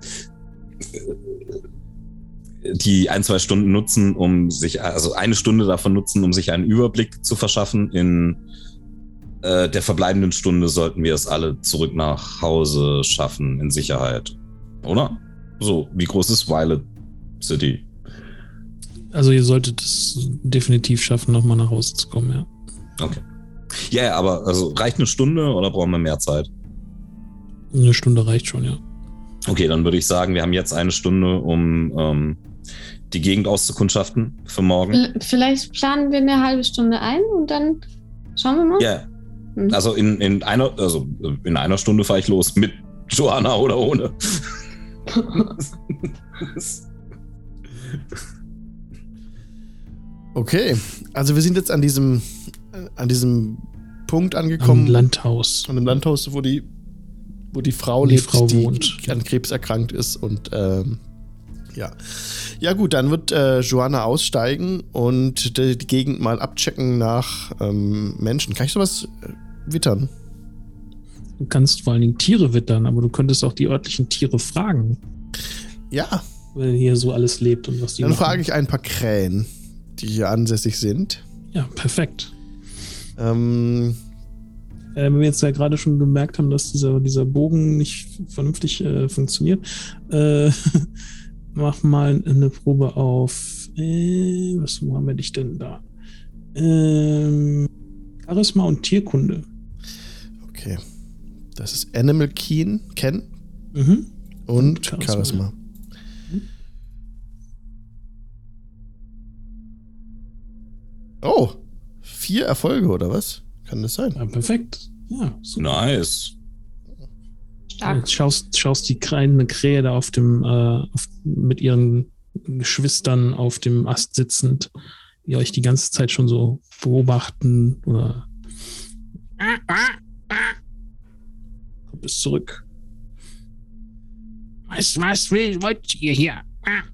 die ein, zwei Stunden nutzen, um sich, also eine Stunde davon nutzen, um sich einen Überblick zu verschaffen. In äh, der verbleibenden Stunde sollten wir es alle zurück nach Hause schaffen, in Sicherheit. Oder? So, wie groß ist Violet City? Also ihr solltet es definitiv schaffen, nochmal nach Hause zu kommen, ja. Okay. Ja, yeah, aber also reicht eine Stunde oder brauchen wir mehr Zeit? Eine Stunde reicht schon, ja. Okay, dann würde ich sagen, wir haben jetzt eine Stunde, um ähm, die Gegend auszukundschaften für morgen. Vielleicht planen wir eine halbe Stunde ein und dann schauen wir mal. Ja, yeah. hm. also in, in einer, also in einer Stunde fahre ich los mit Joanna oder ohne. Okay, also wir sind jetzt an diesem an diesem Punkt angekommen. Am Landhaus. An dem Landhaus, wo die wo die Frau die lebt, Frau die wohnt. an Krebs erkrankt ist und ähm, ja. Ja gut, dann wird äh, Joanna aussteigen und die, die Gegend mal abchecken nach ähm, Menschen. Kann ich sowas äh, wittern? Du kannst vor allen Dingen Tiere wittern, aber du könntest auch die örtlichen Tiere fragen. Ja. Weil hier so alles lebt und was die Dann machen. frage ich ein paar Krähen, die hier ansässig sind. Ja, perfekt. Ähm, äh, wenn wir jetzt ja gerade schon gemerkt haben, dass dieser, dieser Bogen nicht vernünftig äh, funktioniert, äh, mach mal eine Probe auf äh, was wo haben wir dich denn da? Ähm, Charisma und Tierkunde. Okay. Das ist Animal Keen, Ken mhm. und, und Charisma. Charisma. Mhm. Oh, vier Erfolge oder was? Kann das sein? Ja, perfekt. Ja, super. Nice. Stark. Jetzt schaust, schaust die kleine Krähe da auf dem, äh, auf, mit ihren Geschwistern auf dem Ast sitzend, die euch die ganze Zeit schon so beobachten oder bis zurück. Was, was will, wollt ihr hier?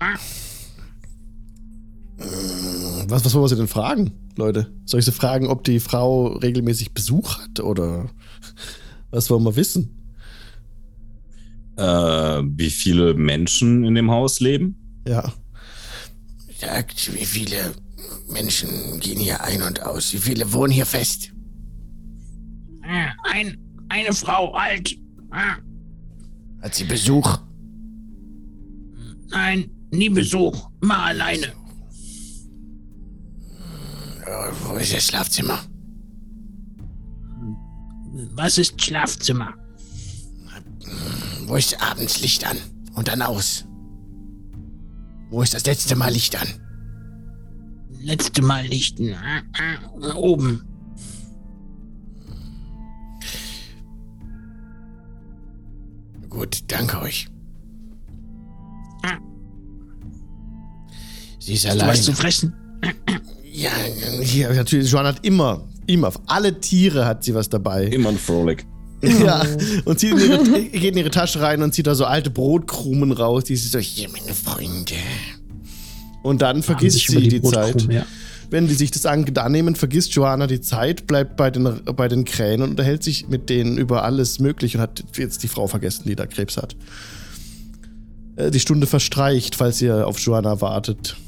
Was, was wollen wir sie denn fragen, Leute? Soll ich sie fragen, ob die Frau regelmäßig Besuch hat oder was wollen wir wissen? Äh, wie viele Menschen in dem Haus leben? Ja. Sagt, wie viele Menschen gehen hier ein und aus? Wie viele wohnen hier fest? Ein, eine Frau, alt. Hat sie Besuch? Nein, nie Besuch. Immer alleine. Wo ist das Schlafzimmer? Was ist Schlafzimmer? Wo ist abends Licht an und dann aus? Wo ist das letzte Mal Licht an? Letzte Mal Licht. Oben. Gut, danke euch. Sie ist allein. Was zu fressen? Ja, Hier, natürlich, Joanna hat immer, immer, auf alle Tiere hat sie was dabei. Immer ein Frolic. Ja, und zieht in ihre, geht in ihre Tasche rein und zieht da so alte Brotkrumen raus, die sie so, hier, meine Freunde. und dann vergisst sie die, die Zeit. Ja. Wenn die sich das Angebot annehmen, vergisst Joanna die Zeit, bleibt bei den, bei den Krähen und unterhält sich mit denen über alles Mögliche und hat jetzt die Frau vergessen, die da Krebs hat. Die Stunde verstreicht, falls ihr auf Joanna wartet.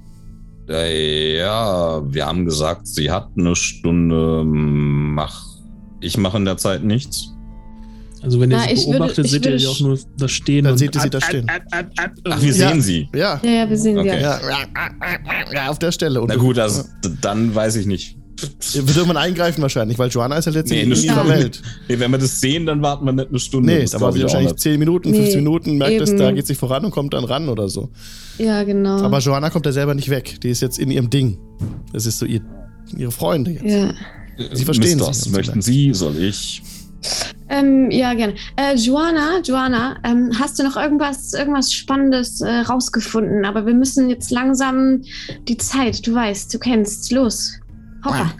Ja, wir haben gesagt, sie hat eine Stunde. Mach. Ich mache in der Zeit nichts. Also wenn ihr Na, sie ich beobachtet, würde- ich seht ihr würde sie auch nur da stehen. Dann und seht ihr sie da stehen. Ach, wir Ja. sehen sie. Ja, Ja, ja, wir sehen Okay. sie. ja, ja, auf der Stelle. Und Na gut, also d- dann weiß ich nicht. Ihr wird irgendwann eingreifen wahrscheinlich, weil Joanna ist ja letztendlich Nee, in eine ihrer Stunde. Welt. Nee, wenn wir das sehen, dann warten wir nicht eine Stunde. Nee, Das da war glaub sie ich auch wahrscheinlich nicht. zehn Minuten, Nee, fünfzehn Minuten, merkt es, eben. da geht sich voran und kommt dann ran oder so. Ja, genau. Aber Joanna kommt ja selber nicht weg. Die ist jetzt in ihrem Ding. Das ist so ihr, ihre Freunde jetzt. ja. Sie verstehen Mister, sich. möchten Sie, soll ich? Ähm, ja, gerne. Äh, Joanna, Joanna, ähm, hast du noch irgendwas, irgendwas Spannendes äh, rausgefunden? Aber wir müssen jetzt langsam die Zeit, du weißt, du kennst. Los. Hoppa.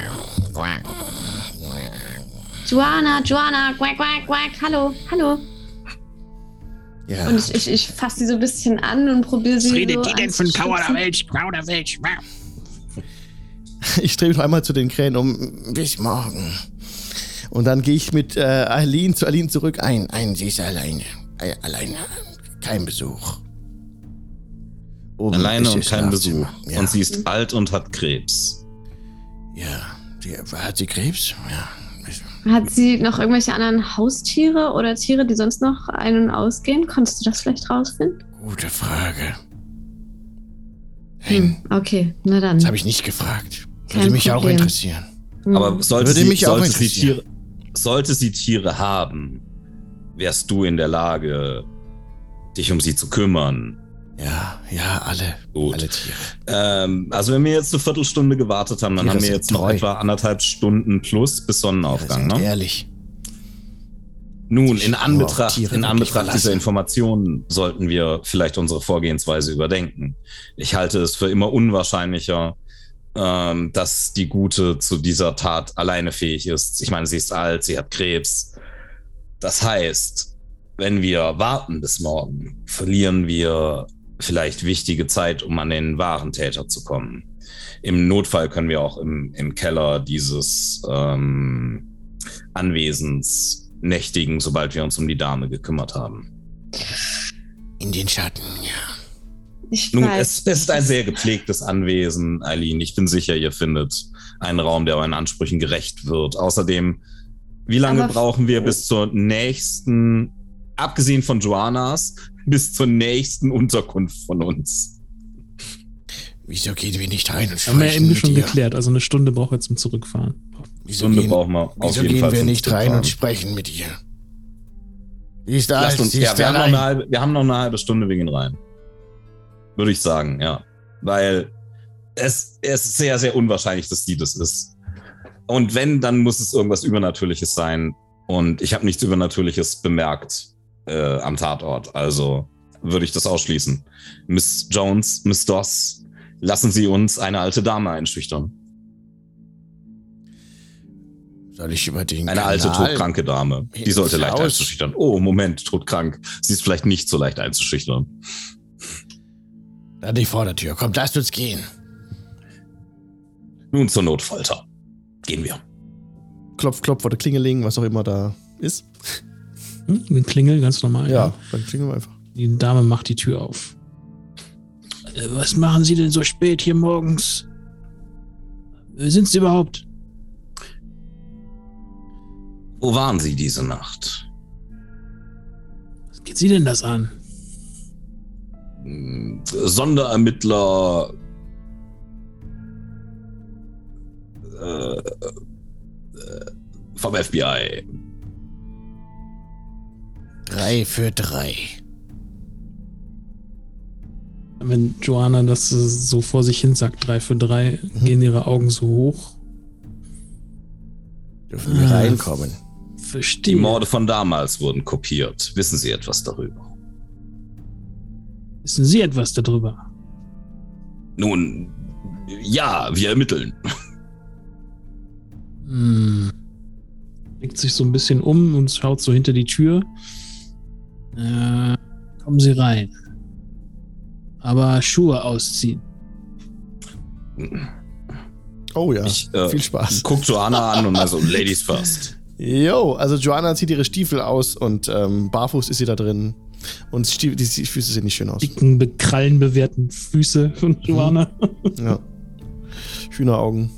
Joanna, Joanna, quack, quack, quack. Hallo, hallo. Ja. Und ich, ich, ich fasse sie so ein bisschen an und probiere sie Was redet so die denn von anzuschubsen. Kauderwelsch? Kauderwelsch. Ich drehe mich noch einmal zu den Krähen um. Bis morgen. Und dann gehe ich mit äh, Eileen zu Eileen zurück. Ein, ein, sie ist alleine. Äh, alleine. Kein Besuch. Oben Alleine ist und ihr kein Besuch. Schlafzimmer. Ja. Und sie ist alt und hat Krebs. Ja. Die, hat sie Krebs? Ja. Hat sie noch irgendwelche anderen Haustiere oder Tiere, die sonst noch ein- und ausgehen? Konntest du das vielleicht rausfinden? Gute Frage. Hm, okay, na dann. Das habe ich nicht gefragt. Würde Kein mich auch Problem. interessieren. Hm. Aber sollte, Würde sie, mich auch sollte, sie interessieren. Tiere, sollte sie Tiere haben, wärst du in der Lage, dich um sie zu kümmern. Ja, ja, alle. Gut. Alle Tiere. Ähm, also wenn wir jetzt eine Viertelstunde gewartet haben, dann Tiere haben wir sind jetzt noch treu. etwa anderthalb Stunden plus bis Tiere Sonnenaufgang. sind Ne? ehrlich. Nun, Ich in nur auf Anbetracht, Tiere in wirklich Anbetracht dieser verlassen. Informationen sollten wir vielleicht unsere Vorgehensweise überdenken. Ich halte es für immer unwahrscheinlicher, ähm, dass die Gute zu dieser Tat alleine fähig ist. Ich meine, sie ist alt, sie hat Krebs. Das heißt, wenn wir warten bis morgen, verlieren wir vielleicht wichtige Zeit, um an den wahren Täter zu kommen. Im Notfall können wir auch im, im Keller dieses ähm, Anwesens nächtigen, sobald wir uns um die Dame gekümmert haben. In den Schatten, ja. Ich Nun, weiß. es, es ist ein sehr gepflegtes Anwesen, Eileen. Ich bin sicher, ihr findet einen Raum, der euren Ansprüchen gerecht wird. Außerdem, wie lange Aber- brauchen wir bis zur nächsten, abgesehen von Joannas, bis zur nächsten Unterkunft von uns? Wieso gehen wir nicht rein und Haben wir ja sprechen eben mit schon ihr? geklärt. Also eine Stunde braucht ihr zum Zurückfahren. Wieso Stunde gehen, brauchen wir auf wieso jeden gehen Fall wir zum nicht rein Zurückfahren. und sprechen mit ihr? Sie ist da, Lasst uns, sie ja, ist wir haben, noch allein. eine halbe, wir haben noch eine halbe Stunde, wir gehen rein. Würde ich sagen, ja. Weil es, es ist sehr, sehr unwahrscheinlich, dass die das ist. Und wenn, dann muss es irgendwas Übernatürliches sein. Und ich habe nichts Übernatürliches bemerkt äh, am Tatort. Also würde ich das ausschließen. Miss Jones, Miss Doss, lassen Sie uns eine alte Dame einschüchtern. Soll ich über den Eine alte, Kanal todkranke Dame. Die ins sollte leicht Haus? einzuschüchtern. Oh, Moment, todkrank. Sie ist vielleicht nicht so leicht einzuschüchtern. Da die Vordertür. Kommt, lasst uns gehen. Nun zur Notfolter. Gehen wir. Klopf, klopf oder Klingeling, was auch immer da ist. Hm? Eine Klingel, ganz normal. Ja, dann klingeln wir einfach. Die Dame macht die Tür auf. Äh, Was machen Sie denn so spät hier morgens? Wer sind Sie überhaupt? Wo waren Sie diese Nacht? Was geht Sie denn das an? Hm, Sonderermittler äh, äh, vom F B I. Drei für drei. Wenn Joanna das so vor sich hin sagt, drei für drei, Mhm. gehen ihre Augen so hoch. Dürfen wir Ah. reinkommen? Die Verstehe. Morde von damals wurden kopiert. Wissen Sie etwas darüber? Wissen Sie etwas darüber? Nun, ja, wir ermitteln. Hm. Legt sich so ein bisschen um und schaut so hinter die Tür. Äh, kommen Sie rein. Aber Schuhe ausziehen. Oh ja, Ich, äh, viel Spaß. Guck Joanna an und mal so, Ladies first. Jo, also Joanna zieht ihre Stiefel aus und ähm, barfuß ist sie da drin. Und die, die Füße sehen nicht schön aus. Dicken, krallenbewehrten Füße von Joanna. Ja. Hühneraugen.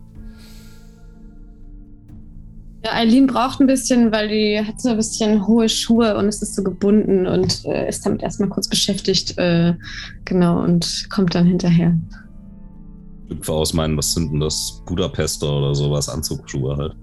Ja, Eileen braucht ein bisschen, weil die hat so ein bisschen hohe Schuhe und es ist so gebunden und äh, ist damit erstmal kurz beschäftigt. Äh, genau, und kommt dann hinterher. Hüpfe aus meinen, was sind denn das? Budapester oder sowas, Anzugsschuhe halt.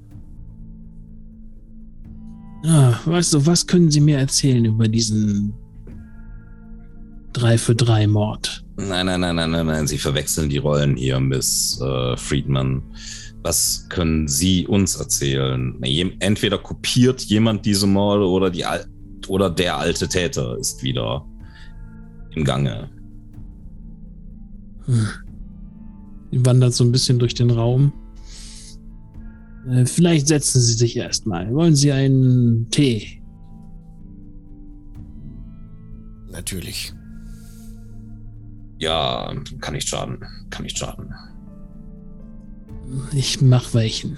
Ah, weißt du, was können Sie mir erzählen über diesen drei für drei Mord? Nein, nein, nein, nein, nein, nein, Sie verwechseln die Rollen hier, Miss äh, Friedman. Was können Sie uns erzählen? Entweder kopiert jemand diese Morde oder, die Al- oder der alte Täter ist wieder im Gange. Hm. Die wandert so ein bisschen durch den Raum. Äh, vielleicht setzen Sie sich erstmal. Wollen Sie einen Tee? Natürlich. Ja, kann nicht schaden, kann nicht schaden. Ich mach welchen.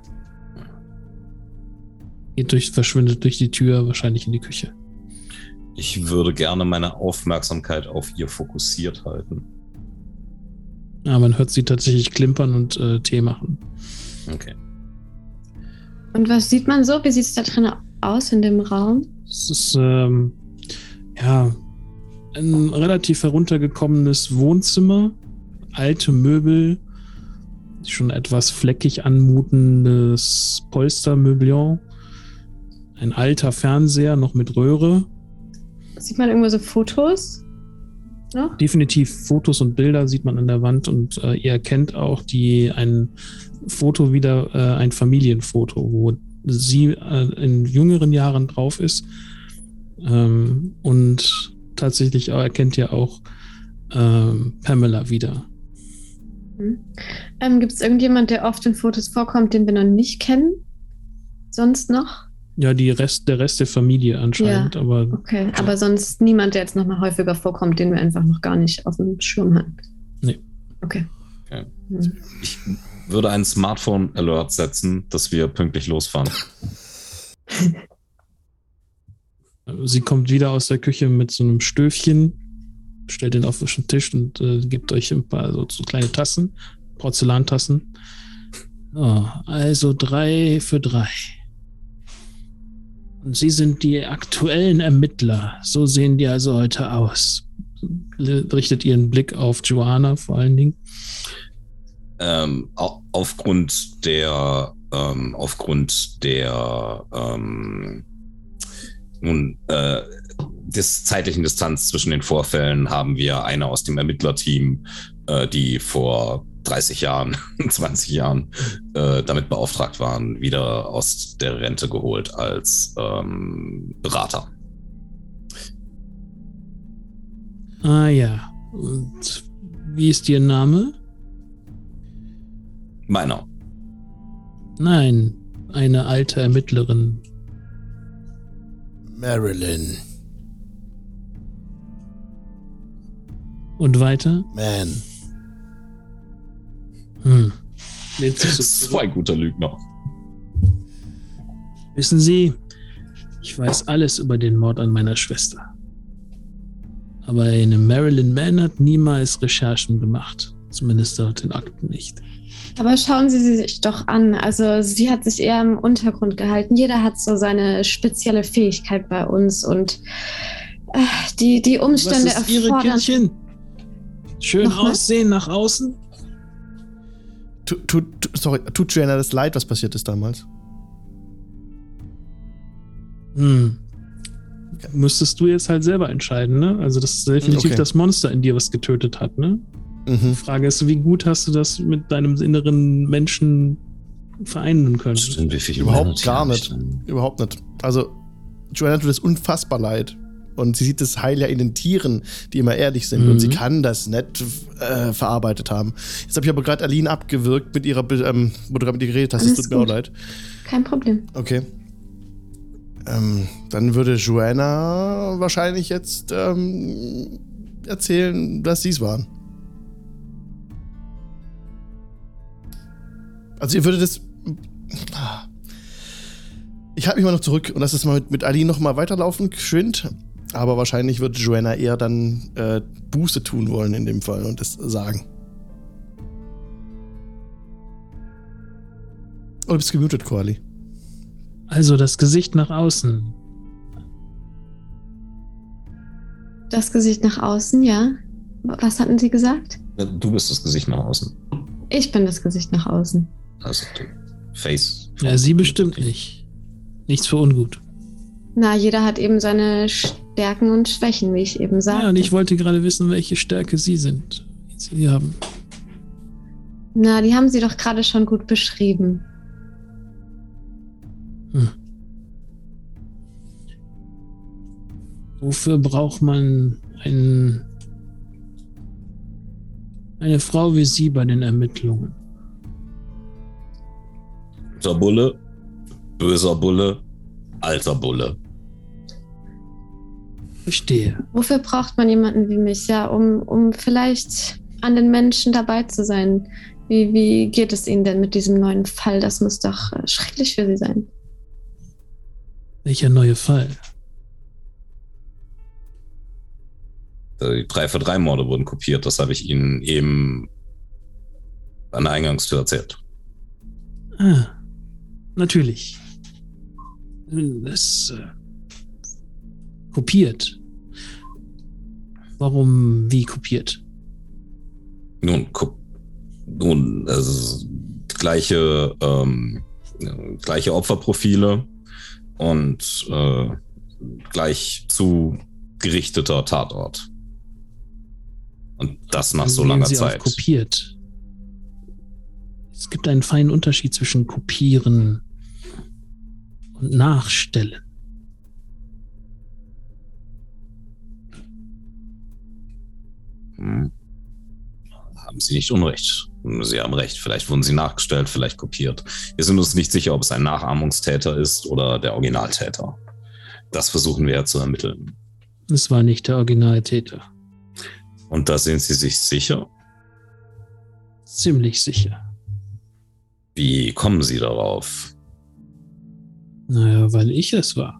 Geht durch, verschwindet durch die Tür, wahrscheinlich in die Küche. Ich würde gerne meine Aufmerksamkeit auf ihr fokussiert halten. Ja, man hört sie tatsächlich klimpern und äh, Tee machen. Okay. Und was sieht man so? Wie sieht es da drin aus in dem Raum? Es ist ähm, ja ein relativ heruntergekommenes Wohnzimmer, alte Möbel, schon etwas fleckig anmutendes Polstermöblion, ein alter Fernseher noch mit Röhre. Sieht man irgendwo so Fotos? Noch? Definitiv Fotos und Bilder sieht man an der Wand und äh, ihr erkennt auch die ein Foto wieder, äh, ein Familienfoto, wo sie äh, in jüngeren Jahren drauf ist. Ähm, und tatsächlich auch, erkennt ihr auch ähm, Pamela wieder. Hm. Ähm, Gibt es irgendjemand, der oft in Fotos vorkommt, den wir noch nicht kennen? Sonst noch? Ja, die Rest, der Rest der Familie anscheinend, Ja, aber okay, aber sonst niemand, der jetzt noch mal häufiger vorkommt, den wir einfach noch gar nicht auf dem Schirm haben. Nee. Okay. Okay. Hm. Ich würde einen Smartphone-Alert setzen, dass wir pünktlich losfahren. sie kommt wieder aus der Küche mit so einem Stöfchen, stellt den auf den Tisch und äh, gibt euch ein paar so, so kleine Tassen, Porzellantassen. Oh, also drei für drei. Und Sie sind die aktuellen Ermittler. So sehen die also heute aus. Richtet ihren Blick auf Joanna vor allen Dingen. Ähm, au- aufgrund der, ähm, aufgrund der, ähm, nun, äh, des zeitlichen Distanz zwischen den Vorfällen haben wir eine aus dem Ermittlerteam, äh, die vor dreißig Jahren, zwanzig Jahren äh, damit beauftragt waren, wieder aus der Rente geholt als ähm, Berater. Ah ja. Und wie ist Ihr Name? Meiner. Nein, eine alte Ermittlerin. Marilyn. Und weiter? Man. Hm. Lehnt sich so Das ist ein guter Lügner. Wissen Sie, ich weiß alles über den Mord an meiner Schwester. Aber eine Marilyn Mann hat niemals Recherchen gemacht. Zumindest laut den Akten nicht. Aber schauen Sie sie sich doch an. Also sie hat sich eher im Untergrund gehalten. Jeder hat so seine spezielle Fähigkeit bei uns und äh, die, die Umstände Was ist Ihre erfordern... Kindchen? Schön Nochmal? aussehen nach außen? Tut, tut, sorry, tut Joanna das leid, was passiert ist damals? Hm. Müsstest du jetzt halt selber entscheiden, ne? Also das ist definitiv Okay. das Monster in dir, was getötet hat, ne? Die Mhm. Frage ist, wie gut hast du das mit deinem inneren Menschen vereinen können? Stimmt, wie viel Überhaupt Humanity gar habe nicht. ich denn? Überhaupt nicht. Also, Joanna tut es unfassbar leid. Und sie sieht das Heil ja in den Tieren, die immer ehrlich sind. Mhm. Und sie kann das nicht äh, verarbeitet haben. Jetzt habe ich aber gerade Aline abgewürgt mit ihrer, Be- ähm, wo du gerade mit ihr geredet hast. Es Alles tut mir auch gut. leid. Kein Problem. Okay. Ähm, dann würde Joanna wahrscheinlich jetzt ähm, erzählen, dass sie es waren. Also ihr würdet es... Ich halte mich mal noch zurück und lass es mal mit, mit Ali noch mal weiterlaufen, geschwind. Aber wahrscheinlich wird Joanna eher dann äh, Buße tun wollen in dem Fall und das sagen. Oh, du bist gemutet, Koali. Also das Gesicht nach außen. Das Gesicht nach außen, ja. Was hatten Sie gesagt? Du bist das Gesicht nach außen. Ich bin das Gesicht nach außen. Also Face. Ja, sie bestimmt nicht. Nichts für ungut. Na, jeder hat eben seine Stärken und Schwächen, wie ich eben sagte. Ja, und ich wollte gerade wissen, welche Stärke Sie sind. Die Sie haben. Na, die haben Sie doch gerade schon gut beschrieben. Hm. Wofür braucht man einen, eine Frau wie Sie bei den Ermittlungen? Guter Bulle, böser Bulle, alter Bulle. Verstehe. Wofür braucht man jemanden wie mich? Ja, um, um vielleicht an den Menschen dabei zu sein. Wie, wie geht es Ihnen denn mit diesem neuen Fall? Das muss doch äh, schrecklich für Sie sein. Welcher neue Fall? Die drei für drei Morde wurden kopiert. Das habe ich Ihnen eben an der Eingangstür erzählt. Ah, natürlich. Das äh, kopiert. Warum, wie kopiert? Nun, ko- nun also gleiche, ähm, gleiche Opferprofile und äh, gleich zugerichteter Tatort. Und das nach so Wählen langer Sie Zeit. Auf kopiert. Es gibt einen feinen Unterschied zwischen kopieren und nachstellen. Hm. Haben Sie nicht unrecht. Sie haben recht. Vielleicht wurden sie nachgestellt, vielleicht kopiert. Wir sind uns nicht sicher, ob es ein Nachahmungstäter ist oder der Originaltäter. Das versuchen wir ja zu ermitteln. Es war nicht der Originaltäter. Und da sind Sie sich sicher? Ziemlich sicher. Wie kommen Sie darauf? Naja, weil ich es war.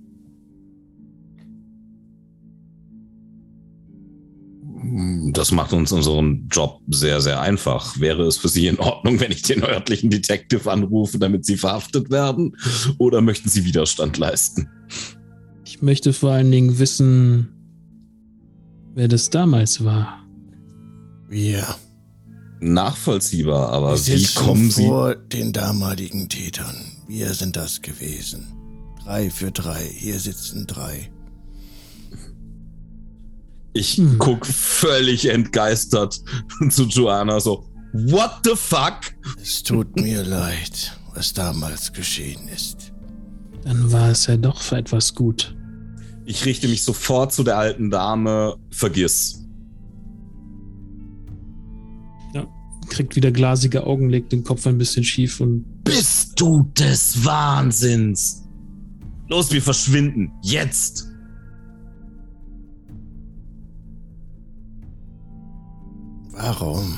Das macht uns unseren Job sehr, sehr einfach. Wäre es für Sie in Ordnung, wenn ich den örtlichen Detective anrufe, damit Sie verhaftet werden? Oder möchten Sie Widerstand leisten? Ich möchte vor allen Dingen wissen, wer das damals war. Wir. Nachvollziehbar, aber Wir wie sitzen kommen Sie... vor den damaligen Tätern. Wir sind das gewesen. Drei für drei. Hier sitzen drei. Ich Hm. guck völlig entgeistert zu Joanna so, what the fuck? Es tut mir leid, was damals geschehen ist. Dann war es ja doch für etwas gut. Ich richte mich sofort zu der alten Dame, vergiss. Ja, kriegt wieder glasige Augen, legt den Kopf ein bisschen schief und... Bist du des Wahnsinns? Los, wir verschwinden, jetzt! Warum?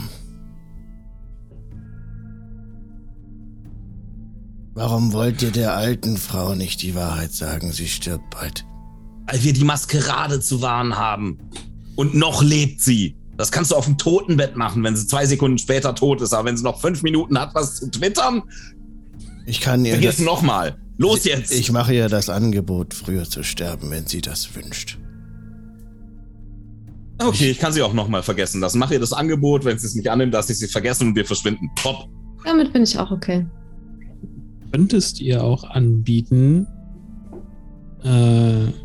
Warum wollt ihr der alten Frau nicht die Wahrheit sagen? Sie stirbt bald. Weil wir die Maskerade zu wahren haben. Und noch lebt sie. Das kannst du auf dem Totenbett machen, wenn sie zwei Sekunden später tot ist. Aber wenn sie noch fünf Minuten hat, was zu twittern, Ich kann ihr vergiss das, nochmal. Los jetzt! ich mache ihr das Angebot, früher zu sterben, wenn sie das wünscht. Okay, ich kann sie auch nochmal vergessen lassen. Mach ihr das Angebot, wenn sie es nicht annimmt, dass ich sie vergessen und wir verschwinden. Top. Damit bin ich auch okay. Könntest ihr auch anbieten, äh,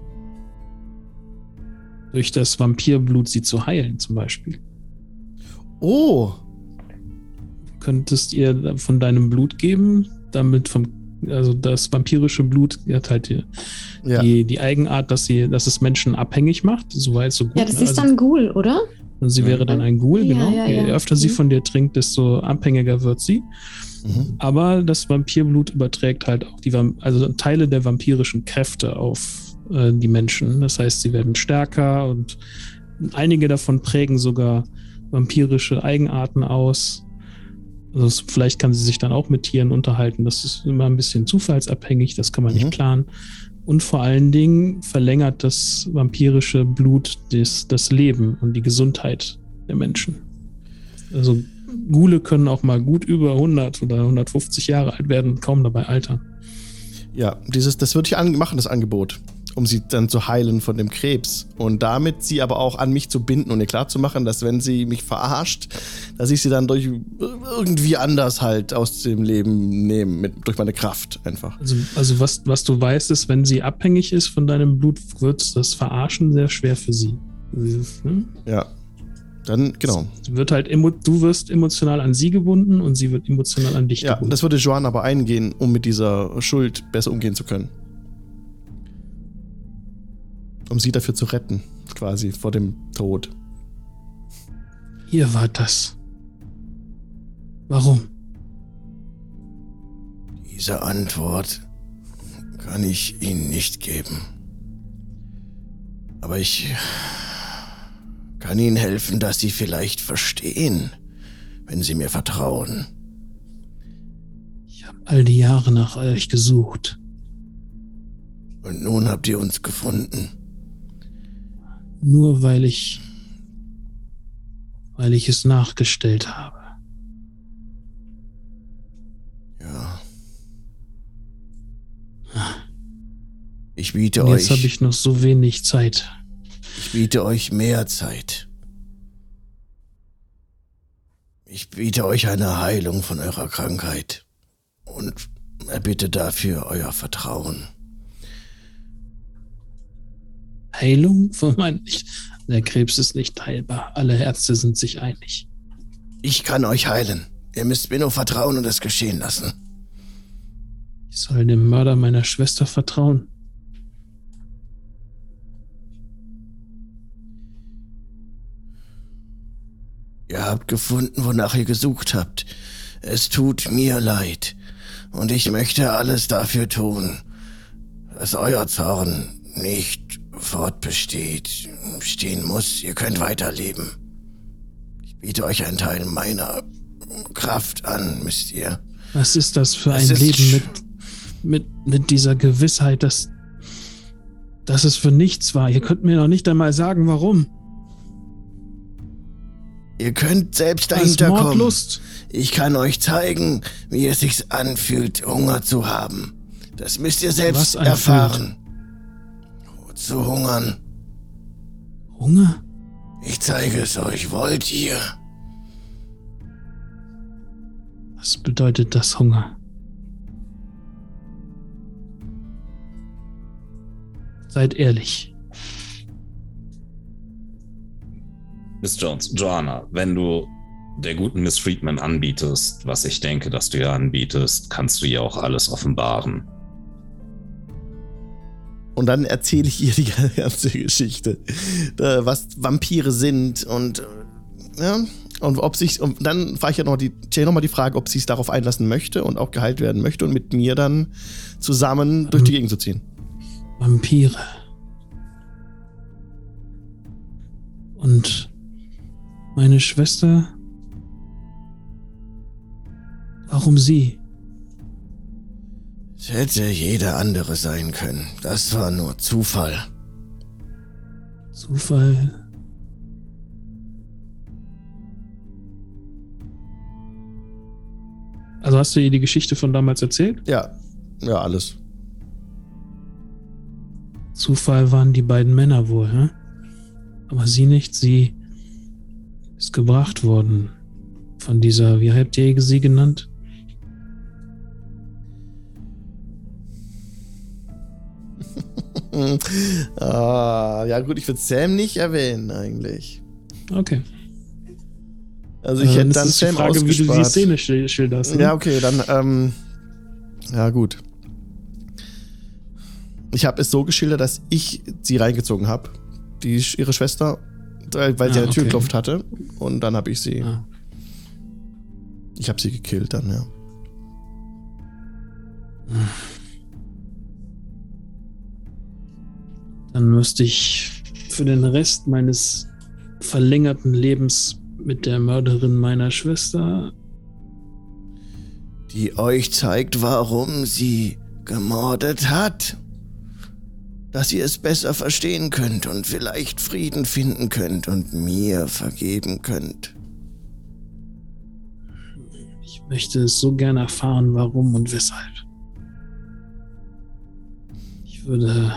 durch das Vampirblut sie zu heilen, zum Beispiel. Oh, Könntest ihr von deinem Blut geben, damit vom, also das vampirische Blut hat halt die, ja. die, die Eigenart, dass sie, dass es Menschen abhängig macht, soweit so gut. Ja, das ne? ist Also, dann Ghoul, oder? also sie wäre dann ein Ghoul, Ja, genau. ja, Je ja. öfter sie Mhm. von dir trinkt, desto abhängiger wird sie. Mhm. Aber das Vampirblut überträgt halt auch die, Vam- also Teile der vampirischen Kräfte auf äh, die Menschen. Das heißt, sie werden stärker und einige davon prägen sogar vampirische Eigenarten aus. Also es, vielleicht kann sie sich dann auch mit Tieren unterhalten. Das ist immer ein bisschen zufallsabhängig, das kann man mhm. nicht planen. Und vor allen Dingen verlängert das vampirische Blut des, das Leben und die Gesundheit der Menschen. Also Ghule können auch mal gut über hundert oder hundertfünfzig Jahre alt werden und kaum dabei altern. Ja, dieses, das würde ich an, machen, das Angebot, um sie dann zu heilen von dem Krebs. Und damit sie aber auch an mich zu binden und ihr klarzumachen, dass wenn sie mich verarscht, dass ich sie dann durch irgendwie anders halt aus dem Leben nehme, mit, durch meine Kraft einfach. Also, also was, was du weißt, ist, wenn sie abhängig ist von deinem Blut, wird das Verarschen sehr schwer für sie. Hm? Ja. Dann, genau. Sie wird halt, du wirst emotional an sie gebunden und sie wird emotional an dich ja, gebunden. Das würde Joanne aber eingehen, um mit dieser Schuld besser umgehen zu können. Um sie dafür zu retten, quasi vor dem Tod. Ihr wart das. Warum? Diese Antwort kann ich Ihnen nicht geben. Aber ich kann Ihnen helfen, dass Sie vielleicht verstehen, wenn Sie mir vertrauen. Ich habe all die Jahre nach euch gesucht. Und nun habt ihr uns gefunden. Nur weil ich, weil ich es nachgestellt habe. Ja. Ich biete Und euch... Jetzt habe ich noch so wenig Zeit. Ich biete euch mehr Zeit. Ich biete euch eine Heilung von eurer Krankheit und erbitte dafür euer Vertrauen. Heilung? Von ich, der Krebs ist nicht heilbar. Alle Ärzte sind sich einig. Ich kann euch heilen. Ihr müsst mir nur vertrauen und es geschehen lassen. Ich soll dem Mörder meiner Schwester vertrauen. Ihr habt gefunden, wonach ihr gesucht habt. Es tut mir leid. Und ich möchte alles dafür tun, dass euer Zorn nicht fortbesteht, stehen muss. Ihr könnt weiterleben. Ich biete euch einen Teil meiner Kraft an, müsst ihr. Was ist das für Es ein Leben sch- mit, mit, mit dieser Gewissheit, dass, dass es für nichts war? Ihr könnt mir noch nicht einmal sagen, warum. Ihr könnt selbst Als dahinter kommen. Mordlust. Ich kann euch zeigen, wie es sich anfühlt, Hunger zu haben. Das müsst ihr selbst Was anfühlt? erfahren. Zu hungern. Hunger? Ich zeige es euch. Wollt ihr? Was bedeutet das Hunger? Seid ehrlich. Miss Jones, Joanna, wenn du der guten Miss Friedman anbietest, was ich denke, dass du ihr anbietest, kannst du ihr auch alles offenbaren. Und dann erzähle ich ihr die ganze Geschichte, was Vampire sind und ja, und ob sich und dann frage ich ja noch die Jay noch mal die Frage, ob sie es darauf einlassen möchte und auch geheilt werden möchte und mit mir dann zusammen durch die Gegend zu ziehen. Vampire. Und meine Schwester? Warum sie? Es hätte jeder andere sein können. Das war nur Zufall. Zufall? Also hast du ihr die Geschichte von damals erzählt? Ja, ja, alles. Zufall waren die beiden Männer wohl, hä? Aber sie nicht, sie ist gebracht worden von dieser, wie habt ihr sie genannt? ah, ja gut, ich würde Sam nicht erwähnen eigentlich. Okay. Also ich äh, hätte das dann ist Sam die Frage, ausgespart. wie du die Szene schilderst. Ne? Ja, okay, dann, ähm, ja gut. Ich habe es so geschildert, dass ich sie reingezogen habe, die ihre Schwester, weil sie ah, eine Tür okay. geklopft hatte und dann habe ich sie, Ah. ich habe sie gekillt dann, ja. Dann müsste ich für den Rest meines verlängerten Lebens mit der Mörderin meiner Schwester die euch zeigt, warum sie gemordet hat. Dass ihr es besser verstehen könnt und vielleicht Frieden finden könnt und mir vergeben könnt. Ich möchte es so gerne erfahren, warum und weshalb. Ich würde...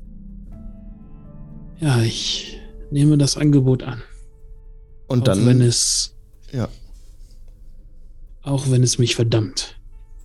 Ja, ich nehme das Angebot an. Und auch dann... wenn es... Ja. Auch wenn es mich verdammt.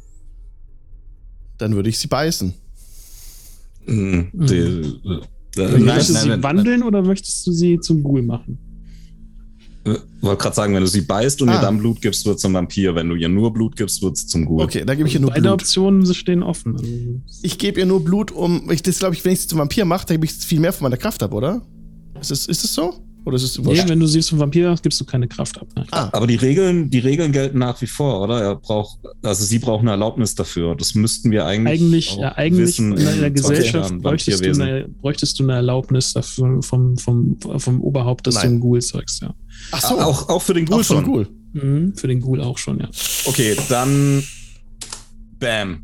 Dann würde ich sie beißen. Mhm. Die, äh, Möchtest nein, du nein, sie nein, wandeln oder möchtest du sie zum Ghoul machen? Ich wollte gerade sagen, wenn du sie beißt und Ah. ihr dann Blut gibst, wird es zum Vampir. Wenn du ihr nur Blut gibst, wird es zum Ghoul. Okay, dann gebe ich ihr nur Beide Blut. Optionen stehen offen. Also, Ich gebe ihr nur Blut, um... Ich, das glaube ich, wenn ich sie zum Vampir mache, dann gebe ich viel mehr von meiner Kraft ab, oder? Ist es, ist es so? Oder ist es nee, wurscht? wenn du sie zum Vampir hast, gibst du keine Kraft ab. Nein. Ah, Aber die Regeln, die Regeln gelten nach wie vor, oder? Er braucht, also sie braucht eine Erlaubnis dafür. Das müssten wir eigentlich. Eigentlich, auch ja, eigentlich wissen in der in Gesellschaft zwanzig Jahren bräuchtest, du Vampirwesen. eine, bräuchtest du eine Erlaubnis dafür vom, vom, vom Oberhaupt, dass Nein. du einen Ghoul zeugst, ja. ach so. Auch, auch für den Ghoul auch schon schon. cool. Mhm, für den Ghoul auch schon, ja. Okay, dann. Bam.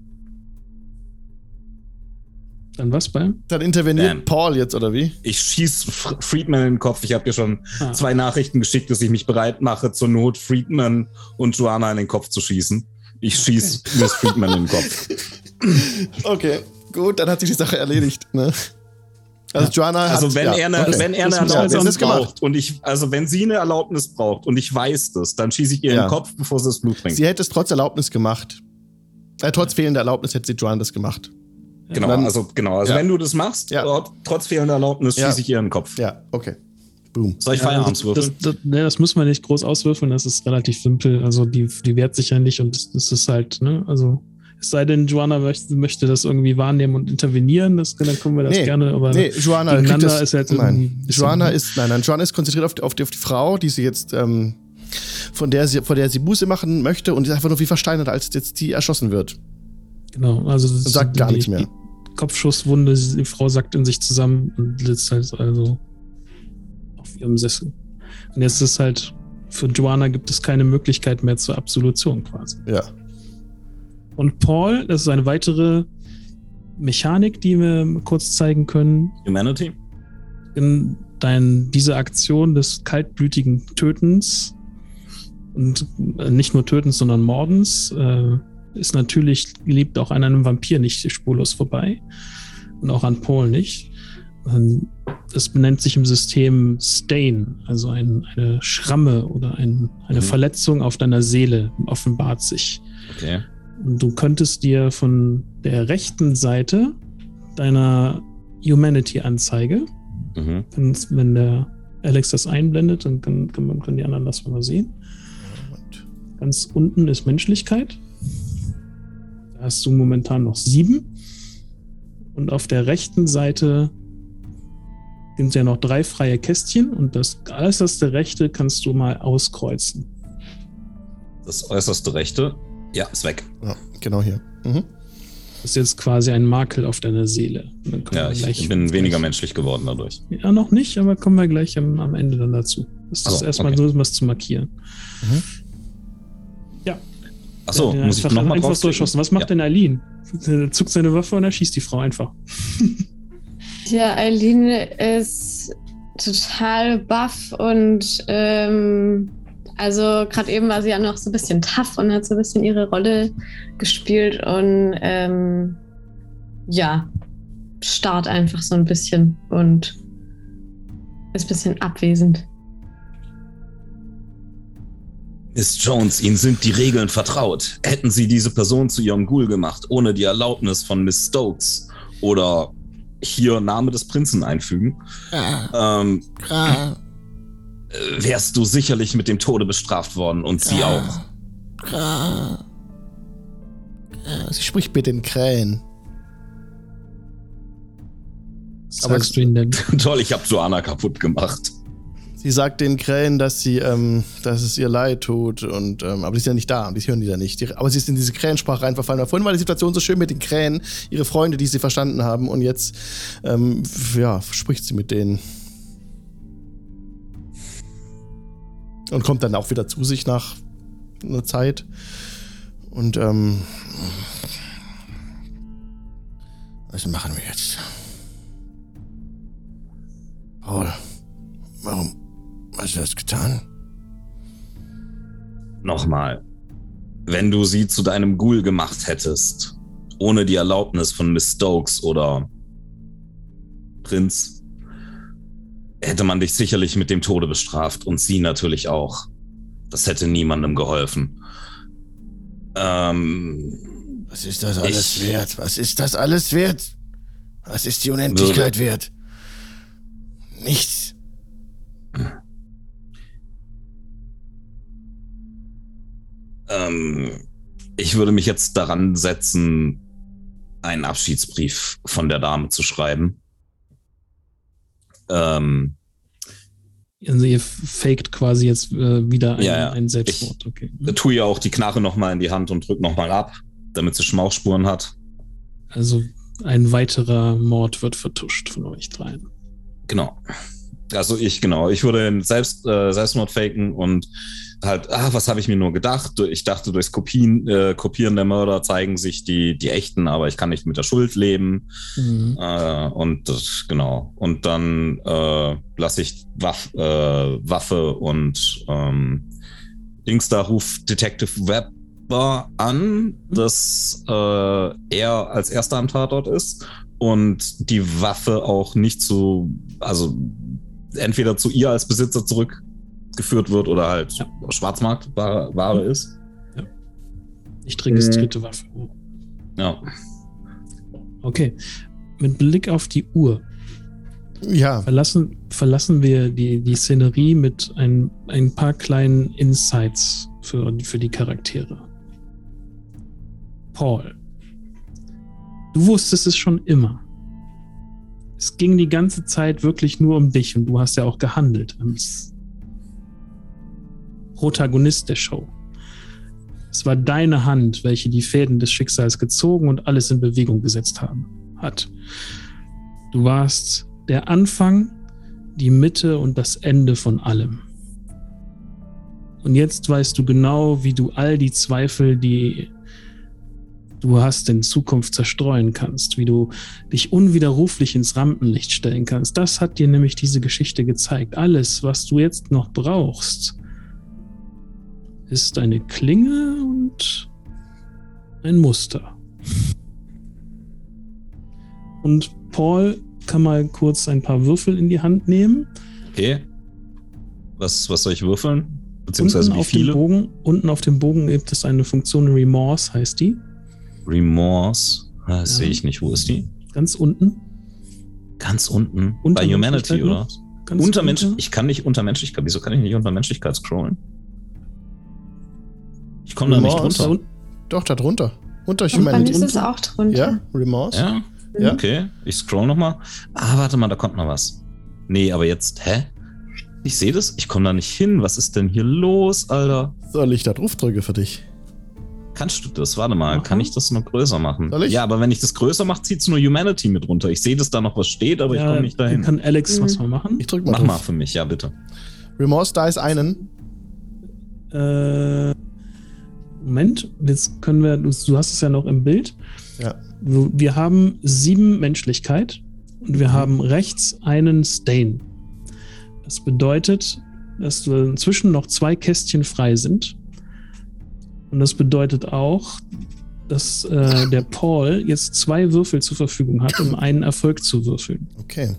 Dann was beim? Dann interveniert Bam. Paul jetzt, oder wie? Ich schieß F- Friedman in den Kopf. Ich habe dir schon Ah. zwei Nachrichten geschickt, dass ich mich bereit mache, zur Not Friedman und Joanna in den Kopf zu schießen. Ich schieß Miss Friedman in den Kopf. Okay, gut, dann hat sich die Sache erledigt, ne? Also Joanna hat... Also wenn ja, er eine, okay. wenn er eine Das muss man Erlaubnis jetzt gemacht. braucht und ich, also wenn sie eine Erlaubnis braucht und ich weiß das, dann schieße ich ihr in Ja. den Kopf, bevor sie das Blut trinkt. Sie hätte es trotz Erlaubnis gemacht. Äh, trotz fehlender Erlaubnis hätte sie Joanna das gemacht. Genau, dann- also genau. Also ja. wenn du das machst, Ja. trot- trotz fehlender Erlaubnis Ja. schieße ich ihr in den Kopf. Ja, okay. Boom. Soll ich Ja, Firearms also das, würfeln? das, ne, das muss man nicht groß auswürfeln, das ist relativ simpel. Also die, die wehrt sich ja nicht und das, das ist halt, ne, also es sei denn, Joanna möchte, möchte das irgendwie wahrnehmen und intervenieren, das, dann können wir das Nee, gerne, aber Nee, Joanna kriegt gegeneinander das, ist halt irgendwie ein nein. bisschen- Joanna ist, nein, nein, Joanna ist konzentriert auf die, auf die, auf die Frau, die sie jetzt, ähm, von der sie, vor der sie Buße machen möchte und ist einfach nur wie versteinert, als jetzt die erschossen wird. genau, also das Und ist sagt die, gar nichts mehr. Die Kopfschusswunde, die Frau sackt in sich zusammen und sitzt halt also auf ihrem Sessel. Und jetzt ist halt, für Joanna gibt es keine Möglichkeit mehr zur Absolution quasi. Ja. Und Paul, das ist eine weitere Mechanik, die wir kurz zeigen können. Humanity? In dein, diese Aktion des kaltblütigen Tötens und äh, nicht nur Tötens, sondern Mordens äh, ist natürlich, liegt auch an einem Vampir nicht spurlos vorbei und auch an Paul nicht. Ähm, Das benennt sich im System Stain, also ein, eine Schramme oder ein, eine Mhm. Verletzung auf deiner Seele offenbart sich. Okay. Und du könntest dir von der rechten Seite deiner Humanity-Anzeige, Mhm. kannst, wenn der Alex das einblendet, dann können, können, können die anderen das mal sehen. Ganz unten ist Menschlichkeit. Da hast du momentan noch sieben. Und auf der rechten Seite sind ja noch drei freie Kästchen und das äußerste rechte kannst du mal auskreuzen. Das äußerste Rechte, ja, ist weg. Ja, genau hier. Mhm. Das ist jetzt quasi ein Makel auf deiner Seele. Und dann können Ja, wir ich, gleich- ich bin weniger gleich- menschlich geworden dadurch. Ja, noch nicht, aber kommen wir gleich am, am Ende dann dazu. Das ist Ach so, erstmal okay. nur was zu markieren. Achso, Der hat muss ich einfach, nochmal einfach drauf durchschossen. Was macht ja. denn Eileen? Er zuckt seine Waffe und er schießt die Frau einfach. Ja, Eileen ist total baff und ähm, also gerade eben war sie ja noch so ein bisschen tough und hat so ein bisschen ihre Rolle gespielt und ähm, ja, starrt einfach so ein bisschen und ist ein bisschen abwesend. Miss Jones, Ihnen sind die Regeln vertraut. Hätten Sie diese Person zu Ihrem Ghoul gemacht, ohne die Erlaubnis von Miss Stokes oder hier Name des Prinzen einfügen, Ja, ähm, ja, äh, wärst du sicherlich mit dem Tode bestraft worden und sie Ja. auch. ja. Sie spricht mit den Krähen. Was Aber sagst du ihnen denn? Toll, ich habe Joanna kaputt gemacht. Sie sagt den Krähen, dass sie, ähm, dass es ihr leid tut und, ähm, aber die sind ja nicht da und die hören die da nicht. Die, aber sie ist in diese Krähensprache reinverfallen. Weil vorhin war die Situation so schön mit den Krähen, ihre Freunde, die sie verstanden haben und jetzt, ähm, ja, spricht sie mit denen. Und kommt dann auch wieder zu sich nach einer Zeit Und, ähm, was machen wir jetzt? Paul, warum hast du das getan? Nochmal. Wenn du sie zu deinem Ghoul gemacht hättest, ohne die Erlaubnis von Miss Stokes oder Prinz, hätte man dich sicherlich mit dem Tode bestraft und sie natürlich auch. Das hätte niemandem geholfen. Ähm, Was ist das alles ich, wert? Was ist das alles wert? Was ist die Unendlichkeit würde, wert? Nichts. Ähm, ich würde mich jetzt daran setzen, einen Abschiedsbrief von der Dame zu schreiben. Ähm, also ihr faked quasi jetzt äh, wieder ein, ja, ja. ein Selbstmord. Ich okay. tue ihr auch die Knarre nochmal in die Hand und drück nochmal ab, damit sie Schmauchspuren hat. Also ein weiterer Mord wird vertuscht von euch dreien. Genau. Also ich, genau. Ich würde selbst, äh, Selbstmord faken und halt, ah, was habe ich mir nur gedacht? Ich dachte, durchs Kopien, äh, Kopieren der Mörder zeigen sich die, die echten, aber ich kann nicht mit der Schuld leben. Mhm. Äh, und das, genau. Und dann äh, lasse ich Waff, äh, Waffe und ähm, Dings da, ruf Detective Webber an, dass äh, er als erster am Tatort ist und die Waffe auch nicht zu, also entweder zu ihr als Besitzer zurückgeführt wird oder halt ja. Schwarzmarktware Ware ist. Ja. Nicht registrierte mhm. Waffe. Ja. Okay. Mit Blick auf die Uhr. Ja. Verlassen, verlassen wir die, die Szenerie mit ein, ein paar kleinen Insights für, für die Charaktere. Paul. Du wusstest es schon immer. Es ging die ganze Zeit wirklich nur um dich und du hast ja auch gehandelt als Protagonist der Show. Es war deine Hand, welche die Fäden des Schicksals gezogen und alles in Bewegung gesetzt haben, hat. Du warst der Anfang, die Mitte und das Ende von allem. Und jetzt weißt du genau, wie du all die Zweifel, die du hast, in Zukunft zerstreuen kannst, wie du dich unwiderruflich ins Rampenlicht stellen kannst. Das hat dir nämlich diese Geschichte gezeigt. Alles, was du jetzt noch brauchst, ist eine Klinge und ein Muster. Und Paul kann mal kurz ein paar Würfel in die Hand nehmen. Okay. Was, was soll ich würfeln? Beziehungsweise unten wie viele? Auf dem Bogen, unten auf dem Bogen gibt es eine Funktion Remorse, heißt die. Remorse. Das ja. sehe ich nicht. Wo ist die? Ganz unten. Ganz unten? Bei Humanity, oder? Untermensch. Ich kann nicht unter Menschlichkeit. Wieso kann ich nicht unter Menschlichkeit scrollen? Ich komme da nicht runter. Un- Doch, da drunter. Unter Und Humanity. bei mir ist es auch drunter. Ja, Remorse. Ja? Ja. Okay, ich scroll nochmal. Ah, warte mal, da kommt noch was. Nee, aber jetzt, hä? Ich sehe das, ich komme da nicht hin. Was ist denn hier los, Alter? Soll ich da drauf drücke für dich? Kannst du das? Warte mal, Aha. kann ich das noch größer machen? Soll ich? Ja, aber wenn ich das größer mache, zieht es nur Humanity mit runter. Ich sehe, dass da noch was steht, aber ja, ich komme nicht dahin. Kann Alex mhm. was mal machen? Ich drück mal Mach drauf. mal für mich, ja bitte. Remorse, da ist einen. Äh, Moment, jetzt können wir, du, du hast es ja noch im Bild. Ja. Wir haben sieben Menschlichkeit und wir mhm. haben rechts einen Stain. Das bedeutet, dass inzwischen noch zwei Kästchen frei sind. Und das bedeutet auch, dass äh, der Paul jetzt zwei Würfel zur Verfügung hat, um einen Erfolg zu würfeln. Okay.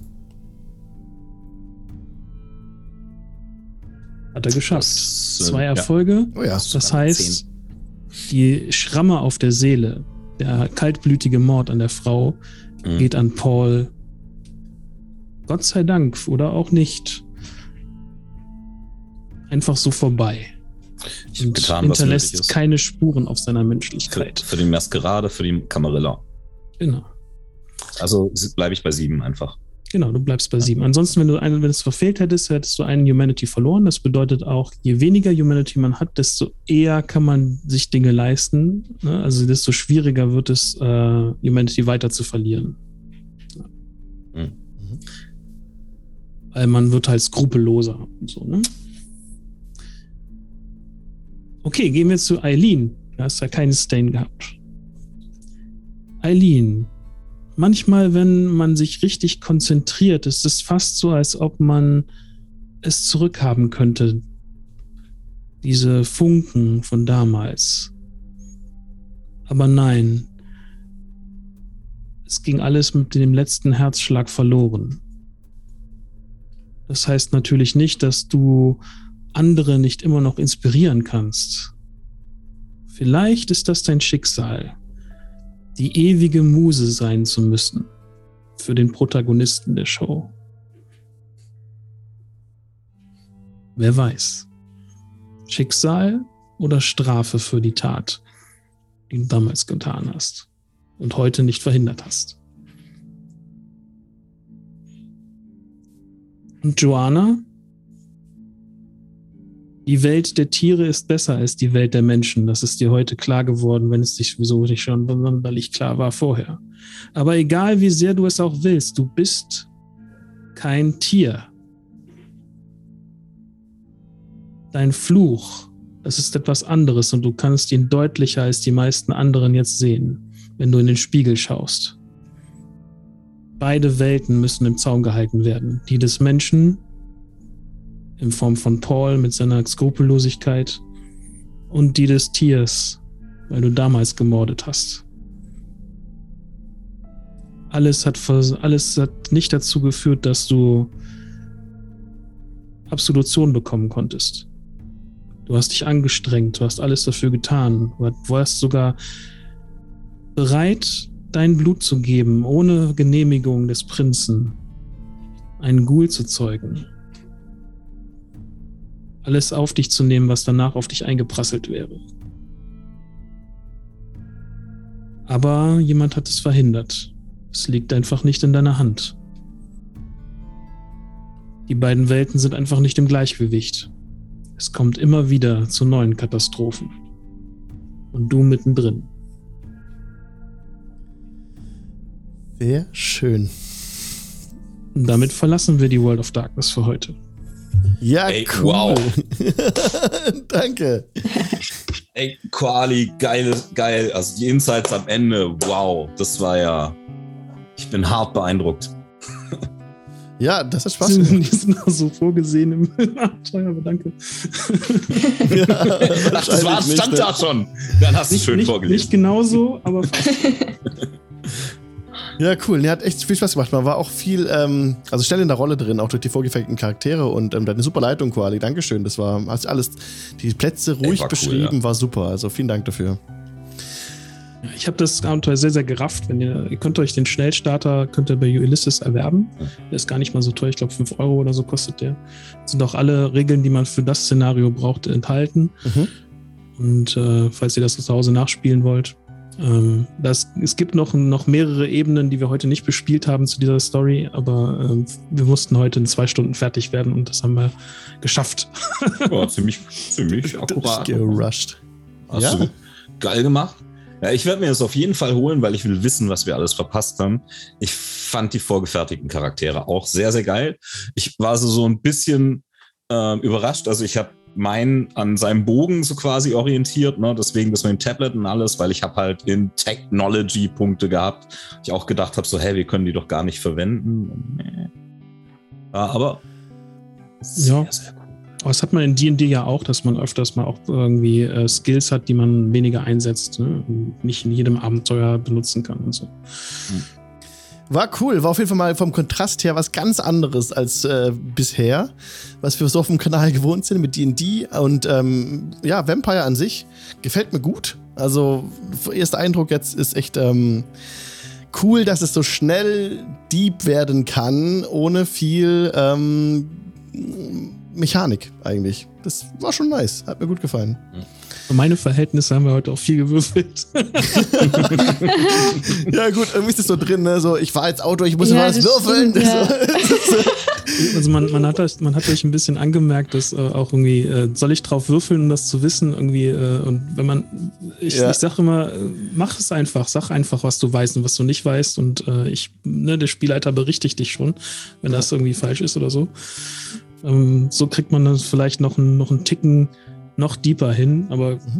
Hat er geschafft. Das, äh, zwei ja. Erfolge. Oh ja. Das heißt, die Schramme auf der Seele, der kaltblütige Mord an der Frau, mhm. geht an Paul. Gott sei Dank, oder auch nicht. Einfach so vorbei. Ich habe Und getan, was nötig hinterlässt ist. keine Spuren auf seiner Menschlichkeit. Für, für die Maskerade, für die Camarilla. Genau. Also bleibe ich bei sieben einfach. Genau, du bleibst bei sieben. Ansonsten, wenn du einen, wenn es verfehlt hättest, hättest du einen Humanity verloren. Das bedeutet auch, je weniger Humanity man hat, desto eher kann man sich Dinge leisten. Ne? Also desto schwieriger wird es, äh, Humanity weiter zu verlieren. Ja. Mhm. Weil man wird halt skrupelloser und so, ne? Okay, gehen wir zu Eileen. Du hast ja keinen Stain gehabt. Eileen, manchmal, wenn man sich richtig konzentriert, ist es fast so, als ob man es zurückhaben könnte. Diese Funken von damals. Aber nein. Es ging alles mit dem letzten Herzschlag verloren. Das heißt natürlich nicht, dass du andere nicht immer noch inspirieren kannst. Vielleicht ist das dein Schicksal, die ewige Muse sein zu müssen für den Protagonisten der Show. Wer weiß. Schicksal oder Strafe für die Tat, die du damals getan hast und heute nicht verhindert hast. Und Joanna? Die Welt der Tiere ist besser als die Welt der Menschen. Das ist dir heute klar geworden, wenn es dich sowieso nicht schon sonderlich klar war vorher. Aber egal, wie sehr du es auch willst, du bist kein Tier. Dein Fluch, das ist etwas anderes und du kannst ihn deutlicher als die meisten anderen jetzt sehen, wenn du in den Spiegel schaust. Beide Welten müssen im Zaum gehalten werden. Die des Menschen in Form von Paul mit seiner Skrupellosigkeit und die des Tiers, weil du damals gemordet hast. Alles hat, alles hat nicht dazu geführt, dass du Absolution bekommen konntest. Du hast dich angestrengt, du hast alles dafür getan. Du warst sogar bereit, dein Blut zu geben, ohne Genehmigung des Prinzen, einen Ghoul zu zeugen. Alles auf dich zu nehmen, was danach auf dich eingeprasselt wäre. Aber jemand hat es verhindert. Es liegt einfach nicht in deiner Hand. Die beiden Welten sind einfach nicht im Gleichgewicht. Es kommt immer wieder zu neuen Katastrophen. Und du mittendrin. Sehr schön. Und damit verlassen wir die World of Darkness für heute. Ja, Ey, cool. wow. Danke. Ey, Koali, geil, geil. Also die Insights am Ende, wow. Das war ja... Ich bin hart beeindruckt. Ja, das ist Spaß. Die sind auch so vorgesehen im Abenteuer, aber danke. Ja, Ach, das war, stand nicht, da schon. Dann hast du es schön nicht, vorgelesen. Nicht genauso, aber fast. Ja, cool. Nee, hat echt viel Spaß gemacht. Man war auch viel, ähm, also schnell in der Rolle drin, auch durch die vorgefertigten Charaktere und ähm, deine super Leitung, Koali. Dankeschön. Das war, hast alles, die Plätze ruhig war cool, beschrieben, ja. war super. Also vielen Dank dafür. Ich habe das Abenteuer sehr, sehr gerafft. Wenn ihr, ihr könnt euch den Schnellstarter könnt ihr bei Ulysses erwerben. Der ist gar nicht mal so teuer. Ich glaube, fünf Euro oder so kostet der. Es sind auch alle Regeln, die man für das Szenario braucht, enthalten. Mhm. Und äh, falls ihr das zu Hause nachspielen wollt. Ähm, das, es gibt noch, noch mehrere Ebenen, die wir heute nicht bespielt haben zu dieser Story, aber ähm, wir mussten heute in zwei Stunden fertig werden und das haben wir geschafft. Ja, ziemlich, ziemlich akkurat. Gerusht. Hast ja. du geil gemacht. Ja, ich werde mir das auf jeden Fall holen, weil ich will wissen, was wir alles verpasst haben. Ich fand die vorgefertigten Charaktere auch sehr, sehr geil. Ich war so, so ein bisschen äh, überrascht. Also ich habe meinen an seinem Bogen so quasi orientiert, ne? Deswegen das mit dem Tablet und alles, weil ich habe halt in Technology Punkte gehabt. Ich auch gedacht habe, so, hey, wir können die doch gar nicht verwenden. Nee. Ja, aber sehr, ja. sehr cool. Aber das hat man in D und D ja auch, dass man öfters mal auch irgendwie äh, Skills hat, die man weniger einsetzt, ne? Und nicht in jedem Abenteuer benutzen kann und so. Hm. War cool, war auf jeden Fall mal vom Kontrast her was ganz anderes als äh, bisher, was wir so auf dem Kanal gewohnt sind mit D und D und ähm, ja, Vampire an sich gefällt mir gut. Also erster Eindruck jetzt ist echt ähm, cool, dass es so schnell deep werden kann, ohne viel ähm, Mechanik eigentlich. Das war schon nice, hat mir gut gefallen. Für meine Verhältnisse haben wir heute auch viel gewürfelt. Ja gut, irgendwie ist das so drin, ne? So, ich war jetzt Auto, ich muss Ja, mal was das würfeln. stimmt, ja. Also man, man, hat, euch, man hat euch ein bisschen angemerkt, dass äh, auch irgendwie, äh, soll ich drauf würfeln, um das zu wissen? Irgendwie, äh, und wenn man, ich, Ja. ich sag immer, äh, mach es einfach, sag einfach, was du weißt und was du nicht weißt. Und äh, ich, ne, der Spielleiter berichtigt dich schon, wenn das irgendwie falsch ist oder so. Ähm, so kriegt man das vielleicht noch, noch einen Ticken noch deeper hin, aber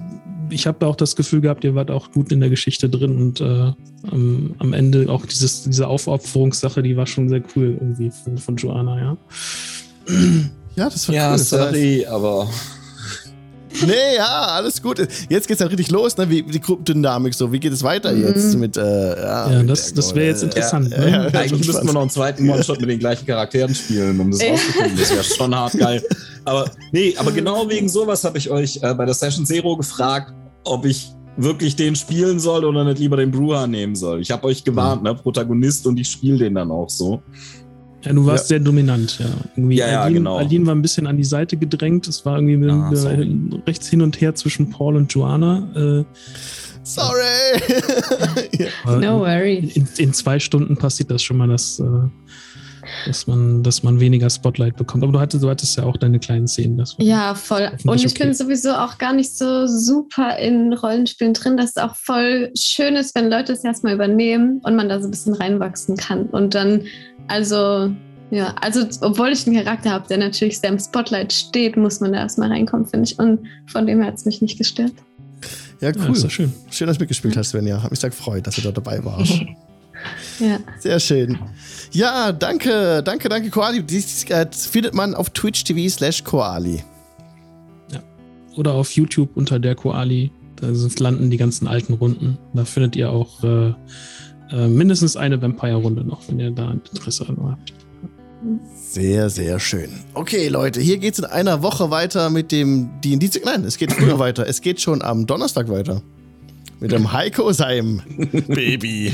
ich habe auch das Gefühl gehabt, ihr wart auch gut in der Geschichte drin und äh, am, am Ende auch dieses, diese Aufopferungssache, die war schon sehr cool irgendwie von, von Joanna, ja. Ja, das war ja, cool. sorry, aber... Nee, ja, alles gut. Jetzt geht's dann richtig los, ne? Wie die Gruppendynamik so. Wie geht es weiter Mhm. jetzt mit, äh, ja, Ja, mit das, der- das wäre jetzt interessant. Ja, ne? ja, ja, Eigentlich müssten wir noch einen zweiten One-Shot mit den gleichen Charakteren spielen, um das Ja. rauszufinden. Das wäre schon hart geil. Aber nee, aber genau wegen sowas habe ich euch äh, bei der Session Zero gefragt, ob ich wirklich den spielen soll oder nicht lieber den Bruja nehmen soll. Ich habe euch gewarnt, ne? Protagonist, und ich spiele den dann auch so. Ja, du warst Ja. sehr dominant, ja. Irgendwie Ja, ja, Aline, genau. Aline war ein bisschen an die Seite gedrängt. Es war irgendwie mit, Ah, sorry. äh, rechts hin und her zwischen Paul und Joanna. Äh, Sorry! Ja. aber No worries. in, in zwei Stunden passiert das schon mal, dass, äh, dass, man, dass man weniger Spotlight bekommt. Aber du hattest, du hattest ja auch deine kleinen Szenen. Das war Ja, voll. Hoffentlich Und ich okay. bin sowieso auch gar nicht so super in Rollenspielen drin, dass es auch voll schön ist, wenn Leute es erstmal übernehmen und man da so ein bisschen reinwachsen kann. Und dann, also, ja, also, obwohl ich einen Charakter habe, der natürlich sehr im Spotlight steht, muss man da erstmal reinkommen, finde ich. Und von dem her hat es mich nicht gestört. Ja, Ja, cool. ist doch schön. Schön, dass du mitgespielt hast, Svenja. Hab mich sehr gefreut, dass du dort dabei warst. Ja. Sehr schön. Ja, danke, danke, danke, Koali. Dies äh, findet man auf Twitch T V slash Koali. Oder auf YouTube unter der Koali. Da sind, landen die ganzen alten Runden. Da findet ihr auch äh, äh, mindestens eine Vampire-Runde noch, wenn ihr da Interesse habt. Sehr, sehr schön. Okay, Leute, hier geht's in einer Woche weiter mit dem D und D. Nein, es geht früher weiter. Es geht schon am Donnerstag weiter. Mit dem Heiko seinem Baby.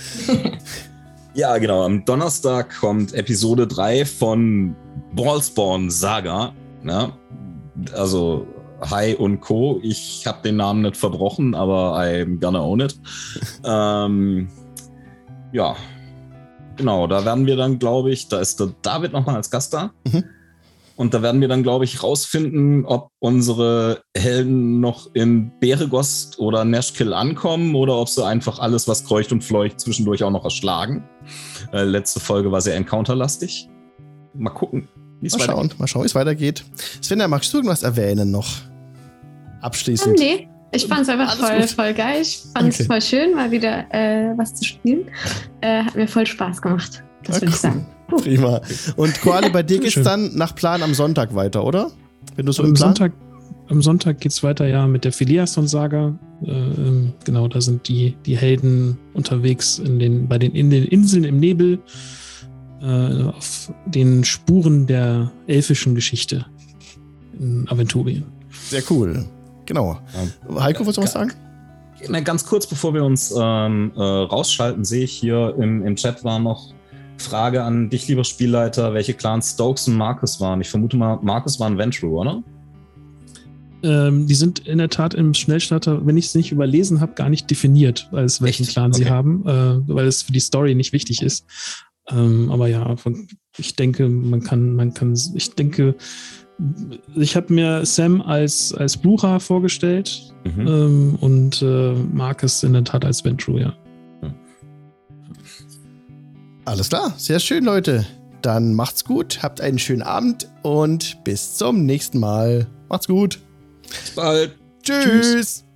Ja, genau. Am Donnerstag kommt Episode drei von Ballspawn Saga. Ja, also Hi und Co. Ich habe den Namen nicht verbrochen, aber I'm gonna own it. ähm, ja, genau. Da werden wir dann, glaube ich, da ist der David nochmal als Gast da. Mhm. Und da werden wir dann, glaube ich, rausfinden, ob unsere Helden noch in Beregost oder Nashkill ankommen oder ob sie einfach alles, was kreucht und fleucht, zwischendurch auch noch erschlagen. Äh, letzte Folge war sehr encounterlastig. Mal gucken, wie es Mal weitergeht. schauen, mal schauen, wie es weitergeht. Svenja, magst du irgendwas erwähnen noch? Ähm, Abschließend. nee, ich fand es einfach Alles voll, gut. voll geil. Ich fand es Okay. voll schön, mal wieder äh, was zu spielen. Äh, hat mir voll Spaß gemacht. Das Ah, würde ich cool. sagen. Prima. Und Koali, bei dir geht's Schön. dann nach Plan am Sonntag weiter, oder? Wenn du so Am im Plan? Sonntag, am Sonntag geht es weiter, ja, mit der Philiasson-Saga. Äh, ähm, genau, da sind die, die Helden unterwegs in den, bei den, in den Inseln im Nebel äh, auf den Spuren der elfischen Geschichte in Aventurien. Sehr cool. Genau. Heiko, wolltest du was sagen? Na, ganz kurz, bevor wir uns ähm, äh, rausschalten, sehe ich hier im, im Chat war noch Frage an dich, lieber Spielleiter, welche Clans Stokes und Marcus waren. Ich vermute mal, Marcus war ein Ventru, oder? Ähm, die sind in der Tat im Schnellstarter, wenn ich es nicht überlesen habe, gar nicht definiert, als welchen Echt? Clan sie Okay. haben, äh, weil es für die Story nicht wichtig ist. Ähm, aber ja, von, ich denke, man kann, man kann, ich denke, ich habe mir Sam als, als Bruja vorgestellt Mhm. ähm, und äh, Marcus in der Tat als Ventru, ja. Alles klar. Sehr schön, Leute. Dann macht's gut, habt einen schönen Abend und bis zum nächsten Mal. Macht's gut. Bis bald. Tschüss.